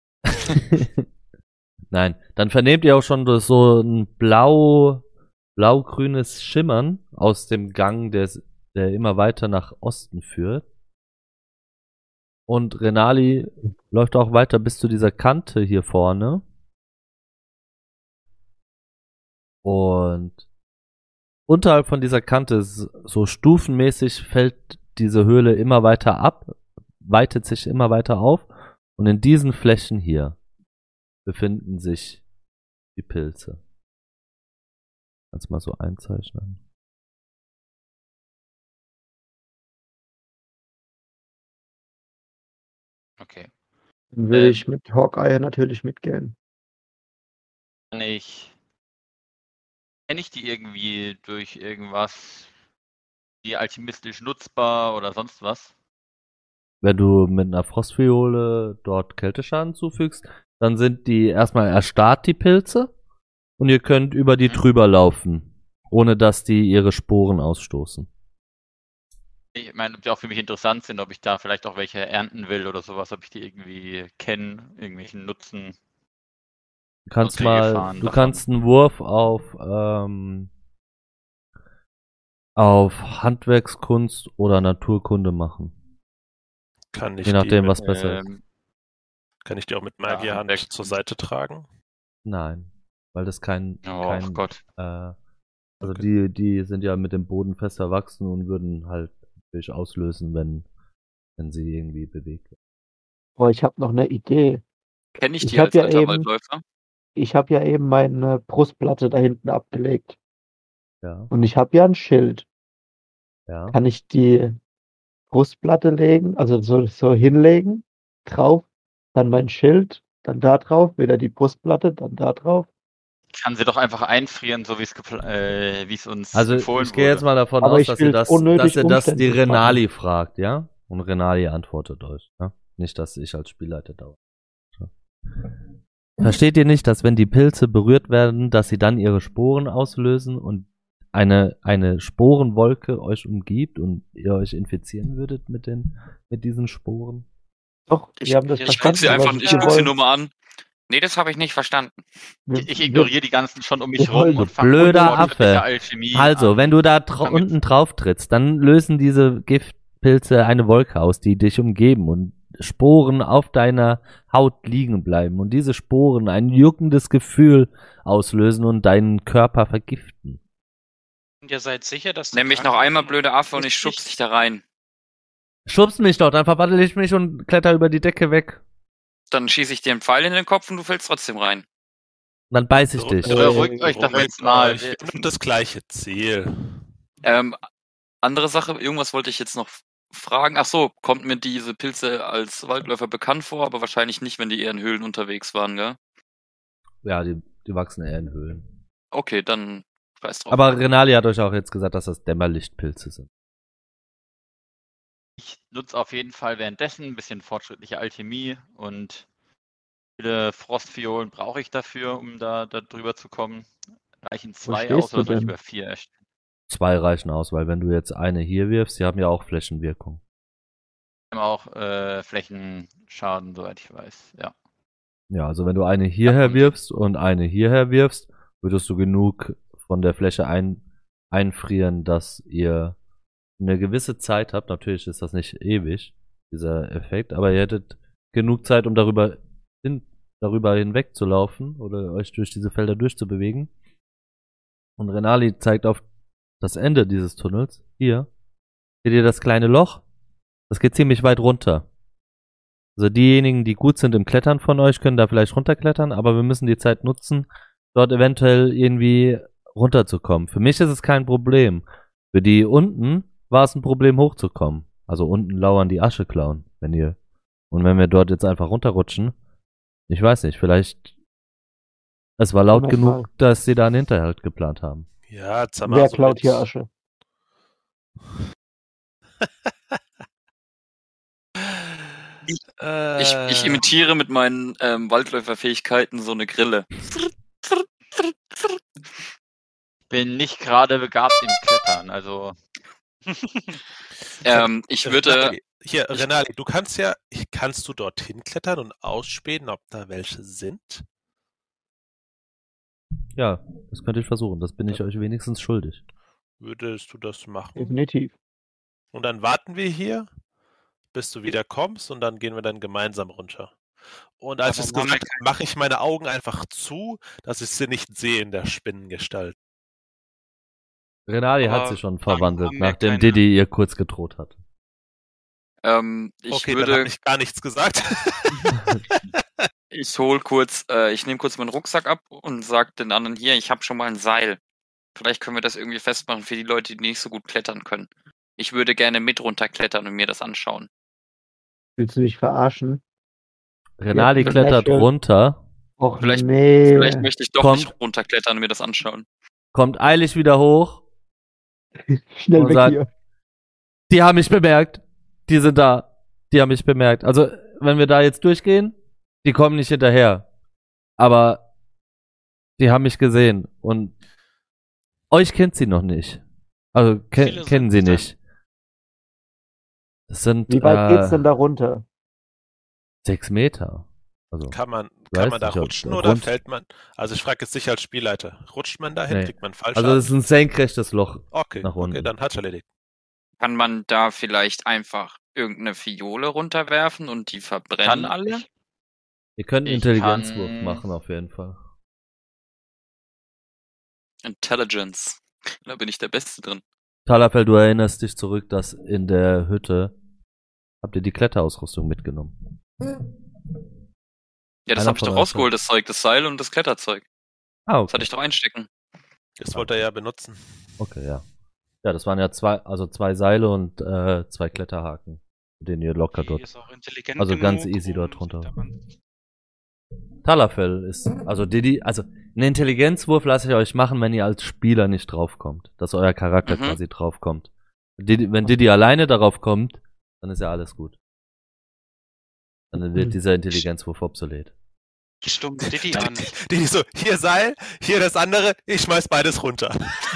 Nein, dann vernehmt ihr auch schon so ein blau-grünes Schimmern aus dem Gang, der immer weiter nach Osten führt. Und Renali läuft auch weiter bis zu dieser Kante hier vorne. Und unterhalb von dieser Kante, so stufenmäßig, fällt diese Höhle immer weiter ab, weitet sich immer weiter auf. Und in diesen Flächen hier befinden sich die Pilze. Kannst du mal so einzeichnen. Okay. Dann würde ich mit Hawkeye natürlich mitgehen. Kenne ich die irgendwie durch irgendwas, die alchemistisch nutzbar oder sonst was? Wenn du mit einer Frostfiole dort Kälteschaden zufügst, dann sind die erstmal erstarrt, die Pilze, und ihr könnt über die drüber laufen, ohne dass die ihre Sporen ausstoßen. Ich meine, ob die auch für mich interessant sind, ob ich da vielleicht auch welche ernten will oder sowas, ob ich die irgendwie kenne, irgendwelchen Nutzen. Du kannst Okay, gefahren du davon. kannst einen Wurf auf Handwerkskunst oder Naturkunde machen. Kann ich Je nachdem, die was mit, besser ist. kann ich die auch mit Magierhand Handwerkskunst. zur Seite tragen? Nein, weil das kein Oh Gott. also die sind ja mit dem Boden fest verwachsen und würden halt natürlich auslösen, wenn sie irgendwie bewegt werden. Boah, ich habe noch eine Idee. Kenne ich Ich die hab als ja alter eben- Waldläufer? Ich habe ja eben meine Brustplatte da hinten abgelegt. Ja, Und ich habe ja ein Schild. ja. Kann ich die Brustplatte legen, also so hinlegen, drauf, dann mein Schild, dann da drauf, wieder die Brustplatte, dann da drauf. Kann sie doch einfach einfrieren, so wie es uns Also empfohlen ich gehe jetzt wurde. mal davon Aber aus, ich dass will ihr das unnötig die umständlich Renali fragt, ja? Und Renali antwortet euch, ja? Nicht, dass ich als Spielleiter dauere. Versteht ihr nicht, dass wenn die Pilze berührt werden, dass sie dann ihre Sporen auslösen und eine Sporenwolke euch umgibt und ihr euch infizieren würdet mit diesen Sporen? Doch, Ich, wir haben das ich guck verstanden. sie aber einfach, ich wir guck sie wollen- nur mal an. Nee, das habe ich nicht verstanden. Ich ignoriere die ganzen schon um mich Wir rum wollen- und Du fange blöder fortschrittliche Affe. Alchemie Also, an. wenn du da Damit- unten drauf trittst, dann lösen diese Giftpilze eine Wolke aus, die dich umgeben und Sporen auf deiner Haut liegen bleiben und diese Sporen ein juckendes Gefühl auslösen und deinen Körper vergiften. Und ihr seid sicher, dass Nenn mich noch einmal blöder Affe und ich schubs dich da rein. Schubst mich doch, dann verwandle ich mich und kletter über die Decke weg. Dann schieße ich dir einen Pfeil in den Kopf und du fällst trotzdem rein. Und dann beiß ich dich. Beruhigt euch doch jetzt mal. Ich habe das gleiche Ziel. Andere Sache, irgendwas wollte ich jetzt noch fragen? Ach so, kommt mir diese Pilze als Waldläufer bekannt vor, aber wahrscheinlich nicht, wenn die eher in Höhlen unterwegs waren, gell? Ja, die wachsen eher in Höhlen. Okay, dann scheiß drauf. Aber Renali hat euch auch jetzt gesagt, dass das Dämmerlichtpilze sind. Ich nutze auf jeden Fall währenddessen ein bisschen fortschrittliche Alchemie und viele Frostfiolen brauche ich dafür, um da drüber zu kommen. Reichen 2 stehst aus oder du soll ich denn? über 4 erstellen? 2 reichen aus, weil wenn du jetzt eine hier wirfst, die haben ja auch Flächenwirkung. Wir haben auch Flächenschaden, soweit ich weiß. Ja. Ja, also wenn du eine hierher und- wirfst und eine hierher wirfst, würdest du genug von der Fläche einfrieren, dass ihr eine gewisse Zeit habt. Natürlich ist das nicht ewig, dieser Effekt, aber ihr hättet genug Zeit, um darüber hinweg zu laufen oder euch durch diese Felder durchzubewegen. Und Renali zeigt auf das Ende dieses Tunnels. Hier. Seht ihr das kleine Loch? Das geht ziemlich weit runter. Also diejenigen, die gut sind im Klettern von euch, können da vielleicht runterklettern, aber wir müssen die Zeit nutzen, dort eventuell irgendwie runterzukommen. Für mich ist es kein Problem. Für die unten war es ein Problem, hochzukommen. Also unten lauern die Ascheklauen, wenn wir dort jetzt einfach runterrutschen, ich weiß nicht, vielleicht es war laut Mach genug, mal. dass sie da einen Hinterhalt geplant haben. Ja, jetzt haben Wer wir so klaut mit- hier Asche? Ich imitiere mit meinen Waldläuferfähigkeiten so eine Grille. Bin nicht gerade begabt im Klettern, also Ich würde. Hier, Renali, kannst du dorthin klettern und ausspähen, ob da welche sind? Ja, das könnte ich versuchen. Das bin ich euch wenigstens schuldig. Würdest du das machen? Definitiv. Und dann warten wir hier, bis du wieder kommst und dann gehen wir dann gemeinsam runter. Und als ich es Aber gesagt habe, mache ich meine Augen einfach zu, dass ich sie nicht sehe in der Spinnengestalt. Renali hat Aber sich schon dann verwandelt, haben wir nachdem keine- Diddy ihr kurz gedroht hat. Ich Okay, dann würde. habe ich gar nichts gesagt. Ich nehme kurz meinen Rucksack ab und sag den anderen hier, ich habe schon mal ein Seil. Vielleicht können wir das irgendwie festmachen für die Leute, die nicht so gut klettern können. Ich würde gerne mit runterklettern und mir das anschauen. Willst du mich verarschen? Renali Ja, klettert vielleicht, runter, Och Vielleicht- nee. Vielleicht möchte ich doch Kommt. nicht runterklettern und mir das anschauen. kommt eilig wieder hoch. Schnell und weg sagt- hier. Die haben mich bemerkt. Die sind da. Die haben mich bemerkt. Also, wenn wir da jetzt durchgehen, die kommen nicht hinterher. Aber die haben mich gesehen. Und euch kennt sie noch nicht. Also, Viele kennen sie sind es nicht. Das sind Wie weit geht's denn da runter? 6 Meter. Also, Kann man Weiß da nicht, ob rutschen da oder rund- fällt man? Also ich frage jetzt dich als Spielleiter. Rutscht man dahin? Nee. Kriegt man falsch also es ist ein senkrechtes Loch. Okay, nach unten. okay, dann hat's erledigt. Kann man da vielleicht einfach irgendeine Fiole runterwerfen und die verbrennen alle? Ihr könnt einen Ich Intelligenzwurf kann- machen, auf jeden Fall. Intelligence. Da bin ich der Beste drin. Talafel, du erinnerst dich zurück, dass in der Hütte habt ihr die Kletterausrüstung mitgenommen. Ja, das Einer habe ich von doch euch rausgeholt, das Zeug, das Seil und das Kletterzeug. Ah, Das okay. hatte ich doch einstecken. Das wollte er ja benutzen. Okay, ja. Ja, das waren ja zwei Seile und 2 Kletterhaken, mit denen ihr locker Die dort. ist auch intelligent Also ganz genug, easy dort um runter. daran- Talafel ist, also Diddy, also einen Intelligenzwurf lasse ich euch machen, wenn ihr als Spieler nicht draufkommt. Dass euer Charakter Mhm. quasi draufkommt. Wenn Diddy alleine darauf kommt, dann ist ja alles gut. Dann wird dieser Intelligenzwurf obsolet. Stumm Diddy an. Die so, hier Seil, hier das andere, ich schmeiß beides runter.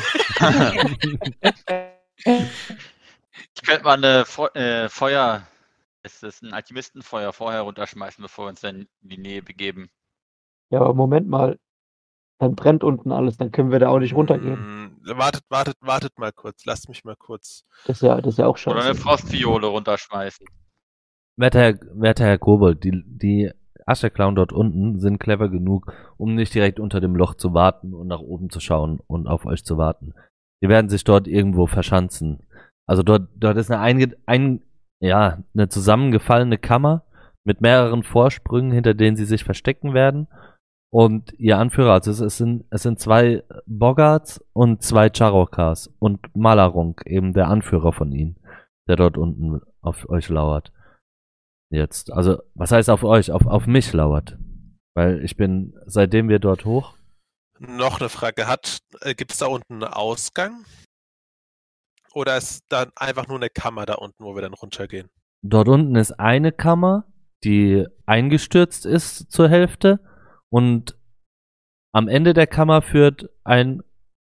Ich könnte mal eine Feuer, es ist ein Alchemistenfeuer, vorher runterschmeißen, bevor wir uns dann in die Nähe begeben. Ja, aber Moment mal. Dann brennt unten alles, dann können wir da auch nicht runtergehen. Wartet mal kurz, lasst mich mal kurz. Das ist ja auch Oder eine scheiße. Frostfiole runterschmeißen. Werter Herr Kobold, die Ascherklauen dort unten sind clever genug, um nicht direkt unter dem Loch zu warten und nach oben zu schauen und auf euch zu warten. Die werden sich dort irgendwo verschanzen. Also dort ist eine zusammengefallene Kammer mit mehreren Vorsprüngen, hinter denen sie sich verstecken werden. Und ihr Anführer, also es sind 2 Boggarts und 2 Charokas und Malarunk, eben der Anführer von ihnen, der dort unten auf euch lauert. Jetzt. Also, was heißt auf euch? Auf mich lauert. Weil ich bin, seitdem wir dort hoch. Noch eine Frage. Gibt es da unten einen Ausgang? Oder ist dann einfach nur eine Kammer da unten, wo wir dann runtergehen? Dort unten ist eine Kammer, die eingestürzt ist zur Hälfte. Und am Ende der Kammer führt ein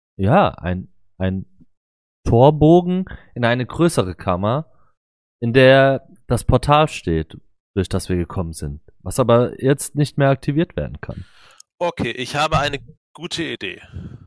Torbogen in eine größere Kammer, in der das Portal steht, durch das wir gekommen sind. Was aber jetzt nicht mehr aktiviert werden kann. Okay, ich habe eine gute Idee.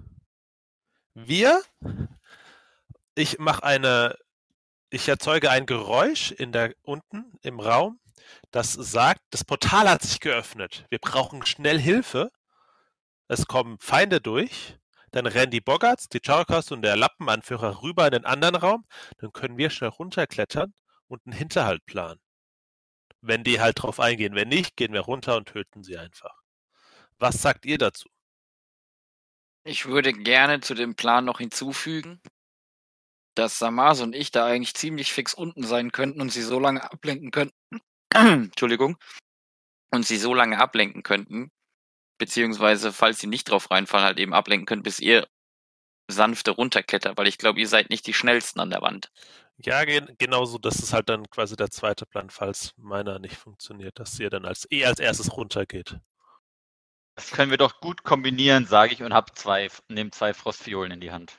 Ich erzeuge ein Geräusch unten im Raum, das sagt, das Portal hat sich geöffnet. Wir brauchen schnell Hilfe. Es kommen Feinde durch. Dann rennen die Boggarts, die Charakas und der Lappenanführer rüber in den anderen Raum. Dann können wir schnell runterklettern und einen Hinterhalt planen. Wenn die halt drauf eingehen. Wenn nicht, gehen wir runter und töten sie einfach. Was sagt ihr dazu? Ich würde gerne zu dem Plan noch hinzufügen, dass Samaz und ich da eigentlich ziemlich fix unten sein könnten und sie so lange ablenken könnten. Entschuldigung. Und sie so lange ablenken könnten, beziehungsweise, falls sie nicht drauf reinfallen, halt eben ablenken könnten, bis ihr sanfte runterklettert, weil ich glaube, ihr seid nicht die schnellsten an der Wand. Ja, genauso. Das ist halt dann quasi der zweite Plan, falls meiner nicht funktioniert, dass ihr dann als erstes runtergeht. Das können wir doch gut kombinieren, sage ich, und nehme 2 Frostviolen in die Hand.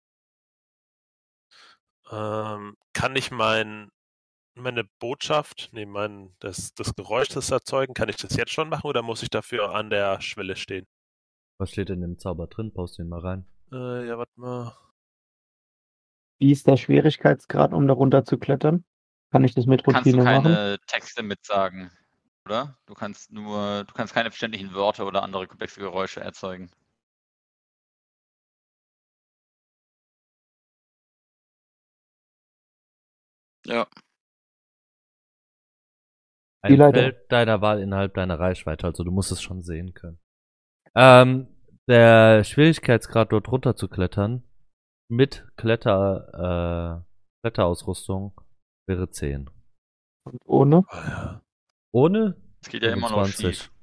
Kann ich meine Botschaft, das Geräusch, das erzeugen, kann ich das jetzt schon machen oder muss ich dafür an der Schwelle stehen? Was steht denn im Zauber drin? Post ihn mal rein. Ja, warte mal. Wie ist der Schwierigkeitsgrad, um da runter zu klettern? Kann ich das mit Routine machen? Kannst du keine Texte mitsagen, oder? Du kannst keine verständlichen Wörter oder andere komplexe Geräusche erzeugen. Ja. Ein Leiter. Feld deiner Wahl innerhalb deiner Reichweite, also du musst es schon sehen können. Der Schwierigkeitsgrad dort runter zu klettern mit Kletterausrüstung wäre 10. Und ohne? Oh, ja. Ohne? Das geht ja immer noch 25. schief.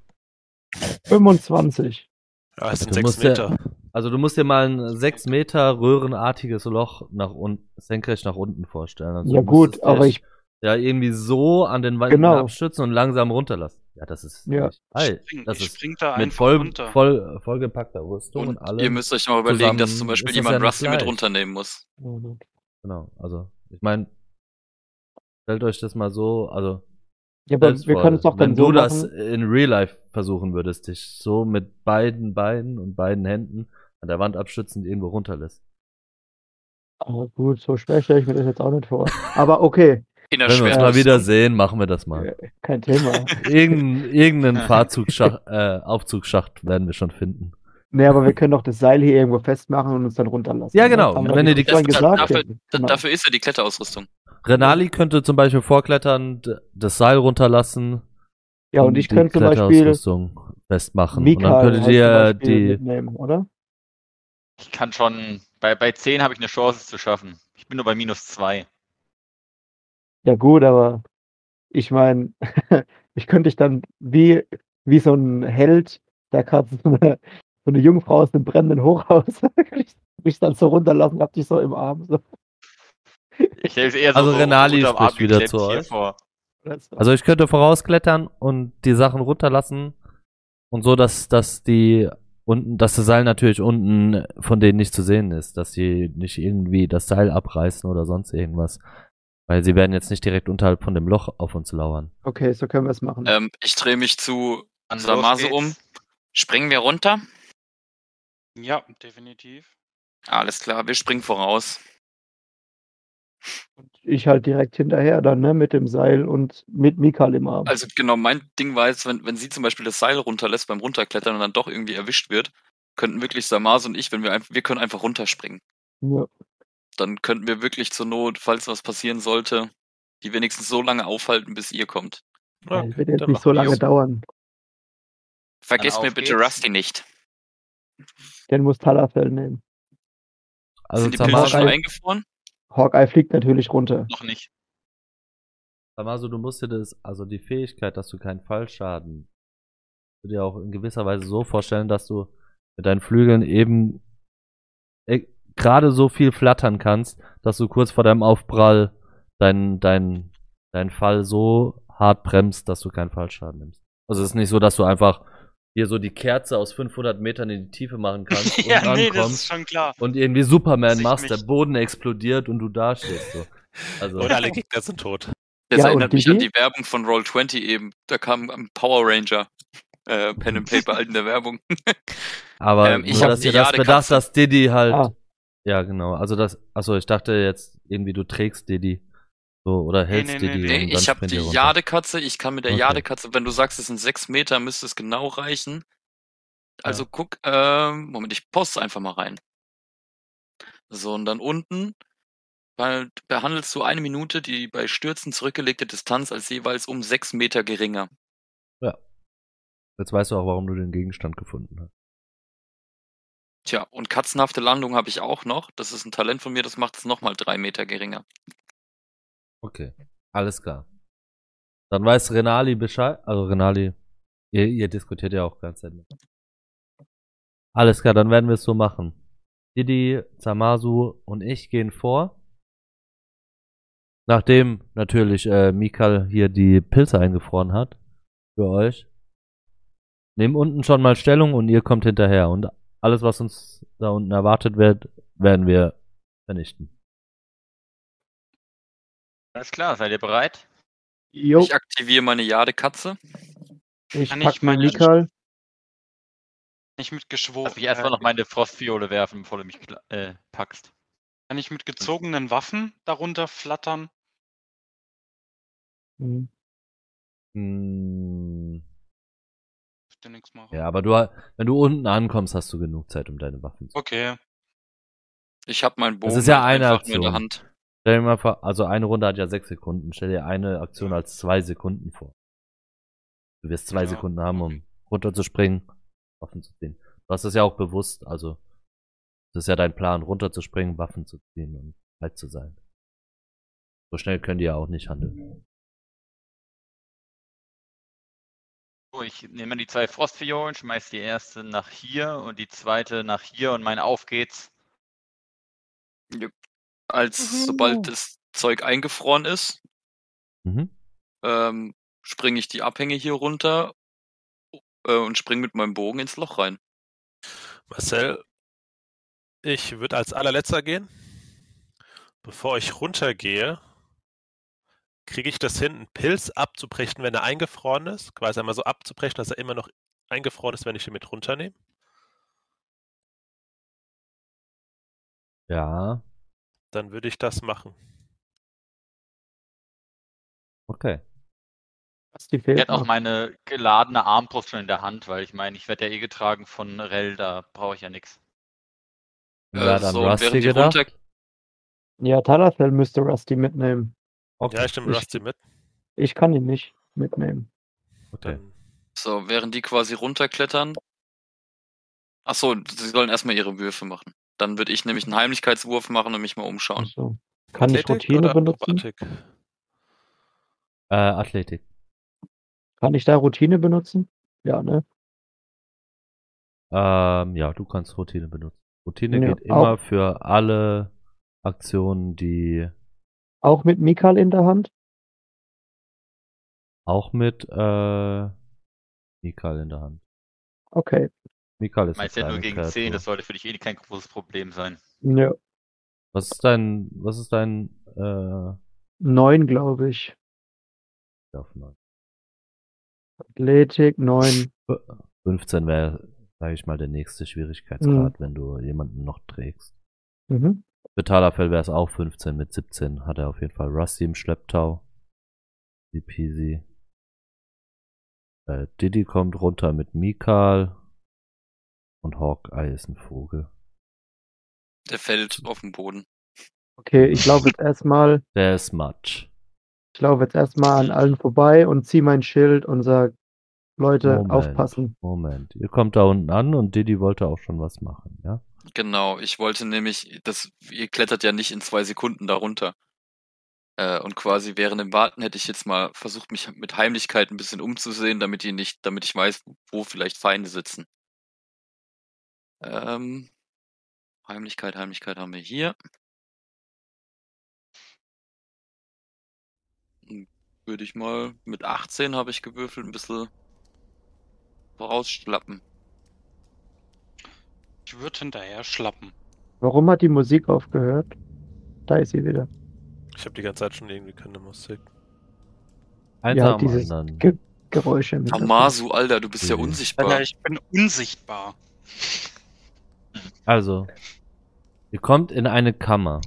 25. Ja, es sind Du 6 musst Meter. Also du musst dir mal ein 6 Meter röhrenartiges Loch senkrecht nach unten vorstellen. Also Ja du gut, müsstest aber dich ja irgendwie so an den Wänden Genau. abstützen und langsam runterlassen. Ja, das ist Ja. nicht geil. Das Ich ist spring da mit einfach runter. vollgepackter Rüstung und allem. ihr müsst euch mal überlegen, dass zum zusammen Beispiel ist das jemand ja nicht Rusty mit leicht. runternehmen muss. Genau, also ich meine, stellt euch das mal so, also Ja, aber selbst wir vor, können es doch wenn dann so du das machen. in Real Life versuchen würdest, dich so mit beiden Beinen und beiden Händen an der Wand abstützend irgendwo runterlässt. Aber gut, so schwer stelle ich mir das jetzt auch nicht vor. Aber okay, In der Wenn wir uns Schwert. mal wieder sehen, machen wir das mal. kein Thema. Irgendeinen Aufzugsschacht werden wir schon finden. Nee, aber wir können doch das Seil hier irgendwo festmachen und uns dann runterlassen. Ja, genau. Haben wir Wenn ihr die vorhin gesagt. dafür, Genau. dafür ist ja die Kletterausrüstung. Renali könnte zum Beispiel vorkletternd das Seil runterlassen. Ja, und ich die könnte zum Beispiel Kletterausrüstung festmachen. Und dann Mikal könntet halt ihr zum Beispiel die. mitnehmen, oder? Ich kann schon, bei 10 habe ich eine Chance, es zu schaffen. Ich bin nur bei -2. Ja gut, aber ich meine, ich könnte dich dann wie so ein Held, der gerade so eine Jungfrau aus dem brennenden Hochhaus mich dann so runterlassen, hab dich so im Arm. So. Ich stelle es eher so Also Renali unterm Arm spricht wieder geklemmt zu hier euch. vor. Also ich könnte vorausklettern und die Sachen runterlassen und so, dass das Seil natürlich unten von denen nicht zu sehen ist, dass sie nicht irgendwie das Seil abreißen oder sonst irgendwas. Weil sie werden jetzt nicht direkt unterhalb von dem Loch auf uns lauern. Okay, so können wir es machen. Ich drehe mich zu Dann Samase los um. geht's. Springen wir runter? Ja, definitiv. Alles klar, wir springen voraus. Und ich halt direkt hinterher dann, ne, mit dem Seil und mit Mikal im Arm. Also genau, mein Ding war jetzt, wenn sie zum Beispiel das Seil runterlässt beim Runterklettern und dann doch irgendwie erwischt wird, könnten wirklich Samase und ich, wir können einfach runterspringen. Ja. Dann könnten wir wirklich zur Not, falls was passieren sollte, die wenigstens so lange aufhalten, bis ihr kommt. Das Okay, wird jetzt dann nicht so machen wir lange so. dauern. Vergesst Dann mir auf bitte geht's. Rusty nicht. Den muss Talafel nehmen. Also Sind die Pilze schon Samara- eingefroren? Hawkeye fliegt natürlich runter. Noch nicht. Also du musst dir also die Fähigkeit, dass du keinen Fallschaden, du dir auch in gewisser Weise so vorstellen, dass du mit deinen Flügeln eben gerade so viel flattern kannst, dass du kurz vor deinem Aufprall deinen Fall so hart bremst, dass du keinen Fallschaden nimmst. Also es ist nicht so, dass du einfach hier so die Kerze aus 500 Metern in die Tiefe machen kannst und Ja, nee, das ist rankommst schon klar. und irgendwie Superman Dass ich machst, der mich- Boden explodiert und du dastehst so. Also, Und alle Gegner sind tot. Das Ja, erinnert und mich an Didi? die Werbung von Roll20 eben. Da kam ein Power Ranger. Pen and Paper halt in der Werbung. aber ich nur, hab dass die ihr das bedacht, Jadekatze. dass Diddy halt. Ah. Ja, genau. Also ich dachte jetzt irgendwie, du trägst Diddy. So, oder hältst nee, Diddy nee. und Nee, dann ich habe springt die ihr runter. Jadekatze. Ich kann mit der Okay. Jadekatze, wenn du sagst, es sind 6 Meter, müsste es genau reichen. Also Ja. guck, Moment, ich poste einfach mal rein. So, und dann unten behandelst du 1 Minute die bei Stürzen zurückgelegte Distanz als jeweils um 6 Meter geringer. Ja. Jetzt weißt du auch, warum du den Gegenstand gefunden hast. Tja, und katzenhafte Landung habe ich auch noch. Das ist ein Talent von mir, das macht es nochmal 3 Meter geringer. Okay. Alles klar. Dann weiß Renali Bescheid. Also Renali, ihr diskutiert ja auch ganz Ende. Alles klar, dann werden wir es so machen. Diddy, Zamasu und ich gehen vor. Nachdem natürlich Mikal hier die Pilze eingefroren hat. Für euch. Nehmen unten schon mal Stellung und ihr kommt hinterher. Und alles, was uns da unten erwartet wird, werden wir vernichten. Alles klar, seid ihr bereit? Jo, Ich aktiviere meine Jadekatze. ich Kann pack ich mal meine- Mikal. Nicht mit geschworen. Lass mich erstmal noch meine Frostfiole werfen, bevor du mich packst. Kann ich mit gezogenen Waffen darunter flattern? Hm. Hm, Ich dir nichts machen. ja, aber wenn du unten ankommst, hast du genug Zeit, um deine Waffen zu. Okay. Ich habe meinen Bogen ist ja halt eine einfach nur in der Aktion. Hand. Stell dir mal vor, also eine Runde hat ja 6 Sekunden. Stell dir eine Aktion als 2 Sekunden vor. Du wirst 2 Ja, Sekunden haben, okay. um runterzuspringen, Waffen zu ziehen. Du hast das ja auch bewusst, also das ist ja dein Plan, runterzuspringen, Waffen zu ziehen und halt zu sein. So schnell können die ja auch nicht handeln. So, ich nehme die 2 Frostviolen, schmeiß die erste nach hier und die zweite nach hier und mein Auf geht's. Sobald das Zeug eingefroren ist, Mhm. springe ich die Abhänge hier runter und springe mit meinem Bogen ins Loch rein. Marcel, ich würde als allerletzter gehen. Bevor ich runtergehe, kriege ich das hin, einen Pilz abzubrechen, wenn er eingefroren ist? Quasi einmal so abzubrechen, dass er immer noch eingefroren ist, wenn ich ihn mit runternehme? Ja, Dann würde ich das machen. okay. Was die Ich fehlt hätte auch noch. meine geladene Armbrust schon in der Hand, weil ich meine, ich werde ja eh getragen von Rell, da brauche ich ja nichts. Wer hat an und Rusty während die gedacht? runter, Ja, Talafel müsste Rusty mitnehmen. Okay. Ja, ich nehme Rusty mit. Ich kann ihn nicht mitnehmen. Okay. Dann, während die quasi runterklettern. Achso, sie sollen erstmal ihre Würfe machen. Dann würde ich nämlich einen Heimlichkeitswurf machen und mich mal umschauen. Also, kann ich Athletik Routine oder benutzen? Akrobatik? Athletik. Kann ich da Routine benutzen? Ja, ne? Ja, du kannst Routine benutzen. Routine Ja, geht immer auch. für alle Aktionen, die Auch mit Mikal in der Hand? auch mit Mikal in der Hand. Okay. Mikal ist Ich meine, eine es ja nur kleine gegen Kreatur. 10, das sollte für dich eh kein großes Problem sein. Ja. Was ist dein 9, glaube ich. auf 9? Athletik 9. 15 wäre, sage ich mal, der nächste Schwierigkeitsgrad, wenn du jemanden noch trägst. Mhm. Für Talafel wäre es auch 15, mit 17 hat er auf jeden Fall Rusty im Schlepptau. Easy peasy. Diddy kommt runter mit Mikal. Und Hawkeye ist ein Vogel. Der fällt auf den Boden. Okay, ich laufe jetzt erstmal Der ist Matsch. an allen vorbei und ziehe mein Schild und sag, Leute, Moment. aufpassen. Moment. Ihr kommt da unten an und Diddy wollte auch schon was machen, ja? Genau, ich wollte nämlich, ihr klettert ja nicht in 2 Sekunden da runter. Und quasi während dem Warten hätte ich jetzt mal versucht, mich mit Heimlichkeit ein bisschen umzusehen, damit ich weiß, wo vielleicht Feinde sitzen. Heimlichkeit haben wir hier. Würde ich mal mit 18 habe ich gewürfelt, ein bisschen vorausschlappen. Ich würde hinterher schlappen. Warum hat die Musik aufgehört? Da ist sie wieder. Ich habe die ganze Zeit schon irgendwie keine Musik. Eins Ja, am dieses anderen. Geräusche im Hintergrund. Amasu, Alter, du bist ja Mhm. unsichtbar. Alter, ich bin unsichtbar. Also, ihr kommt in eine Kammer.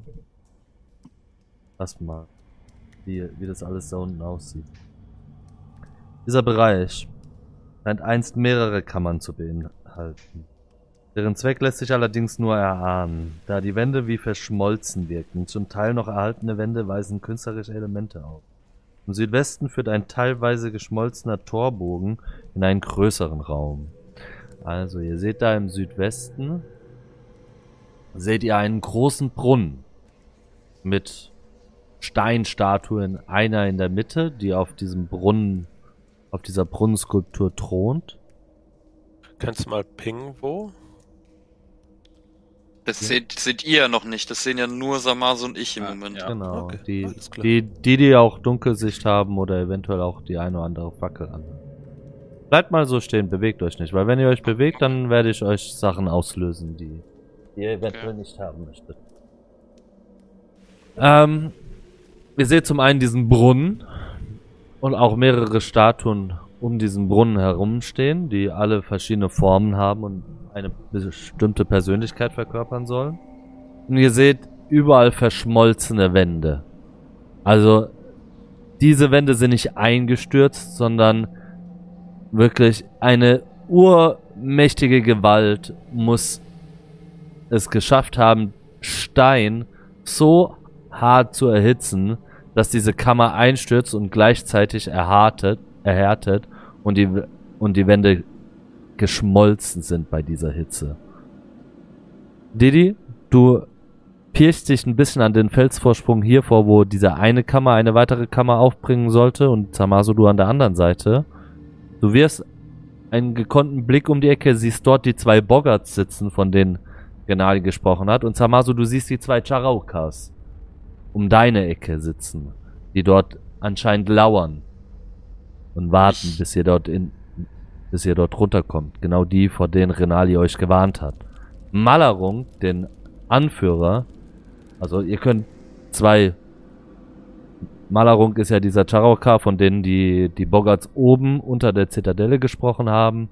Lass mal, wie das alles da unten aussieht. Dieser Bereich scheint einst mehrere Kammern zu beinhalten. Deren Zweck lässt sich allerdings nur erahnen, da die Wände wie verschmolzen wirken. Zum Teil noch erhaltene Wände weisen künstlerische Elemente auf. Im Südwesten führt ein teilweise geschmolzener Torbogen in einen größeren Raum. Also, ihr seht da im Südwesten, seht ihr einen großen Brunnen mit Steinstatuen, einer in der Mitte, die auf diesem Brunnen, auf dieser Brunnenskulptur thront. Kannst du mal pingen, wo? Das seht ihr ja noch nicht, das sehen ja nur Samasu und ich im Ja, Moment. ja. Genau, Okay, alles klar. die auch Dunkelsicht haben oder eventuell auch die eine oder andere Fackel an. Bleibt mal so stehen, bewegt euch nicht, weil wenn ihr euch bewegt, dann werde ich euch Sachen auslösen, die ihr eventuell nicht haben möchtet. Ihr seht zum einen diesen Brunnen und auch mehrere Statuen um diesen Brunnen herumstehen, die alle verschiedene Formen haben und eine bestimmte Persönlichkeit verkörpern sollen. Und ihr seht überall verschmolzene Wände. Also diese Wände sind nicht eingestürzt, sondern wirklich eine urmächtige Gewalt muss es geschafft haben, Stein so hart zu erhitzen, dass diese Kammer einstürzt und gleichzeitig erhärtet und die Wände geschmolzen sind bei dieser Hitze. Didi, du pirchst dich ein bisschen an den Felsvorsprung hier vor, wo diese eine Kammer eine weitere Kammer aufbringen sollte, und Samasu, du an der anderen Seite. Du wirst einen gekonnten Blick um die Ecke, siehst dort die zwei Boggarts sitzen, von denen Gennady gesprochen hat, und Samasu, du siehst die zwei Charaukas um deine Ecke sitzen, die dort anscheinend lauern und warten, bis ihr dort runterkommt. Genau die, vor denen Renali euch gewarnt hat. Malarung, den Anführer, also ihr könnt Malarung ist ja dieser Charauka, von denen die Boggarts oben unter der Zitadelle gesprochen haben.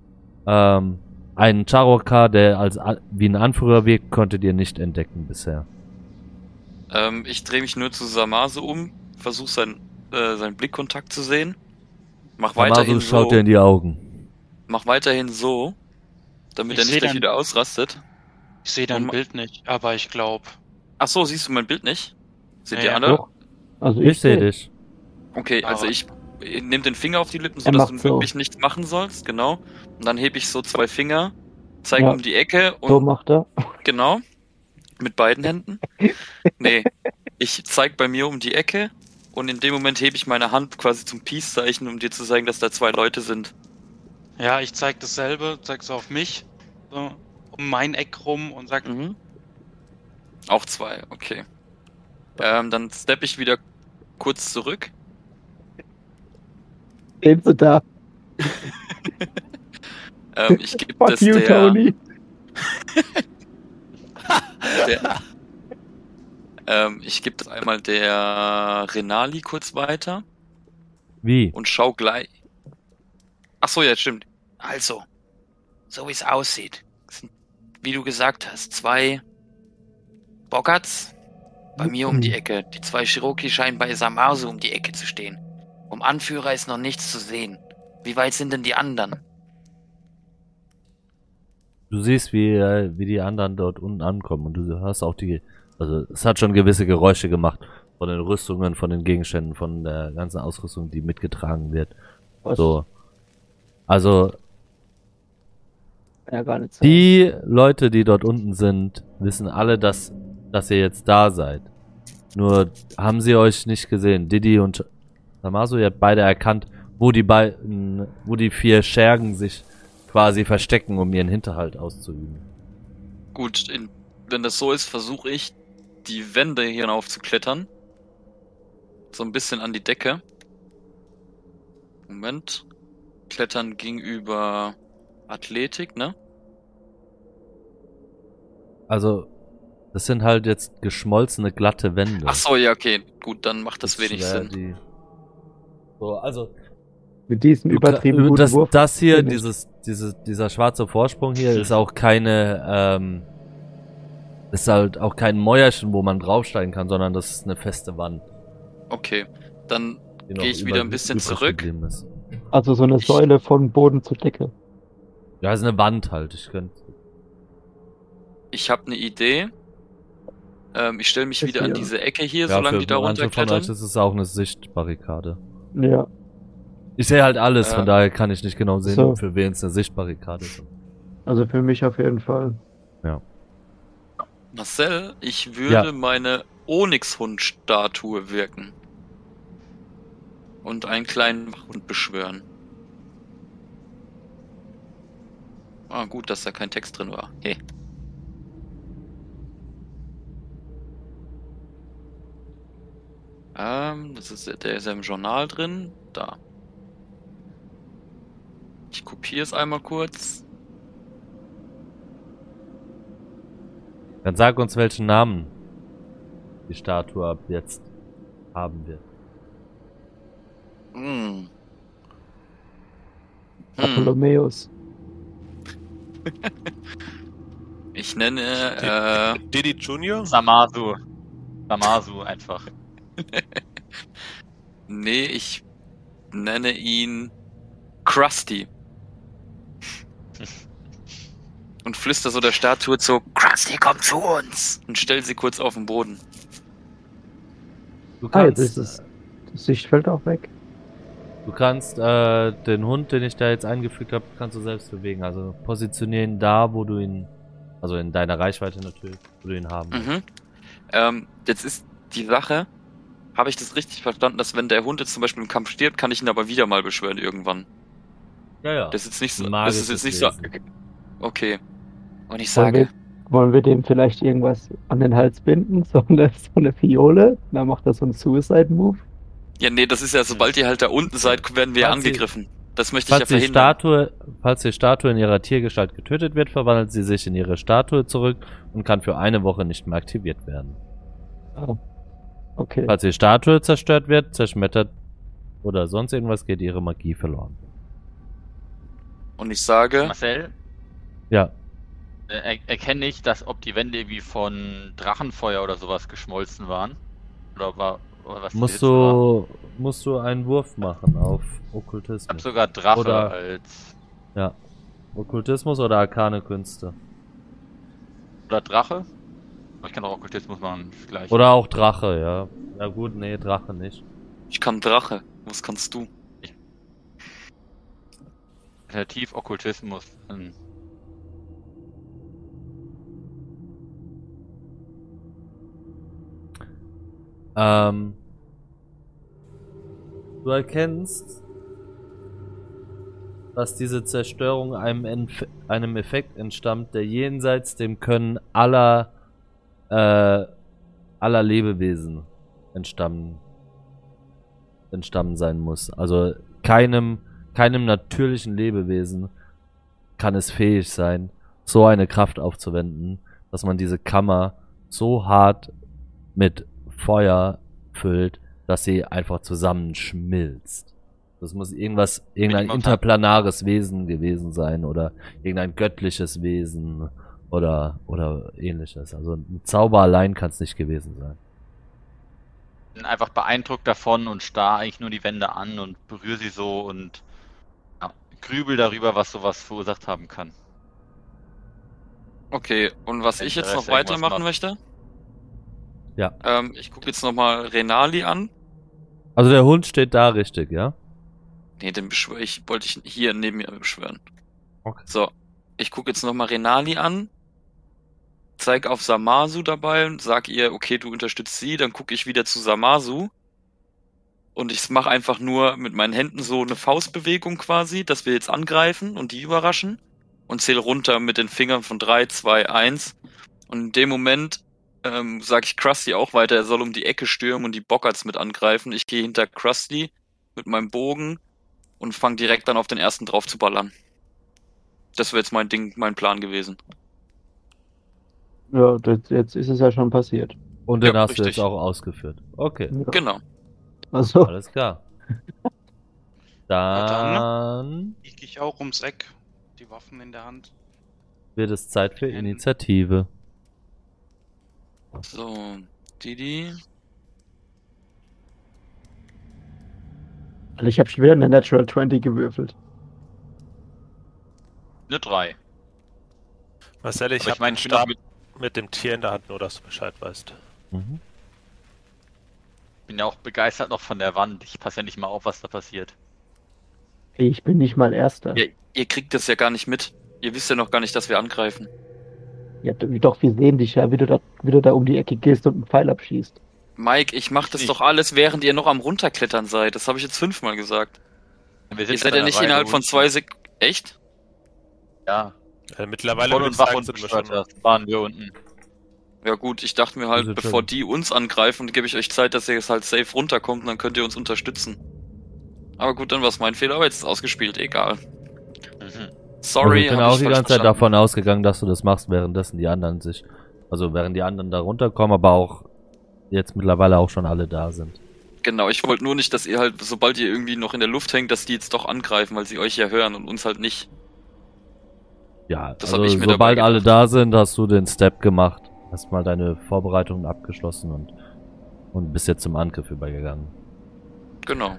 Einen Charauka, der wie ein Anführer wirkt, konntet ihr nicht entdecken bisher. Ich drehe mich nur zu Samasu um, versuche seinen Blickkontakt zu sehen. Mach weiterhin Samasu schaut dir in die Augen. Mach weiterhin so, damit Ich er nicht seh gleich dann- wieder ausrastet. Ich sehe dein Und- Bild nicht, aber ich glaube. Ach so, siehst du mein Bild nicht? Seht Ja, ihr ja. alle? Doch. Also Ich sehe seh. dich. Okay, also Aber- ich nehme den Finger auf die Lippen, Er sodass du macht so. wirklich nichts machen sollst, genau. Und dann hebe ich so zwei Finger, zeige Ja. um die Ecke und So macht er. genau, mit beiden Händen. Nee, ich zeige bei mir um die Ecke und in dem Moment hebe ich meine Hand quasi zum Peace-Zeichen, um dir zu zeigen, dass da zwei Leute sind. Ja, ich zeig dasselbe, zeig so auf mich, so um mein Eck rum und sag, Mhm. Auch zwei, okay. Dann steppe ich wieder kurz zurück. Stehen sie da. Ich gebe Fuck das you, Tony. ich gebe das einmal der Renali kurz weiter Wie? und schau gleich. Ach so, ja, stimmt. Also, so wie es aussieht, sind, wie du gesagt hast, zwei Boggarts bei mir um die Ecke. Die zwei Cherokee scheinen bei Samasu um die Ecke zu stehen. Vom Anführer ist noch nichts zu sehen. Wie weit sind denn die anderen? Du siehst, wie die anderen dort unten ankommen, und du hörst auch also es hat schon gewisse Geräusche gemacht von den Rüstungen, von den Gegenständen, von der ganzen Ausrüstung, die mitgetragen wird. Was? So. Also, Ja, gar nicht so. die Leute, die dort unten sind, wissen alle, dass ihr jetzt da seid. Nur haben sie euch nicht gesehen. Didi und Damaso, ihr habt beide erkannt, wo die 4 Schergen sich quasi verstecken, um ihren Hinterhalt auszuüben. Gut, wenn das so ist, versuche ich, die Wände hier hinauf zu klettern. So ein bisschen an die Decke. Moment. Klettern ging über Athletik, ne? Also, das sind halt jetzt geschmolzene, glatte Wände. Ach so, ja, okay. Gut, dann macht das wenig wär Sinn. So, also, Mit diesem übertrieben guten Wurf. das hier, geht nicht. dieser schwarze Vorsprung hier, ist auch keine, ist halt auch kein Mäuerchen, wo man draufsteigen kann, sondern das ist eine feste Wand. Okay, dann die noch gehe ich wieder ein bisschen übrig zurück. geblieben ist. Also so eine Säule von Boden zur Decke. Ja, ist eine Wand halt. Ich habe eine Idee. Ich stelle mich Ist wieder an hier. diese Ecke hier, Ja, solange für die da manche von runterklettern. euch ist es auch eine Sichtbarrikade. Ja. Ich sehe halt alles, von Ja. daher kann ich nicht genau sehen, So. für wen es eine Sichtbarrikade ist. Also für mich auf jeden Fall. Marcel, ich würde Ja. meine Onyx-Hund-Statue wirken. Und einen kleinen Hund beschwören. Ah, gut, dass da kein Text drin war. Hey. Der ist ja im Journal drin. Da. Ich kopiere es einmal kurz. Dann sag uns, welchen Namen die Statue ab jetzt haben wird. Hm. Bartholomäus. Ich nenne, Didi Junior? Samasu. Samasu einfach. nee, ich nenne ihn Krusty. Und flüster so der Statue zu, Krusty, komm zu uns! Und stell sie kurz auf den Boden. Du Ah, jetzt kannst, ist es. Das Sichtfeld auch weg. du kannst den Hund, den ich da jetzt eingefügt habe, kannst du selbst bewegen. Also positionier ihn da, wo du ihn, also in deiner Reichweite natürlich, wo du ihn haben willst. Jetzt ist die Sache, habe ich das richtig verstanden, dass wenn der Hund jetzt zum Beispiel im Kampf stirbt, kann ich ihn aber wieder mal beschwören irgendwann. Ja, ja. Das ist jetzt nicht so, Ein das ist magisches jetzt nicht so, Wesen. okay. Und ich Wollen wir, sage, wollen wir dem vielleicht irgendwas an den Hals binden? So eine Fiole? Dann macht das so einen Suicide-Move. ja nee, das ist ja, sobald ihr halt da unten seid, werden wir Falls sie- angegriffen. Das möchte ich ja Falls verhindern. falls die Statue in ihrer Tiergestalt getötet wird, verwandelt sie sich in ihre Statue zurück und kann für eine Woche nicht mehr aktiviert werden. Ah. Okay. Falls die Statue zerstört wird, zerschmettert oder sonst irgendwas, geht ihre Magie verloren. Und ich sage, Marcel, Ja, erkenne ich, dass ob die Wände irgendwie von Drachenfeuer oder sowas geschmolzen waren? Oder was das jetzt war? musst du einen Wurf machen auf Ich hab Okkultismus. sogar Drache Oder- als. Ja. Okkultismus oder arkane Künste. Oder Drache? Aber ich kann auch Okkultismus machen, ist gleich. Oder auch Drache, ja. Ja gut, nee, Drache nicht. ich kann Drache. Was kannst du? Alternativ Okkultismus. Du erkennst, dass diese Zerstörung einem Effekt entstammt, der jenseits dem Können aller Lebewesen entstammen sein muss. Also keinem natürlichen Lebewesen kann es fähig sein, so eine Kraft aufzuwenden, dass man diese Kammer so hart mit Feuer füllt, dass sie einfach zusammenschmilzt. Das muss irgendein Minimum interplanares Wesen gewesen sein oder irgendein göttliches Wesen oder ähnliches. Also ein Zauber allein kann es nicht gewesen sein. Bin einfach beeindruckt davon und starr eigentlich nur die Wände an und berühre sie so und ja, grübel darüber, was sowas verursacht haben kann. Okay, und was Wenn ich der jetzt noch Rest irgendwas weitermachen macht. möchte? Ja. Ich gucke jetzt nochmal Renali an. Also der Hund steht da richtig, ja? Nee, den wollte ich hier neben mir beschwören. Okay. So, ich gucke jetzt nochmal Renali an. zeig auf Zamasu dabei und sag ihr, okay, du unterstützt sie, dann gucke ich wieder zu Zamasu. Und ich mache einfach nur mit meinen Händen so eine Faustbewegung quasi, dass wir jetzt angreifen und die überraschen. Und zähle runter mit den Fingern von 3, 2, 1. Und in dem Moment sage ich Krusty auch weiter, er soll um die Ecke stürmen und die Bockards mit angreifen. Ich gehe hinter Krusty mit meinem Bogen und fange direkt dann auf den ersten drauf zu ballern. Das wäre jetzt mein Plan gewesen. Ja, jetzt ist es ja schon passiert. Und den Ja, hast du richtig. jetzt auch ausgeführt. Okay, Ja. Genau. Also, alles klar. Ja, Dann Bieg ich auch ums Eck, die Waffen in der Hand. wird es Zeit für Initiative. So, Didi. also ich habe schon wieder eine Natural 20 gewürfelt. Eine 3. Marcel, ich Aber habe mein, einen ich bin noch Stab mit, mit dem Tier in der Hand, nur dass du Bescheid weißt. Mhm. bin ja auch begeistert noch von der Wand. Ich passe ja nicht mal auf, was da passiert. Hey, ich bin nicht mal Erster. Ja, ihr kriegt das ja gar nicht mit. Ihr wisst ja noch gar nicht, dass wir angreifen. Ja, doch, wir sehen dich ja, wie du da um die Ecke gehst und einen Pfeil abschießt. Mike, ich mach das Nicht. doch alles, während ihr noch am Runterklettern seid. Das habe ich jetzt 5-mal gesagt. Wir Ihr seid ja nicht innerhalb von 2 Sekunden... Echt? Ja, Mittlerweile voll würde und ich wach sagen, und sind wir schon bescheuert waren wir unten. Ja gut, ich dachte mir halt, Also bevor schon. die uns angreifen, gebe ich euch Zeit, dass ihr jetzt halt safe runterkommt und dann könnt ihr uns unterstützen. Aber gut, dann war es mein Fehler, aber jetzt ist es ausgespielt, egal. Mhm. Also Sorry, ich bin hab auch ich die falsch ganze Zeit verstanden. davon ausgegangen, dass du das machst, währenddessen die anderen sich, also während die anderen da runterkommen, aber auch jetzt mittlerweile auch schon alle da sind. Genau, ich wollte nur nicht, dass ihr halt, sobald ihr irgendwie noch in der Luft hängt, dass die jetzt doch angreifen, weil sie euch ja hören und uns halt nicht. Ja, Das also hab ich mir sobald dabei alle gedacht. da sind, hast du den Step gemacht, hast mal deine Vorbereitungen abgeschlossen und bist jetzt zum Angriff übergegangen. Genau.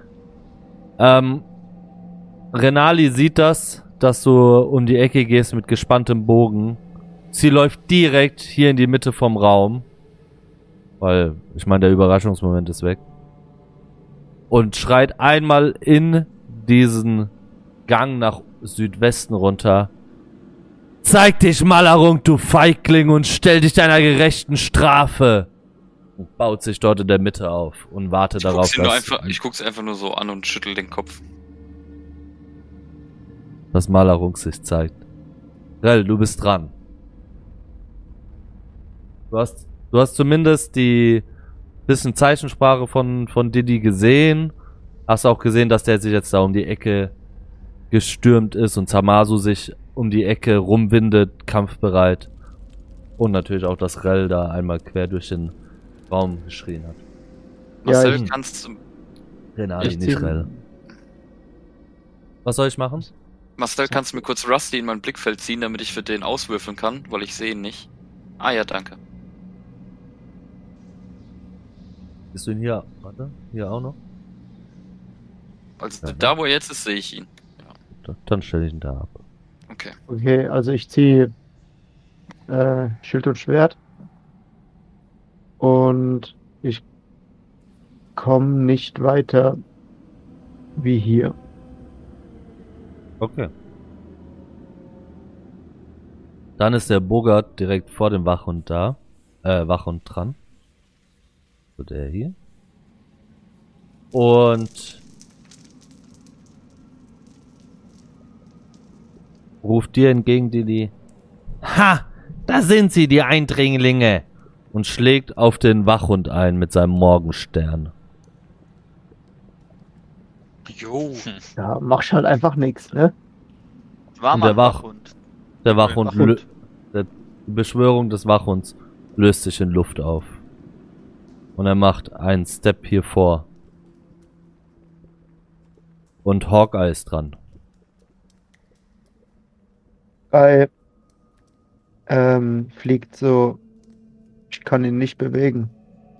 Renali sieht das, dass du um die Ecke gehst mit gespanntem Bogen. Sie läuft direkt hier in die Mitte vom Raum. Weil, ich meine, der Überraschungsmoment ist weg. Und schreit einmal in diesen Gang nach Südwesten runter. Zeig dich, Malarung, du Feigling, und stell dich deiner gerechten Strafe. Und baut sich dort in der Mitte auf und wartet darauf, Ich guck sie einfach nur so an und schüttel den Kopf. dass Malarung sich zeigt. Rell, du bist dran. Du hast zumindest die bisschen Zeichensprache von Didi gesehen. Hast auch gesehen, dass der sich jetzt da um die Ecke gestürmt ist und Zamasu sich um die Ecke rumwindet, kampfbereit. Und natürlich auch, dass Rell da einmal quer durch den Raum geschrien hat. Marcel, ich- kannst du Renali, Ich nicht zieh- Rell. Was soll ich machen? mir kurz Rusty in mein Blickfeld ziehen, damit ich für den auswürfeln kann, weil ich sehe ihn nicht. Ah ja, danke. Bist du ihn hier? Warte, hier auch noch? Also Ja, da, wo er jetzt ist, sehe ich ihn. Dann stelle ich ihn da ab. Okay. Okay, also ich ziehe Schild und Schwert. Und ich komme nicht weiter wie hier. Okay. Dann ist der Bogart direkt vor dem Wachhund da. Wachhund dran. So der hier. Und ruft dir entgegen, Didi. Ha! Da sind sie, die Eindringlinge! Und schlägt auf den Wachhund ein mit seinem Morgenstern. Jo. Ja, machst halt einfach nichts, ne? War Und mal der ein Wach- Wachhund. Der Wachhund, Wachhund. die Beschwörung des Wachhunds löst sich in Luft auf. Und er macht einen Step hier vor. Und Hawkeye ist dran. Fliegt so. Ich kann ihn nicht bewegen.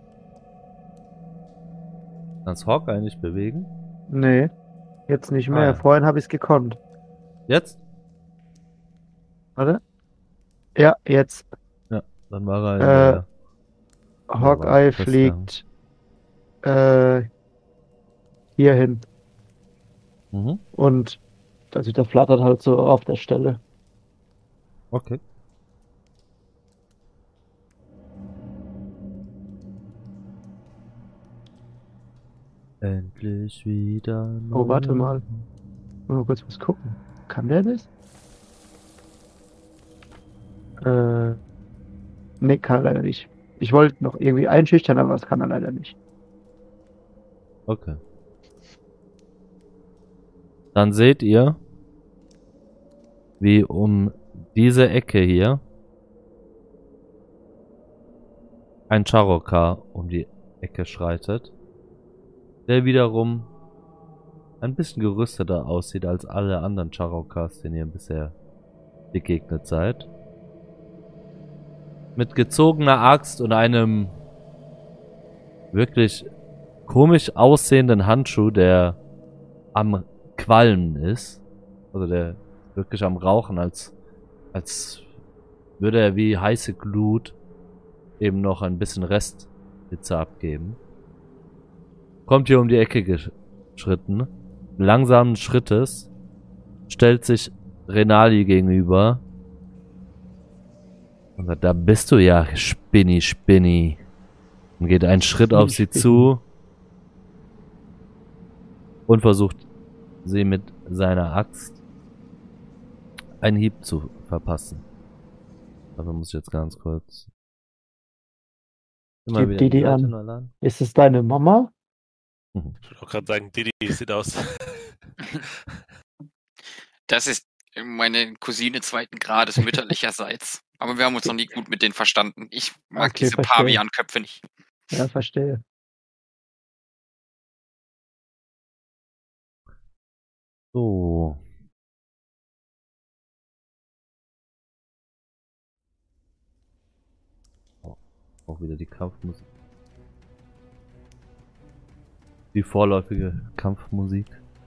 Kannst Hawkeye nicht bewegen? Nee, jetzt nicht mehr. Ah, ja. Vorhin habe ich es gekonnt. Jetzt? Warte. Ja, jetzt. Dann war er in Äh, der... Hawkeye festgehangen. fliegt hier hin. Mhm. Und also der flattert halt so auf der Stelle. Okay. Endlich wieder. Oh, warte mal. Mal kurz was gucken. Kann der das? Nee, kann er leider nicht. Ich wollte noch irgendwie einschüchtern, aber das kann er leider nicht. Okay. Dann seht ihr, wie um diese Ecke hier ein Charokar um die Ecke schreitet, der wiederum ein bisschen gerüsteter aussieht als alle anderen Charokars, denen ihr bisher begegnet seid. Mit gezogener Axt und einem wirklich komisch aussehenden Handschuh, der am Qualmen ist. Also der wirklich am Rauchen, als würde er wie heiße Glut eben noch ein bisschen Resthitze abgeben. Kommt hier um die Ecke geschritten. Langsamen Schrittes stellt sich Renali gegenüber. Und sagt, da bist du ja, Spinni. Und geht einen Schritt auf sie zu und versucht sie mit seiner Axt einen Hieb zu verpassen. Dafür muss ich jetzt ganz kurz Gib Didi an. Ist es deine Mama? Ich würde auch gerade sagen, Didi sieht aus. Das ist meine Cousine zweiten Grades mütterlicherseits. Aber wir haben uns noch nie gut mit denen verstanden. Ich mag Okay, diese verstehe. Pavianköpfe nicht. Ja, verstehe. So. Oh, auch wieder die Kampfmusik. Die vorläufige Kampfmusik.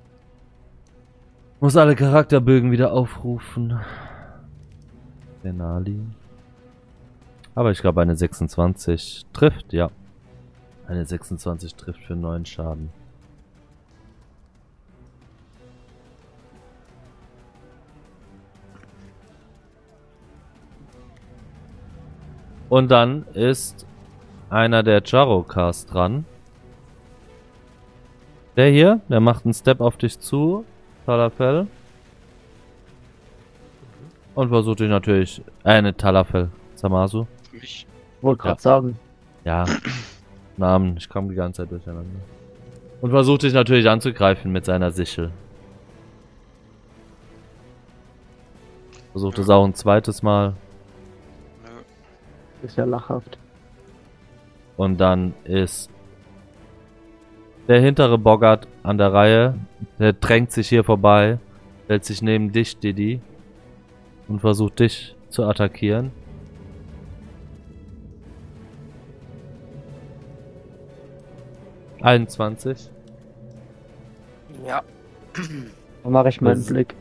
Muss alle Charakterbögen wieder aufrufen. Renali. Aber ich glaube eine 26 trifft, ja. Eine 26 trifft für 9 Schaden. Und dann ist einer der Charokars dran. Der hier, der macht einen Step auf dich zu, Talafel. Und versucht dich natürlich, nicht Talafel, Zamasu. Mich. Wollte gerade sagen. Ja, Namen, ich komme die ganze Zeit durcheinander. Und versucht dich natürlich anzugreifen mit seiner Sichel. Versucht es auch ein zweites Mal. Ist ja lachhaft. Und dann ist der hintere Boggart an der Reihe. Der drängt sich hier vorbei. Stellt sich neben dich, Didi. Und versucht dich zu attackieren. (21). Ja. Dann mache ich meinen Das- Blick.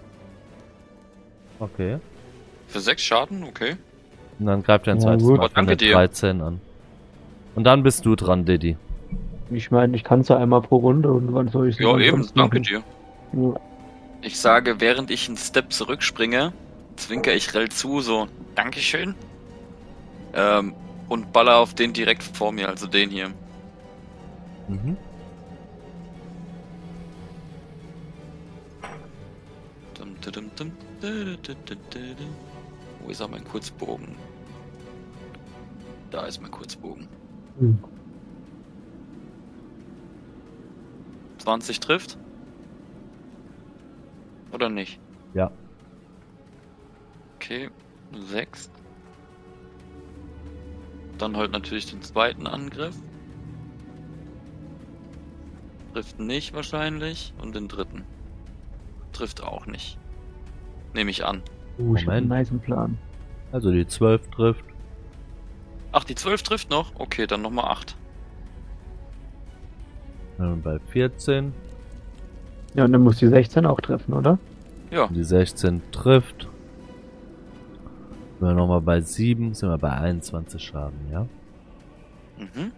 Okay. Für 6 Schaden, okay. Und dann greift er ein Ja, zweites gut. Mal von Danke der dir. 13 an. Und dann bist du dran, Didi. Ich meine, ich kann es ja einmal pro Runde und wann soll ich Ja, denn eben, sonst danke machen? dir. Ja. Ich sage, während ich einen Step zurückspringe, zwinker ich Rell zu, so, Dankeschön. Und baller auf den direkt vor mir, also den hier. Mhm. Wo ist auch mein Kurzbogen? Da ist mein Kurzbogen. Hm. 20 trifft? Oder nicht? Ja. Okay, 6. Dann halt natürlich den zweiten Angriff. Trifft nicht wahrscheinlich. Und den dritten. Trifft auch nicht. Nehme ich an. Ich habe einen Moment. nice Plan. Also die 12 trifft. Ach, die 12 trifft noch? Okay, dann nochmal 8. Dann bei 14. Ja, und dann muss die 16 auch treffen, oder? Ja, Die 16 trifft. Sind wir nochmal bei 7. Sind wir bei 21 Schaden, ja? mhm.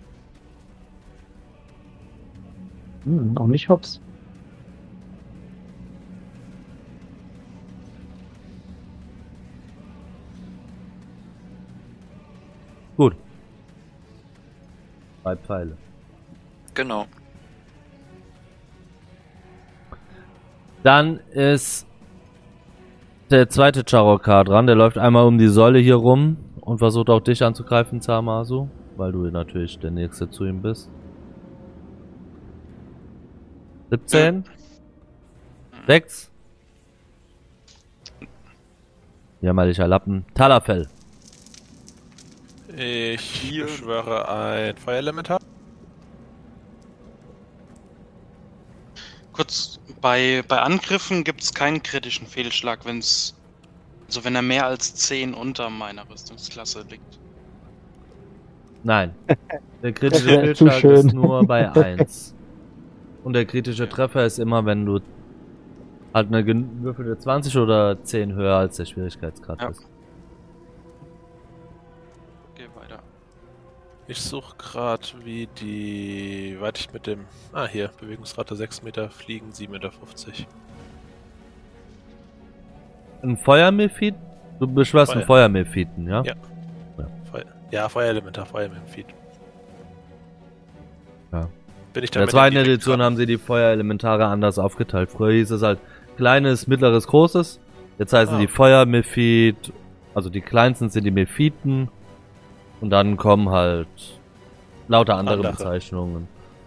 Noch nicht hops. Gut. 3 Pfeile. Genau. Dann ist der zweite Charokar dran. Der läuft einmal um die Säule hier rum und versucht auch dich anzugreifen, Zamasu. Weil du natürlich der Nächste zu ihm bist. 17? 6? Jämmerlicher Lappen. Talafel. Ich beschwöre ein Feuerelementar. Kurz, bei Angriffen gibt es keinen kritischen Fehlschlag, wenn er mehr als 10 unter meiner Rüstungsklasse liegt. Nein. Der kritische Das wär zu Fehlschlag schön. ist nur bei 1. Und der kritische Treffer ist immer, wenn du halt eine gewürfelte 20 oder 10 höher als der Schwierigkeitsgrad Ja. ist. Geh weiter. Ich suche gerade, wie weit ich mit dem... hier, Bewegungsrate 6 Meter, Fliegen 7,50 Meter. Ein Feuermephit? Du beschwörst einen Feuer. Feuermephiten, ja? Ja. Feuerelementar, Feuermephit. Ja. Bin ich In der damit zweiten direkt Edition dran? haben sie die Feuerelementare anders aufgeteilt. Früher hieß es halt kleines, mittleres, großes. Jetzt heißen die Feuermephit, also die kleinsten sind die Mephiten. Und dann kommen halt lauter andere Bezeichnungen.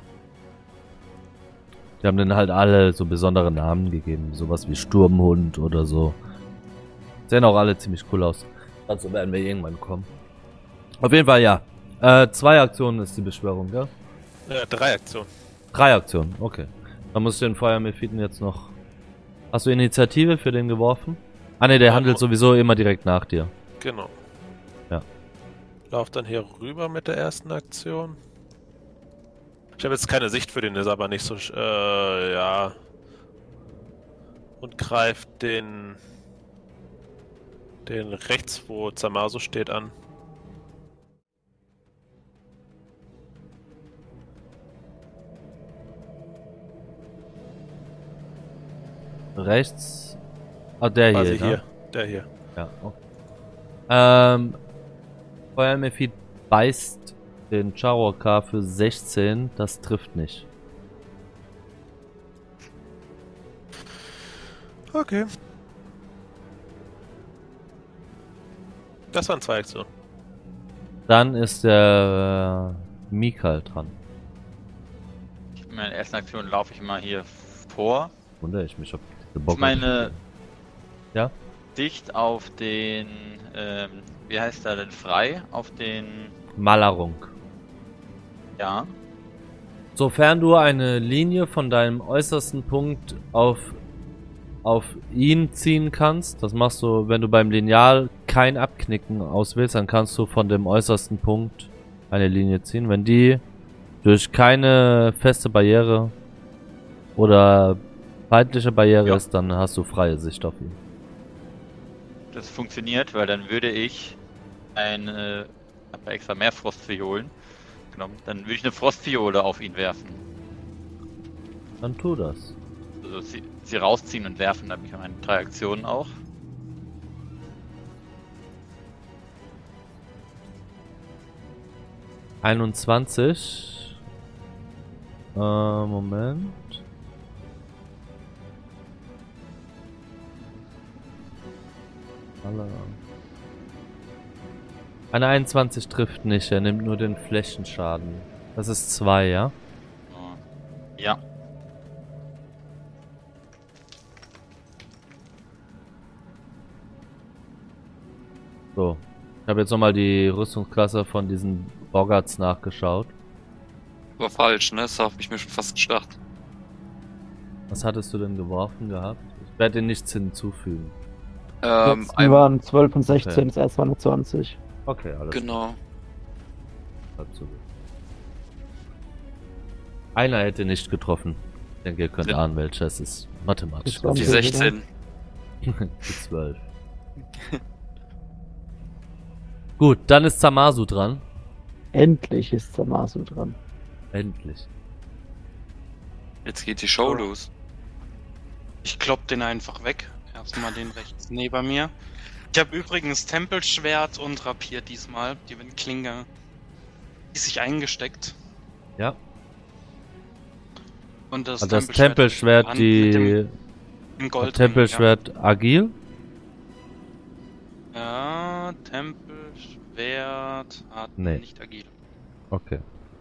Die haben denen halt alle so besondere Namen gegeben. Sowas wie Sturmhund oder so. Sehen auch alle ziemlich cool aus. Dazu werden wir irgendwann kommen. Auf jeden Fall ja. 2 Aktionen ist die Beschwörung, gell? 3 Aktionen. 3 Aktionen, okay. Dann musst du den Feuermephiten jetzt noch... Hast du Initiative für den geworfen? Ah ne, der handelt sowieso immer direkt nach dir. Genau. Ja. Lauf dann hier rüber mit der ersten Aktion. Ich habe jetzt keine Sicht für den, ist aber nicht so... ja. Und greift den rechts, wo Zamasu steht, an. Rechts. Ah, der hier, Quasi ne? hier. Der hier. Ja, okay. Feuermephit beißt den Charokar für 16. Das trifft nicht. Okay. Das waren 2 Aktionen. Dann ist der Mikal dran. In meiner ersten Aktion laufe ich mal hier vor. Wundere ich mich, ob diese Ich Bock meine Ja? Sicht auf den, wie heißt er denn, frei? Auf den, Malerung. ja, Sofern du eine Linie von deinem äußersten Punkt auf ihn ziehen kannst, das machst du, wenn du beim Lineal kein Abknicken auswählst, dann kannst du von dem äußersten Punkt eine Linie ziehen. Wenn die durch keine feste Barriere oder feindliche Barriere Ja. ist, dann hast du freie Sicht auf ihn. das funktioniert, weil dann würde ich hab extra mehr Frostviolen genommen, dann würde ich eine Frostviole auf ihn werfen. Dann tu das. Also sie rausziehen und werfen, da habe ich meine 3 Aktionen auch. Moment. Eine 21 trifft nicht, er nimmt nur den Flächenschaden. Das ist 2, ja? Ja. So. Ich habe jetzt nochmal die Rüstungsklasse von diesen Boggarts nachgeschaut. War falsch, ne? Das habe ich mir schon fast gedacht. Was hattest du denn geworfen gehabt? Ich werde dir nichts hinzufügen. Die waren 12 und 16, das erste war eine 20. Okay, alles Genau. klar. So. Einer hätte nicht getroffen. Ich denke, ihr könnt Ja. ahnen, welcher es ist. Mathematisch. Das war Die Okay, 16. Die 12. Gut, dann ist Zamasu dran. Endlich ist Zamasu dran. Endlich. Jetzt geht die Show los. Ich klopp den einfach weg. Erstmal den rechts neben mir. Ich habe übrigens Tempelschwert und Rapier diesmal. Die Windklinge ist sich eingesteckt. Ja. Und das Also das Tempelschwert, mit dem- Im Gold. Tempelschwert agil? Ja, Tempelschwert hat Nee. nicht agil. Okay.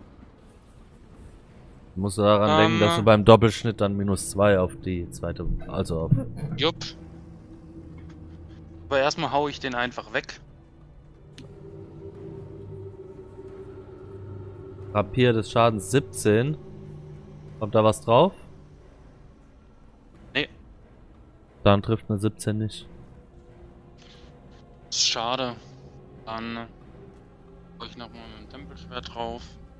Du musst daran denken, dass du beim Doppelschnitt dann -2 auf die zweite, also auf... Jupp. Aber erstmal hau ich den einfach weg. Rapier des Schadens 17. Kommt da was drauf? Nee. Dann trifft eine 17 nicht. Das ist schade. Dann hau ich nochmal mit dem Tempelschwert drauf.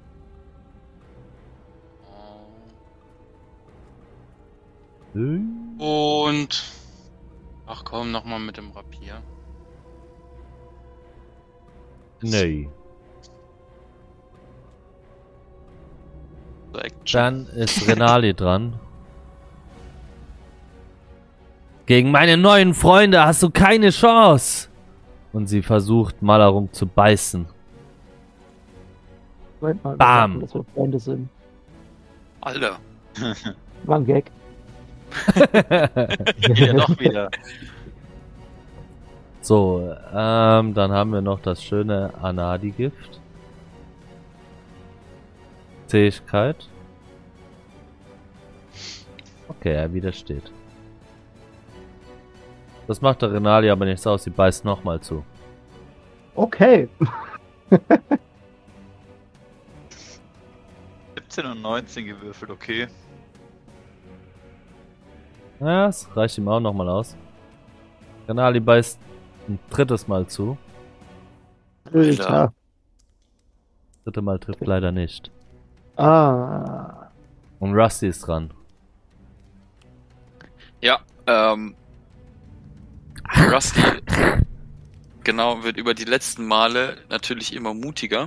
Und... Ach komm, nochmal mit dem Rapier. Nee. So Action. Dann ist Renali dran. Gegen meine neuen Freunde hast du keine Chance. Und sie versucht Malarum zu beißen. Moment mal, Bam. dass wir Freunde sind. Alter. War ein Gag. Ja, doch wieder. So, dann haben wir noch das schöne Anadi-Gift. Zähigkeit. Okay, er widersteht. Das macht der Renali aber nichts aus, sie beißt nochmal zu. Okay. 17 und 19 gewürfelt, okay. Ja, das reicht ihm auch nochmal aus. Renali beißt ein drittes Mal zu. Alter. Dritte Mal trifft leider nicht. Ah. Und Rusty ist dran. Ja, Rusty, genau, wird über die letzten Male natürlich immer mutiger.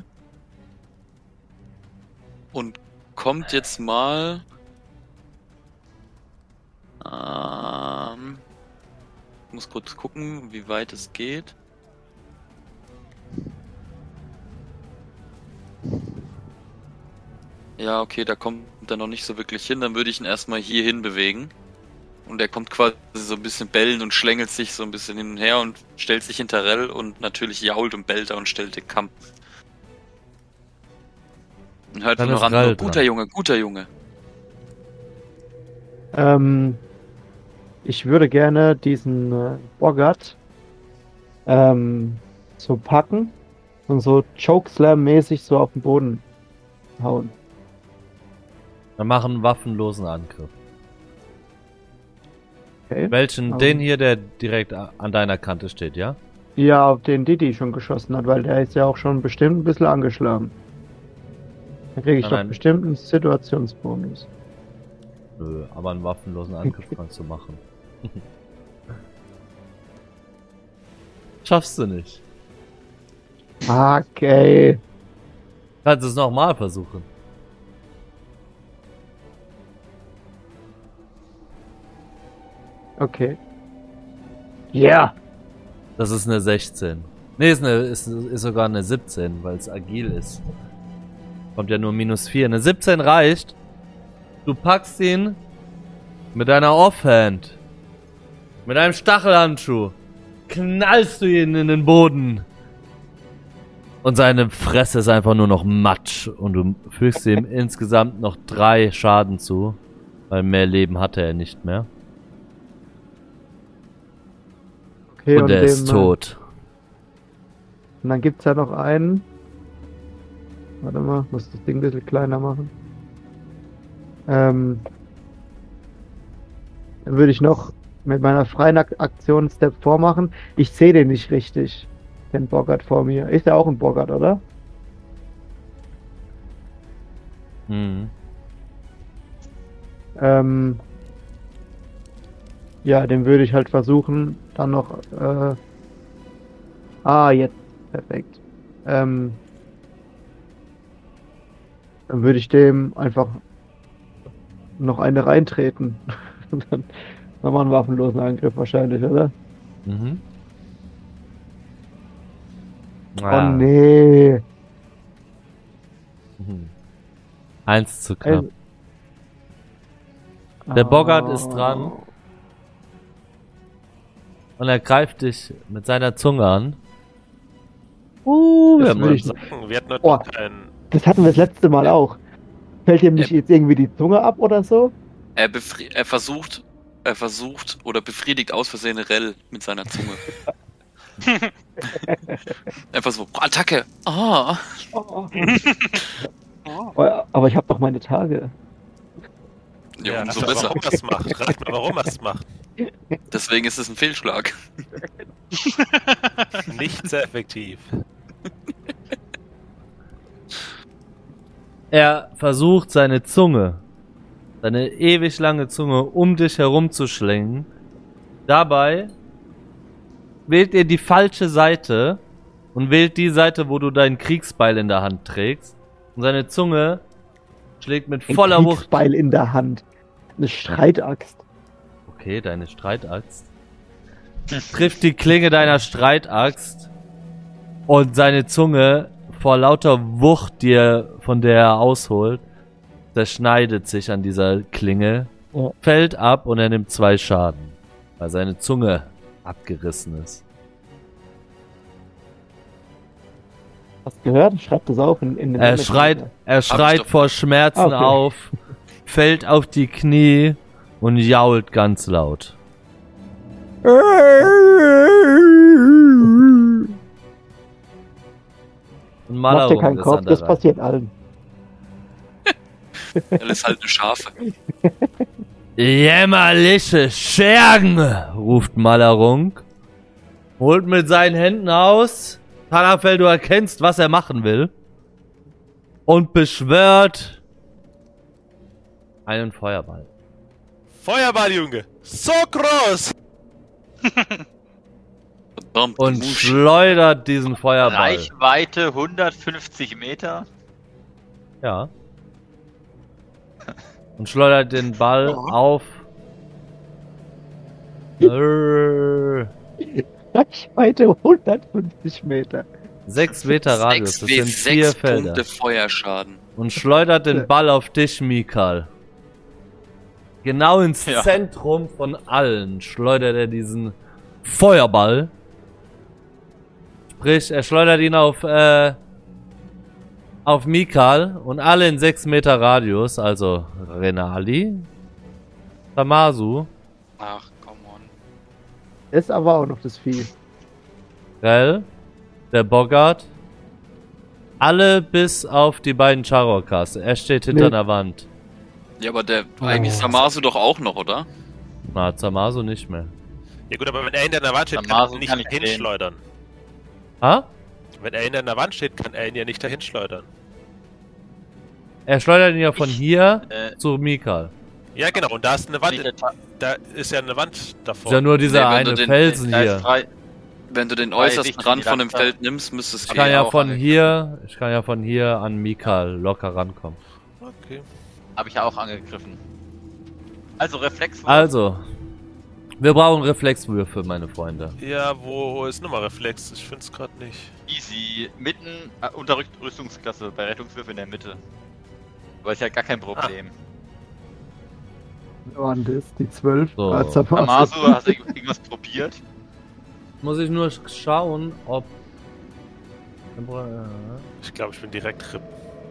Und kommt jetzt mal... ich muss kurz gucken, wie weit es geht. Ja, okay, da kommt er noch nicht so wirklich hin. Dann würde ich ihn erstmal hier hin bewegen. Und er kommt quasi so ein bisschen bellen und schlängelt sich so ein bisschen hin und her und stellt sich hinter Rell und natürlich jault und bellt er und stellt den Kamm. Und hört Dann nur ist noch an, Rall nur, guter Junge, guter Junge. Ich würde gerne diesen Boggart so packen und so Chokeslam-mäßig so auf den Boden hauen. Wir machen einen waffenlosen Angriff. Okay. Welchen? Aber- Den hier, der direkt an deiner Kante steht, ja? Ja, auf den Didi schon geschossen hat, weil der ist ja auch schon bestimmt ein bisschen angeschlagen. Da kriege ich Nein, doch nein. bestimmt einen Situationsbonus. Nö, aber einen waffenlosen Angriff kannst du machen. Schaffst du nicht. Okay. Kannst du es nochmal versuchen. Okay. Ja. Das ist eine 16. Nee, ist sogar eine 17, weil es agil ist. Kommt ja nur -4. Eine 17 reicht. Du packst ihn mit deiner Offhand. Mit einem Stachelhandschuh. Knallst du ihn in den Boden. Und seine Fresse ist einfach nur noch Matsch. Und du fügst ihm insgesamt noch 3 Schaden zu. Weil mehr Leben hatte er nicht mehr. Okay, Und er ist dem, tot. Und dann gibt's ja noch einen. Warte mal, muss das Ding ein bisschen kleiner machen. Dann würde ich noch mit meiner freien Aktion einen Step vormachen. Ich sehe den nicht richtig. Den Boggart vor mir. Ist ja auch ein Boggart, oder? Mhm. Ja, den würde ich halt versuchen, dann noch. Jetzt. Perfekt. Dann würde ich dem einfach noch eine reintreten. Dann machen wir einen waffenlosen Angriff wahrscheinlich, oder? Mhm. Oh nee. Mhm. 1 zu knapp. Der Boggart ist dran. Und er greift dich mit seiner Zunge an. Das wir will ich haben- nicht. Wir hatten heute Oh. noch keinen. Das hatten wir das letzte Mal auch. Fällt ihm nicht jetzt irgendwie die Zunge ab oder so? Er versucht oder befriedigt aus Versehen Rell mit seiner Zunge. Einfach so, Attacke! Ah! Oh. Aber ich habe doch meine Tage. Ja, umso aber besser. warum er es macht. Rat mal, warum er es macht. Deswegen ist es ein Fehlschlag. Nicht sehr effektiv. Er versucht seine ewig lange Zunge um dich herumzuschlingen. Dabei wählt er die falsche Seite und wählt die Seite, wo du deinen Kriegsbeil in der Hand trägst. Und seine Zunge schlägt mit Ein voller Wucht. Kriegsbeil in der Hand. Eine Streitaxt. Okay, deine Streitaxt. Trifft die Klinge deiner Streitaxt und seine Zunge vor lauter Wucht, von der er ausholt, zerschneidet sich an dieser Klinge, Ja. fällt ab und er nimmt 2 Schaden, weil seine Zunge abgerissen ist. Hast du gehört? Schreib das auf in den Er schreit doch. vor Schmerzen Okay. auf, fällt auf die Knie und jault ganz laut. Und Mach dir Malerung keinen ist Kopf, an der das Reihe. passiert allen. Er ist halt eine Schafe. Jämmerliche Schergen, ruft Malerung, holt mit seinen Händen aus, Talafel, du erkennst, was er machen will, und beschwört einen Feuerball. Feuerball, Junge! So groß! Verdammt, Und Musch. schleudert diesen Feuerball. Reichweite 150 Meter. Ja. Und schleudert den Ball auf. Reichweite 150 Meter. 6 Meter Radius, das sind 4 6 Felder. Punkte Feuerschaden. Und schleudert den Ball auf dich, Mikal. Genau ins Ja. Zentrum von allen schleudert er diesen Feuerball. Sprich, er schleudert ihn auf Mikal und alle in 6 Meter Radius, also Renali, Tamasu, Ach, come on. Ist aber auch noch das Vieh. Rel, der Bogart, alle bis auf die beiden Charokas. Er steht hinter Nee. einer Wand. Ja, aber eigentlich ist Samasu doch auch noch, oder? Na, Tamasu nicht mehr. Ja gut, aber wenn er hinter einer Wand steht, kann Damaso er ihn nicht kann ich dahin sehen. schleudern. Ha? Wenn er hinter einer Wand steht, kann er ihn ja nicht dahin schleudern. Er schleudert ihn ja von hier Äh, zu Mikal. Ja genau, und da ist eine Wand, nicht der Ta- da ist ja eine Wand Ist davor. ja nur dieser Nee, wenn du eine den- Felsen da ist hier. frei. Wenn du den Drei äußersten Sichten, Rand die von dem langsam- Feld nimmst, müsste es Ich Okay, kann ja auch von angegriffen. hier an Mikal locker rankommen. Okay. Habe ich ja auch angegriffen. Also Reflex. Also, wir brauchen Reflexwürfe, meine Freunde. Ja, wo ist nochmal Reflex? Ich find's gerade nicht. Easy. Mitten unter Rüstungsklasse bei Rettungswürfe in der Mitte. Aber ist ja gar kein Problem. Wer war denn das? Die 12? So. Amasu, hast du irgendwas probiert? Muss ich nur schauen, ob... Ich glaube, ich bin direkt RIP.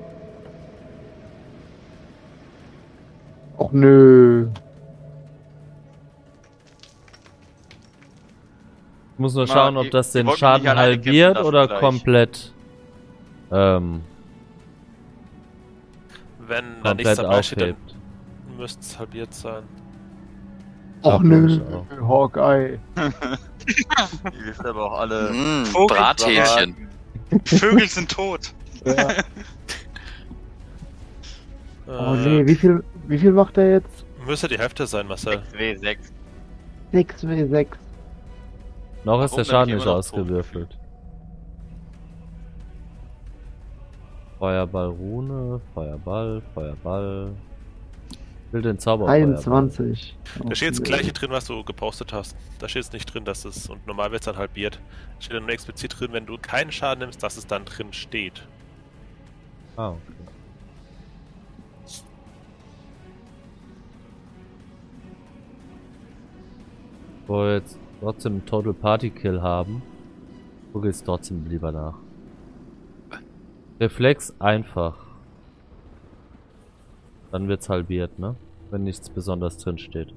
Och nö. Ich muss nur Na, schauen, ob die- das die den wollten Schaden mich alleine halbiert kämpfen oder lassen gleich. komplett... Wenn da nichts komplett dabei steht, dann aufhebt. müsste es halbiert sein. Och Ach, nö. ich auch. Hawkeye. Ihr wisst aber auch alle. Vogel- Brathähnchen. Vögel sind tot. Ja. Oh nee, wie viel macht er jetzt? Müsste die Hälfte sein, Marcel. 6W6. 6W6. Noch ist Warum der Schaden nämlich nicht immer noch ausgewürfelt. Feuerball Rune, Feuerball. Ich will den Zauber. 21. Da steht das Okay. gleiche drin, was du gepostet hast. Da steht es nicht drin, dass es, und normal wird es dann halbiert. Da steht dann nur explizit drin, wenn du keinen Schaden nimmst, dass es dann drin steht. Ah, okay. So, jetzt trotzdem einen Total Party Kill haben, gucke ich es trotzdem lieber nach. Reflex einfach. Dann wird's halbiert, ne? Wenn nichts besonders drin steht.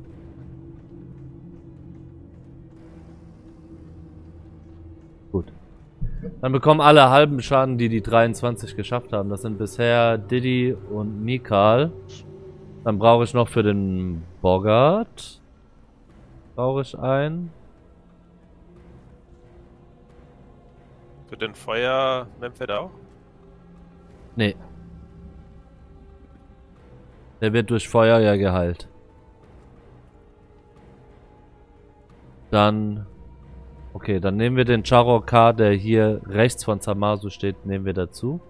Gut. Dann bekommen alle halben Schaden, die die 23 geschafft haben. Das sind bisher Diddy und Mikal. Dann brauche ich noch für den Bogart. Brauche ich einen. Für den Feuer Memphis auch? Nee. Der wird durch Feuer ja geheilt. Dann... Okay, dann nehmen wir den Charokar, der hier rechts von Zamasu steht, nehmen wir dazu.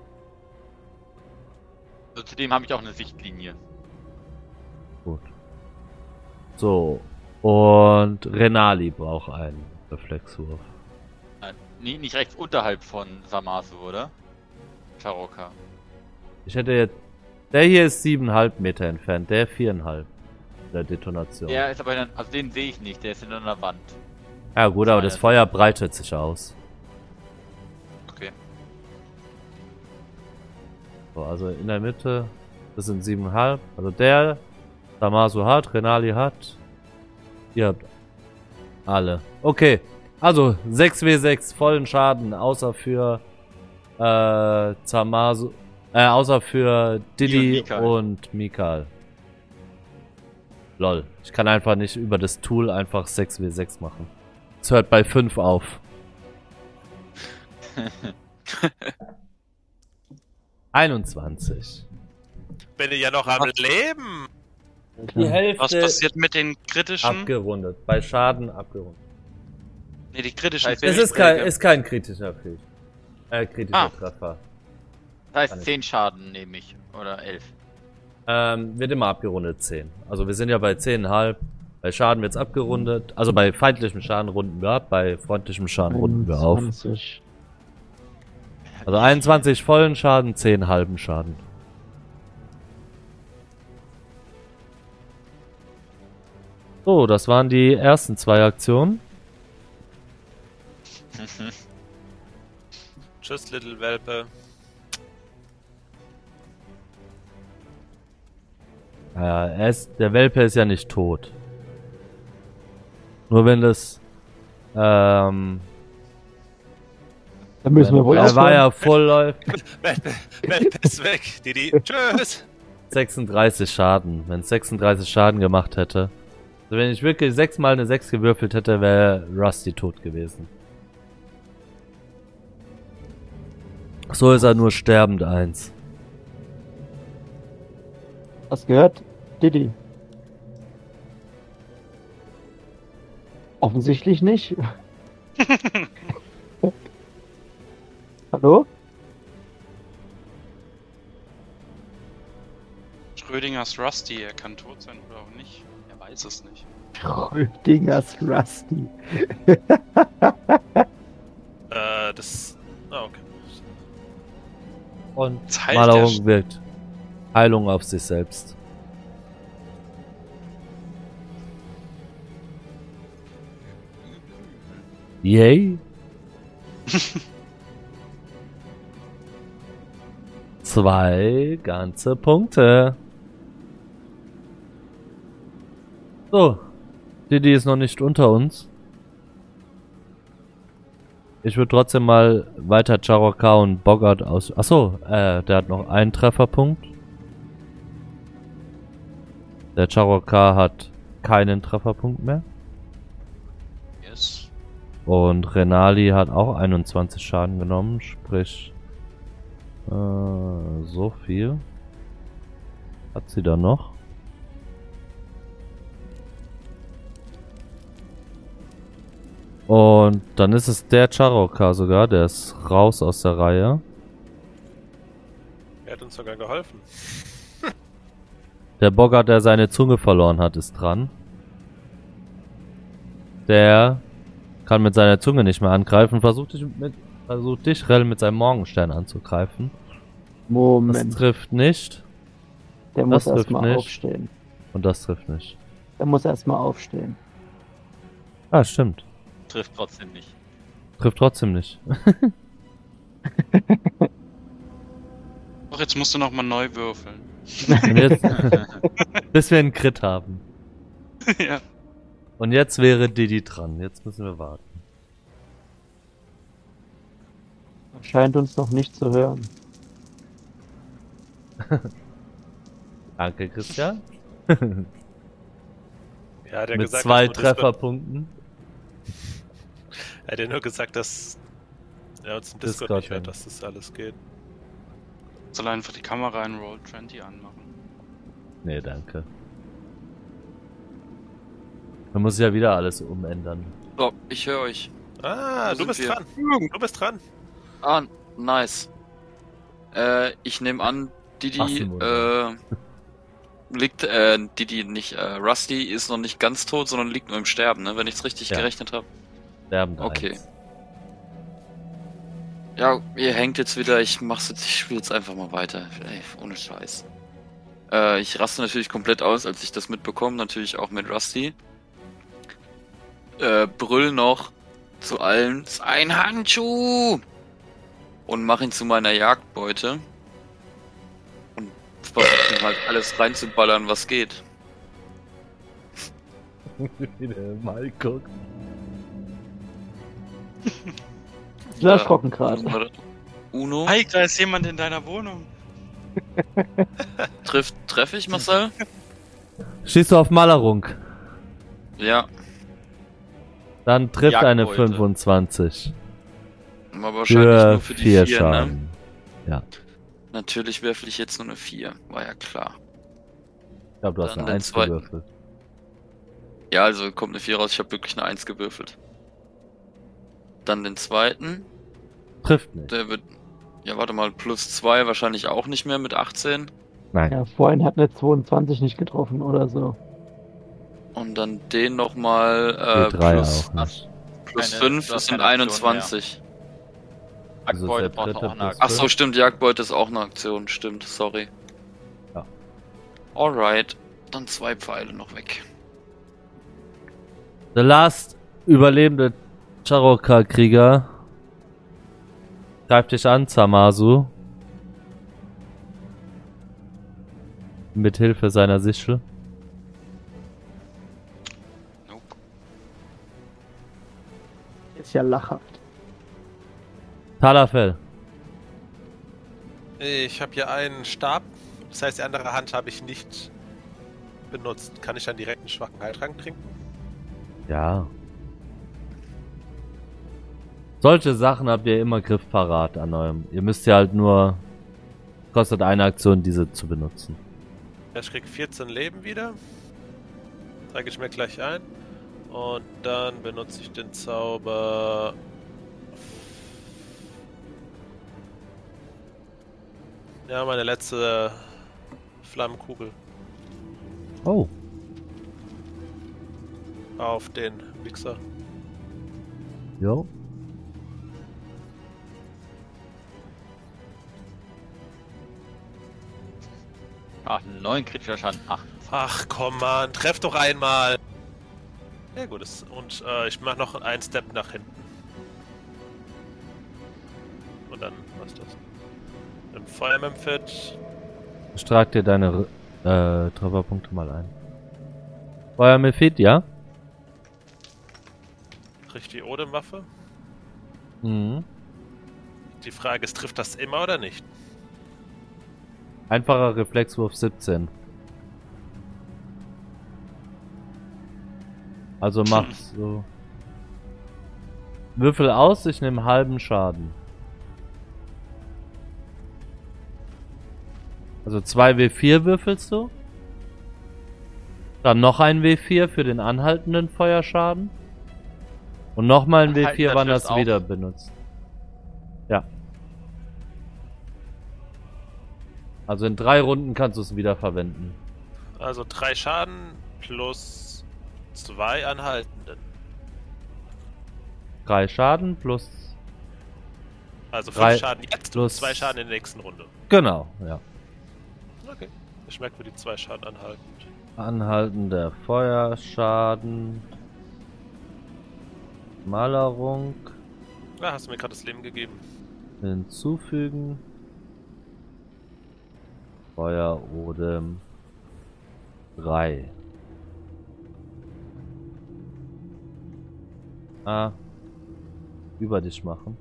Also zudem habe ich auch eine Sichtlinie. Gut. So. Und Renali braucht einen Reflexwurf. Nee, nicht rechts unterhalb von Zamasu, oder? Charoka. Ich hätte jetzt... Der hier ist 7,5 Meter entfernt, der 4,5 der Detonation. Der ist aber dann, also den sehe ich nicht, der ist in einer Wand. Ja gut, aber das Feuer breitet sich aus. Okay. So, also in der Mitte, das sind 7,5. Also der, Zamasu hat, Renali hat. Ihr habt alle. Okay, also 6w6 vollen Schaden, außer für Zamasu, außer für Diddy und Mikal. Lol, ich kann einfach nicht über das Tool einfach 6w6 machen. Es hört bei 5 auf. 21. Bin ich ja noch am Leben. Die Hälfte Was passiert mit den kritischen? abgerundet. Bei Schaden abgerundet. Ne, die kritischen Es Es ist kein kritischer Fehl. Kritischer Treffer. Das heißt 10 Schaden nehme ich. Oder 11. Wird immer abgerundet 10. Also wir sind ja bei 10,5. Bei Schaden wird's abgerundet. Also bei feindlichem Schaden runden wir ab, bei freundlichem Schaden runden wir auf. 21. Also 21 vollen Schaden, 10 halben Schaden. So, das waren die ersten 2 Aktionen. Tschüss, Little Welpe. Ja, der Welpe ist ja nicht tot. Nur wenn das, Da müssen wir wohl er war ja voll Welpe ist weg. Didi, tschüss. 36 Schaden. Wenn es 36 Schaden gemacht hätte. Also wenn ich wirklich 6 mal eine 6 gewürfelt hätte, wäre Rusty tot gewesen. So ist er nur sterbend 1. Hast gehört? Diddy. Offensichtlich nicht. Hallo? Schrödingers Rusty, er kann tot sein oder auch nicht. Er weiß es nicht. Schrödingers Rusty. Das... Ah, okay. Und Jetzt heilt Malerung wirkt. Heilung auf sich selbst. Yay. 2 ganze Punkte. So. Diddy ist noch nicht unter uns. Ich würde trotzdem mal weiter Charoka und Bogart aus... Achso, der hat noch einen Trefferpunkt. Der Charoka hat keinen Trefferpunkt mehr. Yes. Und Renali hat auch 21 Schaden genommen, sprich... so viel. Hat sie da noch? Und dann ist es der Charoka sogar, der ist raus aus der Reihe. Er hat uns sogar geholfen. Der Bogart, der seine Zunge verloren hat, ist dran. Der kann mit seiner Zunge nicht mehr angreifen. Versucht dich, Rell, mit seinem Morgenstern anzugreifen. Moment. Das trifft nicht. Der muss das trifft erstmal nicht. aufstehen. Und das trifft nicht. Der muss erstmal aufstehen. Ah, stimmt. Trifft trotzdem nicht. Trifft trotzdem nicht. Doch, jetzt musst du nochmal neu würfeln. Und jetzt, bis wir einen Crit haben. Ja. Und jetzt wäre Didi dran. Jetzt müssen wir warten. Scheint uns noch nicht zu hören. Danke, Christian. Ja, hat ja Mit gesagt, 2 dass nur Trefferpunkten. Er hat ja nur gesagt, dass er uns im Discord Discord, nicht hört, ja. dass das alles geht. Soll einfach die Kamera in Roll20 anmachen. Nee, danke. Man muss ja wieder alles umändern. So, ich höre euch. Ah, Wo du bist sind wir? dran. Du bist dran. Ah, nice. Ich nehme an, Didi, Didi nicht, Rusty ist noch nicht ganz tot, sondern liegt nur im Sterben, ne? Wenn ich es richtig Ja. gerechnet habe. Sterben Okay. 1. Ja, ihr hängt jetzt wieder, ich spiele jetzt einfach mal weiter. Ey, ohne Scheiß. Ich raste natürlich komplett aus, als ich das mitbekomme, natürlich auch mit Rusty. Brüll noch zu allen, ist ein Handschuh! Und mach ihn zu meiner Jagdbeute. Und versuche halt alles reinzuballern, was geht. Mal gucken. Sehr erschrocken gerade. Uno. Hi, da ist jemand in deiner Wohnung. Treffe ich, Marcel? Schießt du auf Malerung. Ja, Dann trifft eine Jagdbeute. 25. aber wahrscheinlich Für nur für die 4 4, ne? Schaden. Ja. Natürlich werfe ich jetzt nur eine 4, war ja klar. Ich glaube, du hast Dann eine den 1 zweiten. gewürfelt. Ja, also kommt eine 4 raus, ich habe wirklich eine 1 gewürfelt. Dann den zweiten, Trifft nicht. der wird, ja warte mal, plus 2 wahrscheinlich auch nicht mehr mit 18. Nein. Ja, vorhin hat eine 22 nicht getroffen oder so. Und dann den nochmal D3 plus, auch nicht. plus Keine- 5, du das hast sind keine Aktion 21. Also Jagdbeute der braucht dritte auch eine plus Aktion. Ach so, stimmt, Jagdbeute ist auch eine Aktion, stimmt, sorry. Ja. Alright, dann 2 Pfeile noch weg. The last überlebende Charoka-Krieger greift dich an, Zamasu. Mit Hilfe seiner Sichel. Nope. Ist ja lachhaft. Talafel. Ich habe hier einen Stab. Das heißt, die andere Hand habe ich nicht benutzt. Kann ich dann direkt einen schwachen Heiltrank trinken? Ja. Solche Sachen habt ihr immer griffparat an eurem. Ihr müsst ja halt nur. Kostet eine Aktion, diese zu benutzen. Ich krieg 14 Leben wieder. Trage ich mir gleich ein. Und dann benutze ich den Zauber. Ja, meine letzte Flammenkugel Oh. auf den Wichser. Jo. Ach, 9 kritischer Schaden. 8. Ach komm man, treff doch einmal. Ja gut, und ich mache noch einen Step nach hinten. Und dann was das? Im Fireman Fit. Ich trag dir deine Trefferpunkte mal ein. Feuer Mephit, ja? Krieg ich die Odem-Waffe? Mhm. Die Frage ist, trifft das immer oder nicht? Einfacher Reflexwurf 17. Also mach's so. Würfel aus, ich nehme halben Schaden. Also 2 W4 würfelst du. Dann noch ein W4 für den anhaltenden Feuerschaden. Und nochmal ein W4, Anhaltender wann trifft das auch. wieder benutzt. Ja. Also in 3 Runden kannst du es wieder verwenden. Also 3 Schaden plus 2 anhaltenden. 3 Schaden plus. Also 5 Drei Schaden jetzt plus- und 2 Schaden in der nächsten Runde. Genau, ja. Okay. Ich merke mir die 2 Schaden anhaltend. Anhaltender Feuerschaden. Malerung Ja, hast du mir gerade das Leben gegeben. hinzufügen. Feuerodem 3. Über dich machen.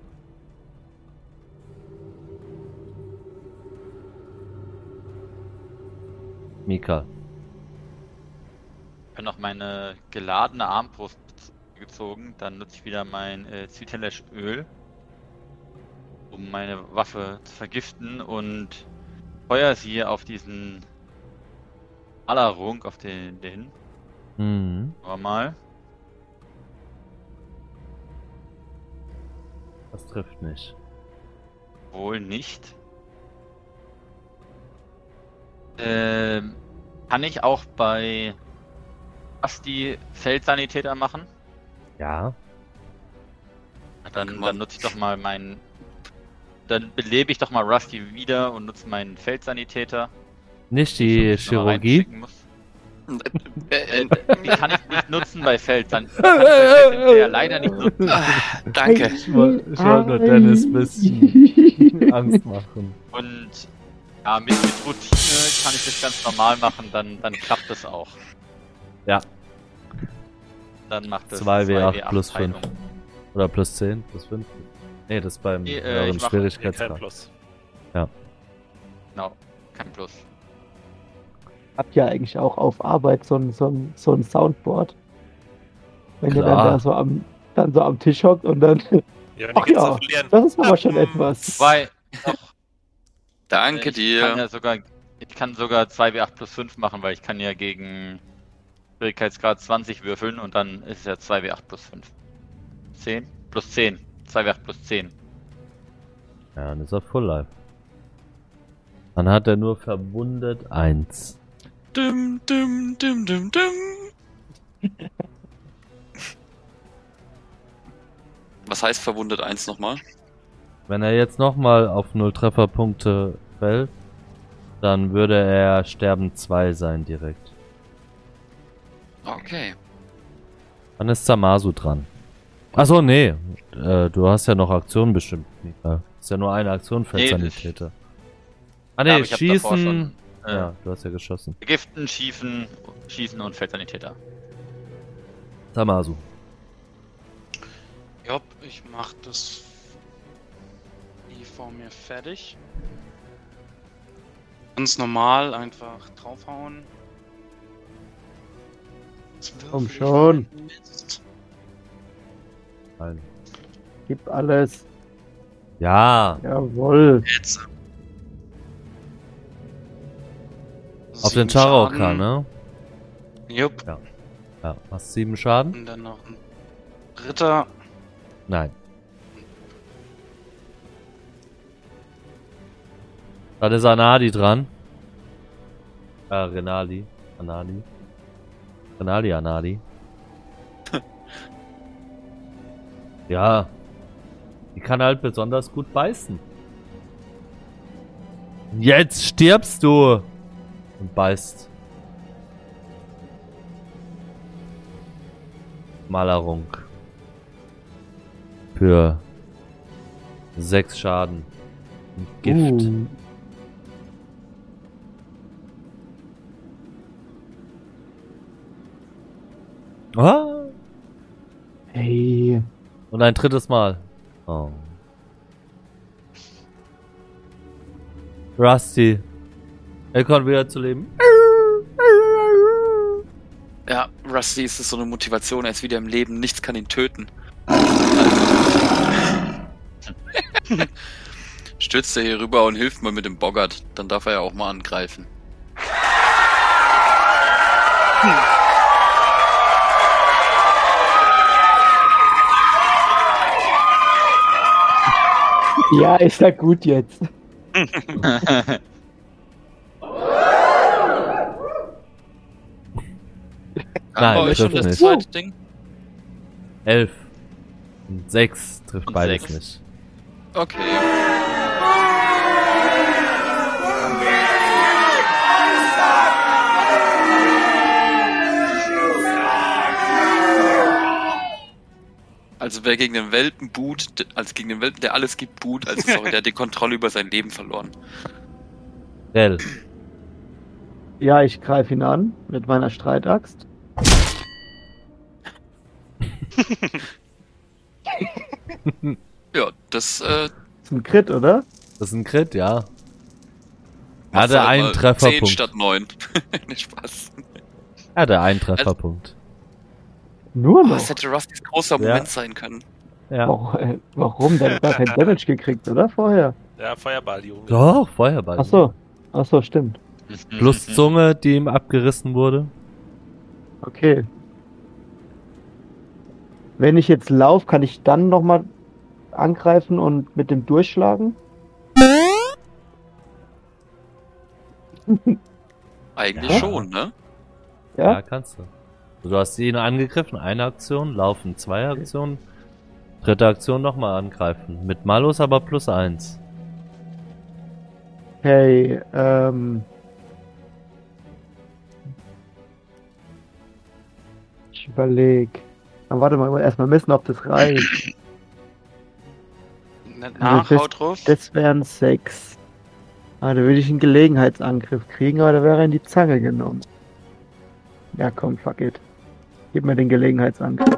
Mika. Ich habe noch meine geladene Armbrust gezogen. Dann nutze ich wieder mein Zitelesch-Öl, um meine Waffe zu vergiften und feuer sie auf diesen Alarunk, auf den. Mhm. Normal. Das trifft nicht. Wohl nicht. Kann ich auch bei Asti Feldsanitäter machen? Ja. Dann nutze ich doch mal meinen. Dann belebe ich doch mal Rusty wieder und nutze meinen Feldsanitäter. Nicht den die ich noch mal Chirurgie. reinschicken muss. Die kann ich nicht nutzen bei Feldsanitäter. Leider nicht nutzen. Danke. Ich wollte nur Dennis ein bisschen Angst machen. Und ja, mit Routine kann ich das ganz normal machen, dann klappt das auch. Ja. Dann macht das 2W8 plus 5. Heilung. Oder plus 10, plus 5. Nee, das ist beim Nee, höheren ich mach- Kein Schwierigkeitsgrad. Plus. Genau, kein Plus. Habt ihr eigentlich auch auf Arbeit so ein Soundboard? Wenn ihr Klar. dann so am Tisch hockt und dann. Ja, wenn Ach die Kids ja, da verlieren. das ist aber schon etwas. Wobei, Danke ich dir. kann sogar 2W8 plus 5 machen, weil ich kann ja gegen Schwierigkeitsgrad 20 würfeln und dann ist es ja 2W8 plus 5. 10? Plus 10. 2W8 plus 10. Ja, dann ist er Full Life. Dann hat er nur verwundet 1. Dum, dum, dum, dum, dum. Was heißt verwundet 1 nochmal? Wenn er jetzt nochmal auf 0 Trefferpunkte fällt, dann würde er Sterben 2 sein direkt. Okay. Dann ist Zamasu dran. Achso, nee. Du hast ja noch Aktionen bestimmt, Mika. Ist ja nur eine Aktion für Nee, Sanitäter. Ja, Ah nee, aber ich hab davor schießen. schon, Ja, du hast ja geschossen. Giften, Schießen und Feldsanitäter. Zamasu. Jopp, ich mach das die vor mir fertig. Ganz normal, einfach draufhauen. Jetzt Komm würfel ich schon. Mist. Nein. Gib alles. Ja, Jawohl. Jetzt. auf den 7 Charoka, Schaden. ne? Jupp. Ja, hast 7 Schaden? Und dann noch ein dritter. Nein. Dann ist Anadi dran. Renali. Anadi. Renali, Anadi. Ja. Die kann halt besonders gut beißen. Jetzt stirbst du! Und beißt. Malerung. Für 6 Schaden. Und Gift. Ah. Hey. Und ein drittes Mal. Oh. Rusty. Er kommt wieder zu leben. Ja, Rusty ist es so eine Motivation, er ist wieder im Leben, nichts kann ihn töten. Stürzt er hier rüber und hilft mal mit dem Boggart, dann darf er ja auch mal angreifen. Ja, ist ja gut jetzt. Nein, bei euch schon trifft das nicht. zweite Ding? 11. Und 6 trifft Und beides 6. nicht. Okay. Also wer gegen den Welpen boot, also gegen den Welpen, der alles gibt, boot, also sorry, der hat die Kontrolle über sein Leben verloren. Rell. Ja, ich greife ihn an mit meiner Streitaxt. Ja, das, Das ist ein Crit, oder? Das ist ein Crit, ja. macht Hatte halt einen mal 10 Trefferpunkt. statt 9. Nicht Spaß. Hatte einen Trefferpunkt. Nur Oh, noch. das hätte Rustys großer Ja. Moment sein können. Ja. Warum? Der hat gar kein Damage gekriegt, oder? Vorher. Ja, Feuerball, Junge. Doch, Feuerball. Ach so, stimmt. Plus Zunge, die ihm abgerissen wurde. Okay. Wenn ich jetzt laufe, kann ich dann nochmal angreifen und mit dem durchschlagen? Eigentlich Ja. schon, ne? Ja, Ja? kannst du. Du hast ihn angegriffen, eine Aktion, laufen 2 Aktionen, dritte Aktion nochmal angreifen. Mit Malus aber +1. Okay, ich überlege. Warte mal, ich muss erstmal messen, ob das reicht. Haut drauf. Das wären 6. Ah, da würde ich einen Gelegenheitsangriff kriegen, aber da wäre er in die Zange genommen. Ja, komm, fuck it. Gib mir den Gelegenheitsangriff.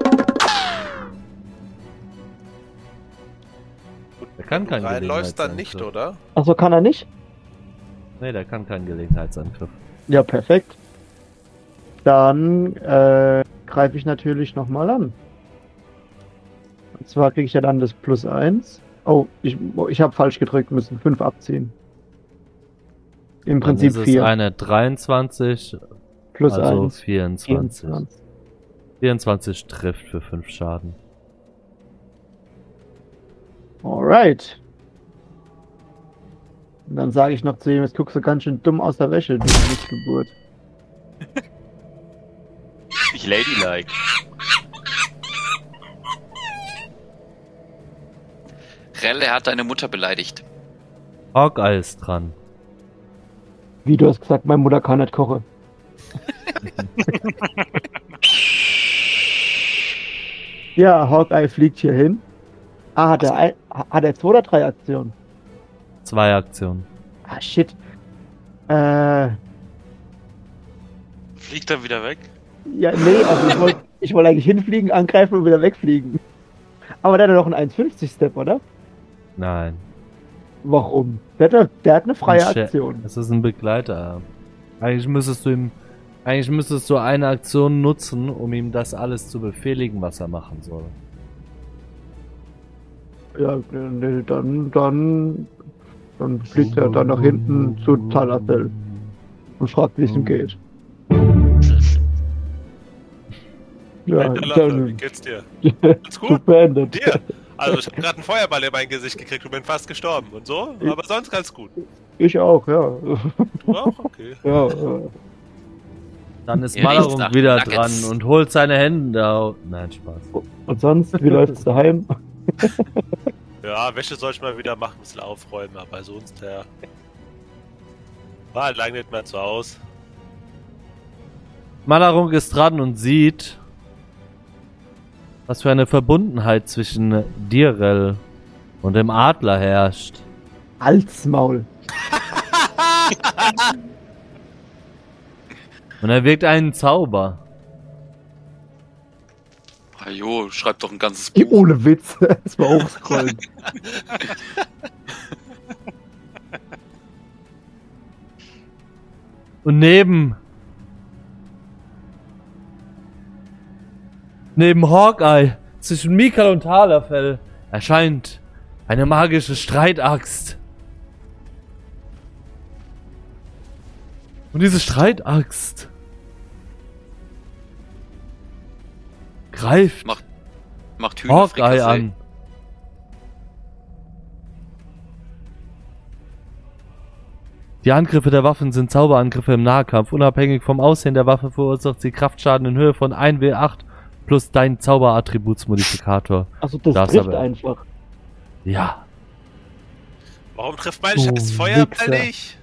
Der kann keinen Reinläufst dann nicht, Gelegenheitsangriff. oder? Achso, kann er nicht? Nee, der kann keinen Gelegenheitsangriff. Ja, perfekt. Dann greife ich natürlich nochmal an. Und zwar kriege ich ja dann das +1. Oh, ich habe falsch gedrückt, müssen 5 abziehen. Im Dann Prinzip ist es 4 eine 23, plus also 1. 24. 24. 24 trifft für 5 Schaden. Alright. Und dann sage ich noch zu ihm, jetzt guckst du ganz schön dumm aus der Wäsche, du Missgeburt. Ich ladylike. Rell, er hat deine Mutter beleidigt. Hawkeye ist dran. Wie du hast gesagt, meine Mutter kann nicht kochen. Ja, Hawkeye fliegt hier hin. Ah, hat er 2 oder 3 Aktionen? 2 Aktionen. Ah, shit. Fliegt er wieder weg? Ja, nee, also ich wollte eigentlich hinfliegen, angreifen und wieder wegfliegen. Aber der hat doch einen 1,50 Step, oder? Nein. Warum? Der hat eine freie Ein Sche- Aktion. Es ist ein Begleiter. Eigentlich müsstest du eine Aktion nutzen, um ihm das alles zu befehligen, was er machen soll. Ja, nee, dann fliegt er dann nach hinten zu Talasel und fragt, wie es ihm geht. Ja, Hey, Talata, wie dann geht's dir? Alles zu gut? beendet. Dir? Also ich habe gerade einen Feuerball in mein Gesicht gekriegt und bin fast gestorben und so, aber sonst ganz gut. Ich auch, ja. Du auch? Okay. Ja, Dann ist Ja, Malarung ich sag wieder Nuggets. dran und holt seine Hände auf. Nein, Spaß. und sonst, wie läuft's daheim? Ja, Wäsche soll ich mal wieder machen, ein bisschen aufräumen, aber sonst, ja. War halt lange nicht mehr zu Hause. Malarung ist dran und sieht, was für eine Verbundenheit zwischen dir, Rell, und dem Adler herrscht. Halsmaul. Und er wirkt einen Zauber. Ajo, schreib doch ein ganzes Buch. Ohne Witz. Erstmal hochscrollen. Und neben Hawkeye, zwischen Mikael und Talafel, erscheint eine magische Streitaxt. Und diese Streitaxt greift Macht Hawkeye Hühnerfrikassee. an. Die Angriffe der Waffen sind Zauberangriffe im Nahkampf. Unabhängig vom Aussehen der Waffe verursacht sie Kraftschaden in Höhe von 1W8 plus dein Zauberattributsmodifikator. Also das Das trifft aber- einfach. Ja. Warum trifft mein Du scheiß Feuerball Wichser. nicht?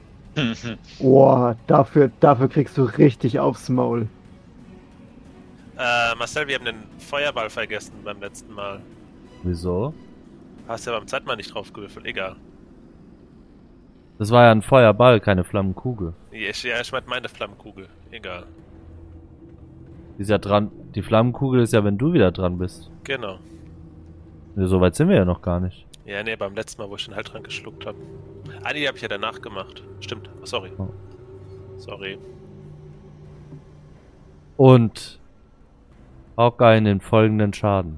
Boah, dafür kriegst du richtig aufs Maul. Marcel, wir haben den Feuerball vergessen beim letzten Mal. Wieso? Hast ja beim zweiten Mal nicht drauf gewürfelt, egal. Das war ja ein Feuerball, keine Flammenkugel. Ich meinte meine Flammenkugel, egal. Die ist ja dran. Die Flammenkugel ist ja, wenn du wieder dran bist. Genau. Ja, so weit sind wir ja noch gar nicht. Ja, nee, beim letzten Mal, wo ich den Heiltrank geschluckt habe. Ah, die habe ich ja danach gemacht. Stimmt, oh, sorry. Oh. Sorry. Und Hawkeye in den folgenden Schaden.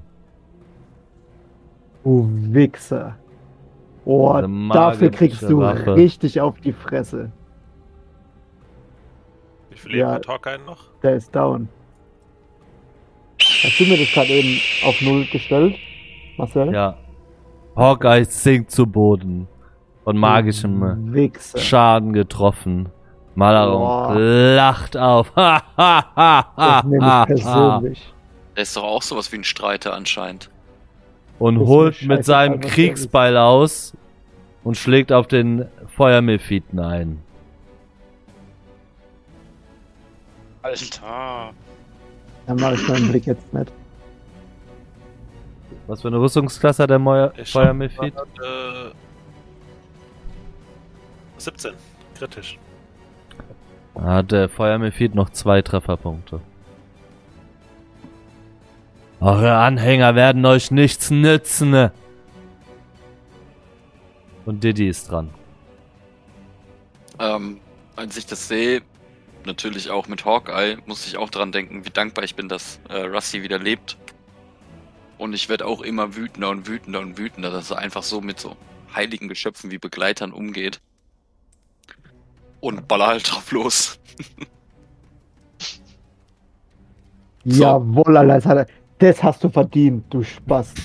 Du Wichser. Oh, Eine dafür magische kriegst du Waffe. richtig auf die Fresse. Wie viel Leben Ja. hat Hawkeye noch? Der ist down. Hast du mir das gerade eben auf 0 gestellt, Marcel? Ja. Hawkeye sinkt zu Boden. Von magischem Wichser. Schaden getroffen. Malarung Boah. lacht auf. Das nehme ich persönlich. Der ist doch auch sowas wie ein Streiter anscheinend. Und Das ist holt mir mit seinem scheißegal, was Kriegsbeil aus und schlägt auf den Feuermephiten ein. Alter. Dann mache ich meinen Blick jetzt nicht. Was für eine Rüstungsklasse hat der Feuermephit? 17. Kritisch. Da hat der Feuermephit noch 2 Trefferpunkte. Eure Anhänger werden euch nichts nützen. Und Diddy ist dran. Als ich das sehe, natürlich auch mit Hawkeye, muss ich auch dran denken, wie dankbar ich bin, dass Rusty wieder lebt. Und ich werde auch immer wütender und wütender und wütender, dass er einfach so mit so heiligen Geschöpfen wie Begleitern umgeht. Und baller halt drauf los. So. Jawohl, Alter, das hast du verdient, du Spaß.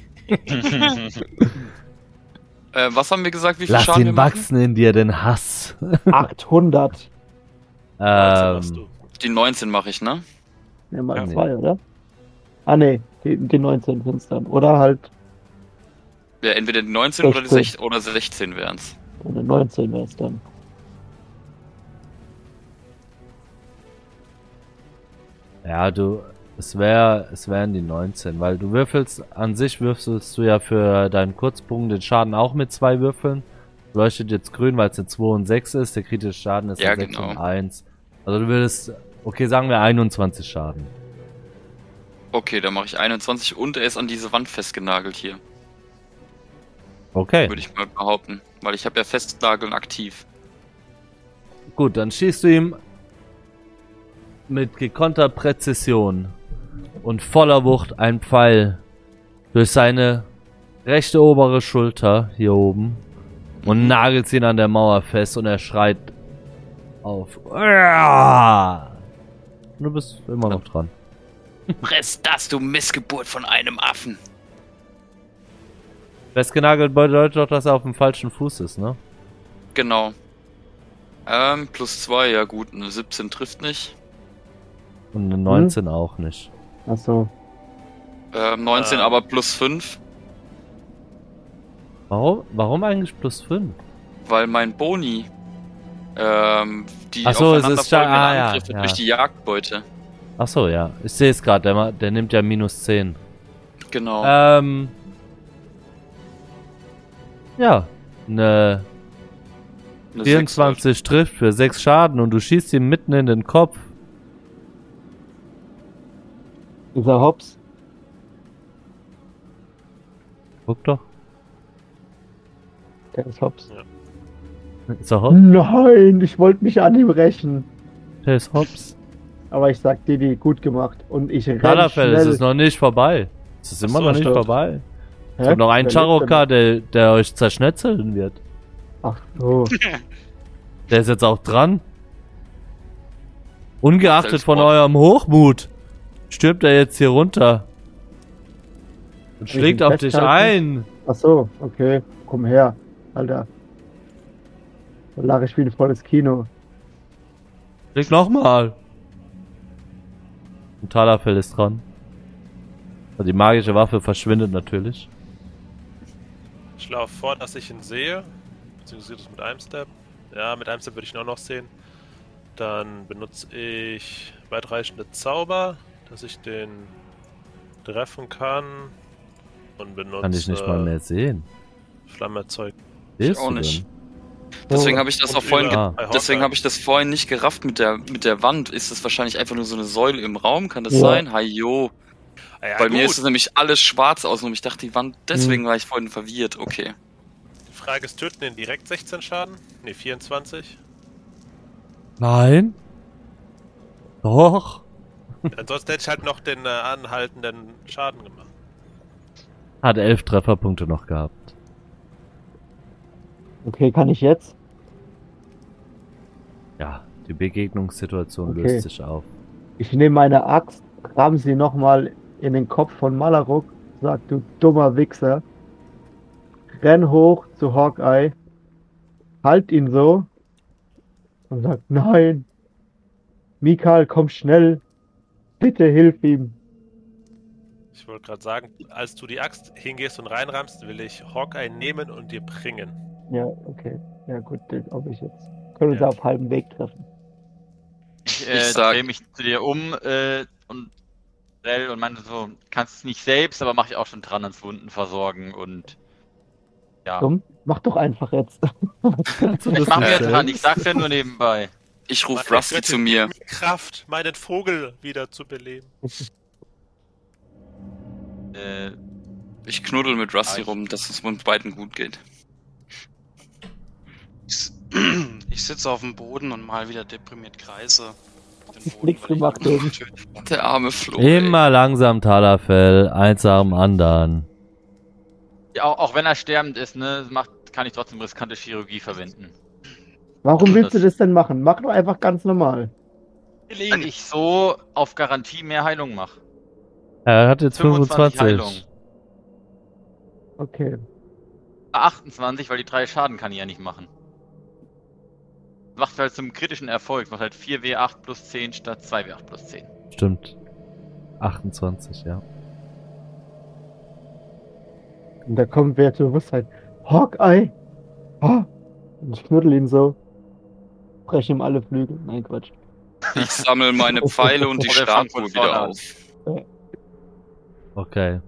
Was haben wir gesagt, wie viel Lass Schaden wir ihn machen? wachsen in dir, den Hass. 800. Machst du. Die 19 mache ich, ne? Ne, mal Ja. 2, oder? Ah, ne, die 19 sind's dann. Oder halt, Ja, entweder die 19 oder die 16. 16 oder 16 wären's. oder 19 wär's dann. Ja, es wären die 19, weil du würfelst, an sich würfelst du ja für deinen Kurzbogen den Schaden auch mit 2 Würfeln. Leuchtet jetzt grün, weil es eine 2 und 6 ist, der kritische Schaden ist Ja, eine 6 genau. und 1. Also du würdest, okay, sagen wir 21 Schaden. Okay, dann mache ich 21 und er ist an diese Wand festgenagelt hier, Okay, würde ich mal behaupten. Weil ich habe ja Festnageln aktiv. gut, dann schießt du ihm mit gekonnter Präzision und voller Wucht einen Pfeil durch seine rechte obere Schulter hier oben und nagelst ihn an der Mauer fest und er schreit auf. Du bist immer noch dran. Fress das, du Missgeburt von einem Affen. Festgenagelt bedeutet doch, dass er auf dem falschen Fuß ist, ne? Genau. Plus 2, ja gut, eine 17 trifft nicht. Und eine 19 auch nicht. Achso. 19 aber plus 5, Warum eigentlich plus 5? weil mein Boni, die Ach so, es ist aufeinanderfolgenden ja, Angriffe ja. durch die Jagdbeute. Ach so, ja. Ich sehe es gerade, der nimmt ja minus 10. Genau. Ja, eine Eine 24 trifft für 6 Schaden und du schießt ihm mitten in den Kopf. Dieser Hops. Guck doch. Der ist Hops. Ist er Hops? Nein, ich wollte mich an ihm rächen. Der ist Hops. Aber ich sag Didi, gut gemacht. Und ich renn Kalafell, es schnell. ist noch nicht vorbei. Es ist immer Ach so, noch nicht stimmt. vorbei. Es Hä? gibt noch einen Wer lebt Charoka, der euch zerschnetzeln wird. Ach so. Der ist jetzt auch dran. Ungeachtet von Selbstmord. eurem Hochmut stürmt er jetzt hier runter. Und Will schlägt ich ihn auf dich festhalten? ein. Ach so, okay. Komm her, Alter. Da lache ich wie ein volles Kino. Schlägt nochmal. Und Talafell ist dran. Also die magische Waffe verschwindet natürlich. Ich laufe vor, dass ich ihn sehe. Beziehungsweise das mit einem Step. Ja, mit einem Step würde ich ihn auch noch sehen. Dann benutze ich weitreichende Zauber. dass ich den treffen kann und benutze Kann ich nicht mal mehr sehen. Flammeerzeug. Siehst auch du nicht. denn? Deswegen habe ich das auch vorhin, Ah. deswegen habe ich das vorhin nicht gerafft mit der Wand. Ist das wahrscheinlich einfach nur so eine Säule im Raum? Kann das Ja. sein? Hajo. Ah, ja, Bei mir gut. ist es nämlich alles schwarz aus und ich dachte, die Wand, deswegen war ich vorhin verwirrt. Okay. Die Frage ist, töten den direkt 16 Schaden? Ne, 24. Nein. Doch. Ansonsten hätte ich halt noch den anhaltenden Schaden gemacht. Hat 11 Trefferpunkte noch gehabt. Okay, kann ich jetzt? Ja, die Begegnungssituation Okay. löst sich auf. Ich nehme meine Axt, ramm sie nochmal in den Kopf von Malaruk, sag, du dummer Wichser. Renn hoch zu Hawkeye, halt ihn so und sag, nein, Mikael, komm schnell, bitte hilf ihm. Ich wollte gerade sagen, als du die Axt hingehst und reinrammst, will ich Hawkeye nehmen und dir bringen. Ja, okay, ja gut, ob ich jetzt, können uns Ja. auf halbem Weg treffen. Ich sag- drehe mich zu dir um und meinte so, kannst es nicht selbst, aber mach ich auch schon dran ans Wunden versorgen und ja. Dumm, mach doch einfach jetzt. Ich mach mir jetzt dran, ich sag's ja nur nebenbei. Ich rufe Meine Rusty Göttin zu mir. gibt mir Kraft, meinen Vogel wieder zu beleben. Ich knuddel mit Rusty Ah, rum, dass es uns beiden gut geht. Ich sitze auf dem Boden und mal wieder deprimiert Kreise. auf den Boden, Nichts weil ich gemacht, jemanden oben. getötet habe. Der arme Flo. ey. Immer langsam, Talafel. Eins nach dem anderen. Ja, auch wenn er sterbend ist, ne, kann ich trotzdem riskante Chirurgie verwenden. Warum willst du Das- das denn machen? Mach doch einfach ganz normal. Weil ich so auf Garantie mehr Heilung mache. Er hat jetzt 25. Heilung. Okay. 28, weil die 3 Schaden kann ich ja nicht machen. Macht halt zum kritischen Erfolg. Macht halt 4W8 plus 10 statt 2W8 plus 10. Stimmt. 28, ja. Und da kommt wer zur Bewusstheit. Hawkeye! Oh! Und ich knuddel ihn so. Breche ihm alle Flügel. Nein, Quatsch. Ich sammle meine Pfeile und die Oder fang Statue von vorne wieder an. auf. Okay.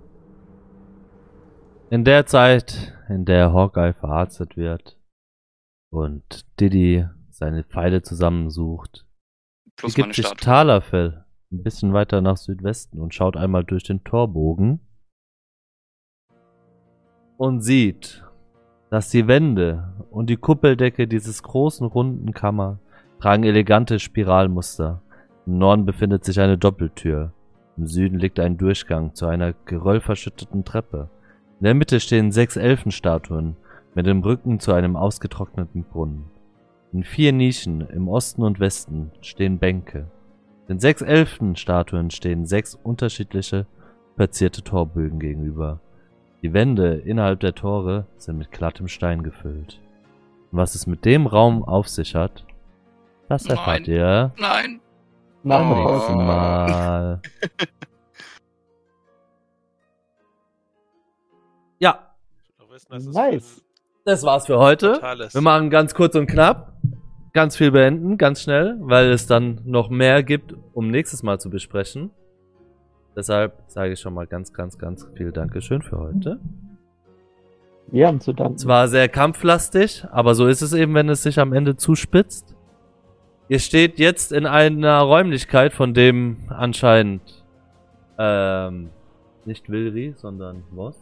In der Zeit, in der Hawkeye verarztet wird und Diddy seine Pfeile zusammensucht, Plus begibt meine sich Statue. Talafel ein bisschen weiter nach Südwesten und schaut einmal durch den Torbogen und sieht, dass die Wände und die Kuppeldecke dieses großen runden Kammer tragen elegante Spiralmuster. Im Norden befindet sich eine Doppeltür. Im Süden liegt ein Durchgang zu einer geröllverschütteten Treppe. In der Mitte stehen 6 Elfenstatuen mit dem Rücken zu einem ausgetrockneten Brunnen. In 4 Nischen im Osten und Westen stehen Bänke. Den 6 Elfenstatuen stehen 6 unterschiedliche verzierte Torbögen gegenüber. Die Wände innerhalb der Tore sind mit glattem Stein gefüllt. Und was es mit dem Raum auf sich hat, das erfahrt Nein. ihr Nein. Nach beim dem Oh. nächsten Mal. Ja, Doch wissen, dass es Nice. das war's für heute. totales. Wir machen ganz kurz und knapp. Ganz viel beenden, ganz schnell, weil es dann noch mehr gibt, um nächstes Mal zu besprechen. Deshalb sage ich schon mal ganz viel Dankeschön für heute. Wir haben zu danken. Es war sehr kampflastig, aber so ist es eben, wenn es sich am Ende zuspitzt. Ihr steht jetzt in einer Räumlichkeit, von dem anscheinend nicht Wilri, sondern Voss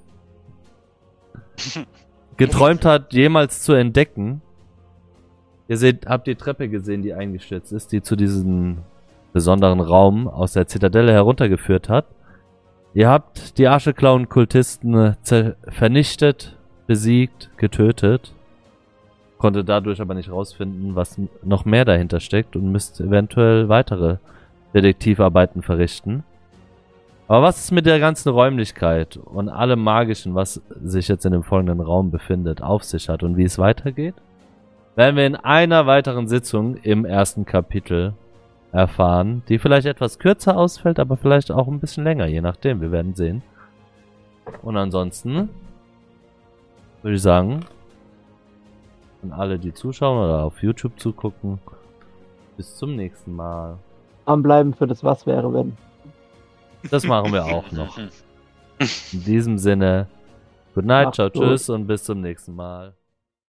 geträumt hat, jemals zu entdecken. Ihr habt die Treppe gesehen, die eingestürzt ist, die zu diesem besonderen Raum aus der Zitadelle heruntergeführt hat. Ihr habt die Ascheklauen-Kultisten vernichtet, besiegt, getötet. Konnte dadurch aber nicht rausfinden, was noch mehr dahinter steckt und müsst eventuell weitere Detektivarbeiten verrichten. Aber was ist mit der ganzen Räumlichkeit und allem Magischen, was sich jetzt in dem folgenden Raum befindet, auf sich hat und wie es weitergeht? Werden wir in einer weiteren Sitzung im ersten Kapitel erfahren, die vielleicht etwas kürzer ausfällt, aber vielleicht auch ein bisschen länger, je nachdem, wir werden sehen. Und ansonsten würde ich sagen, an alle, die zuschauen oder auf YouTube zugucken, bis zum nächsten Mal. Anbleiben für das Was wäre, wenn. Das machen wir auch noch. In diesem Sinne, good night, Macht's ciao, gut. tschüss und bis zum nächsten Mal.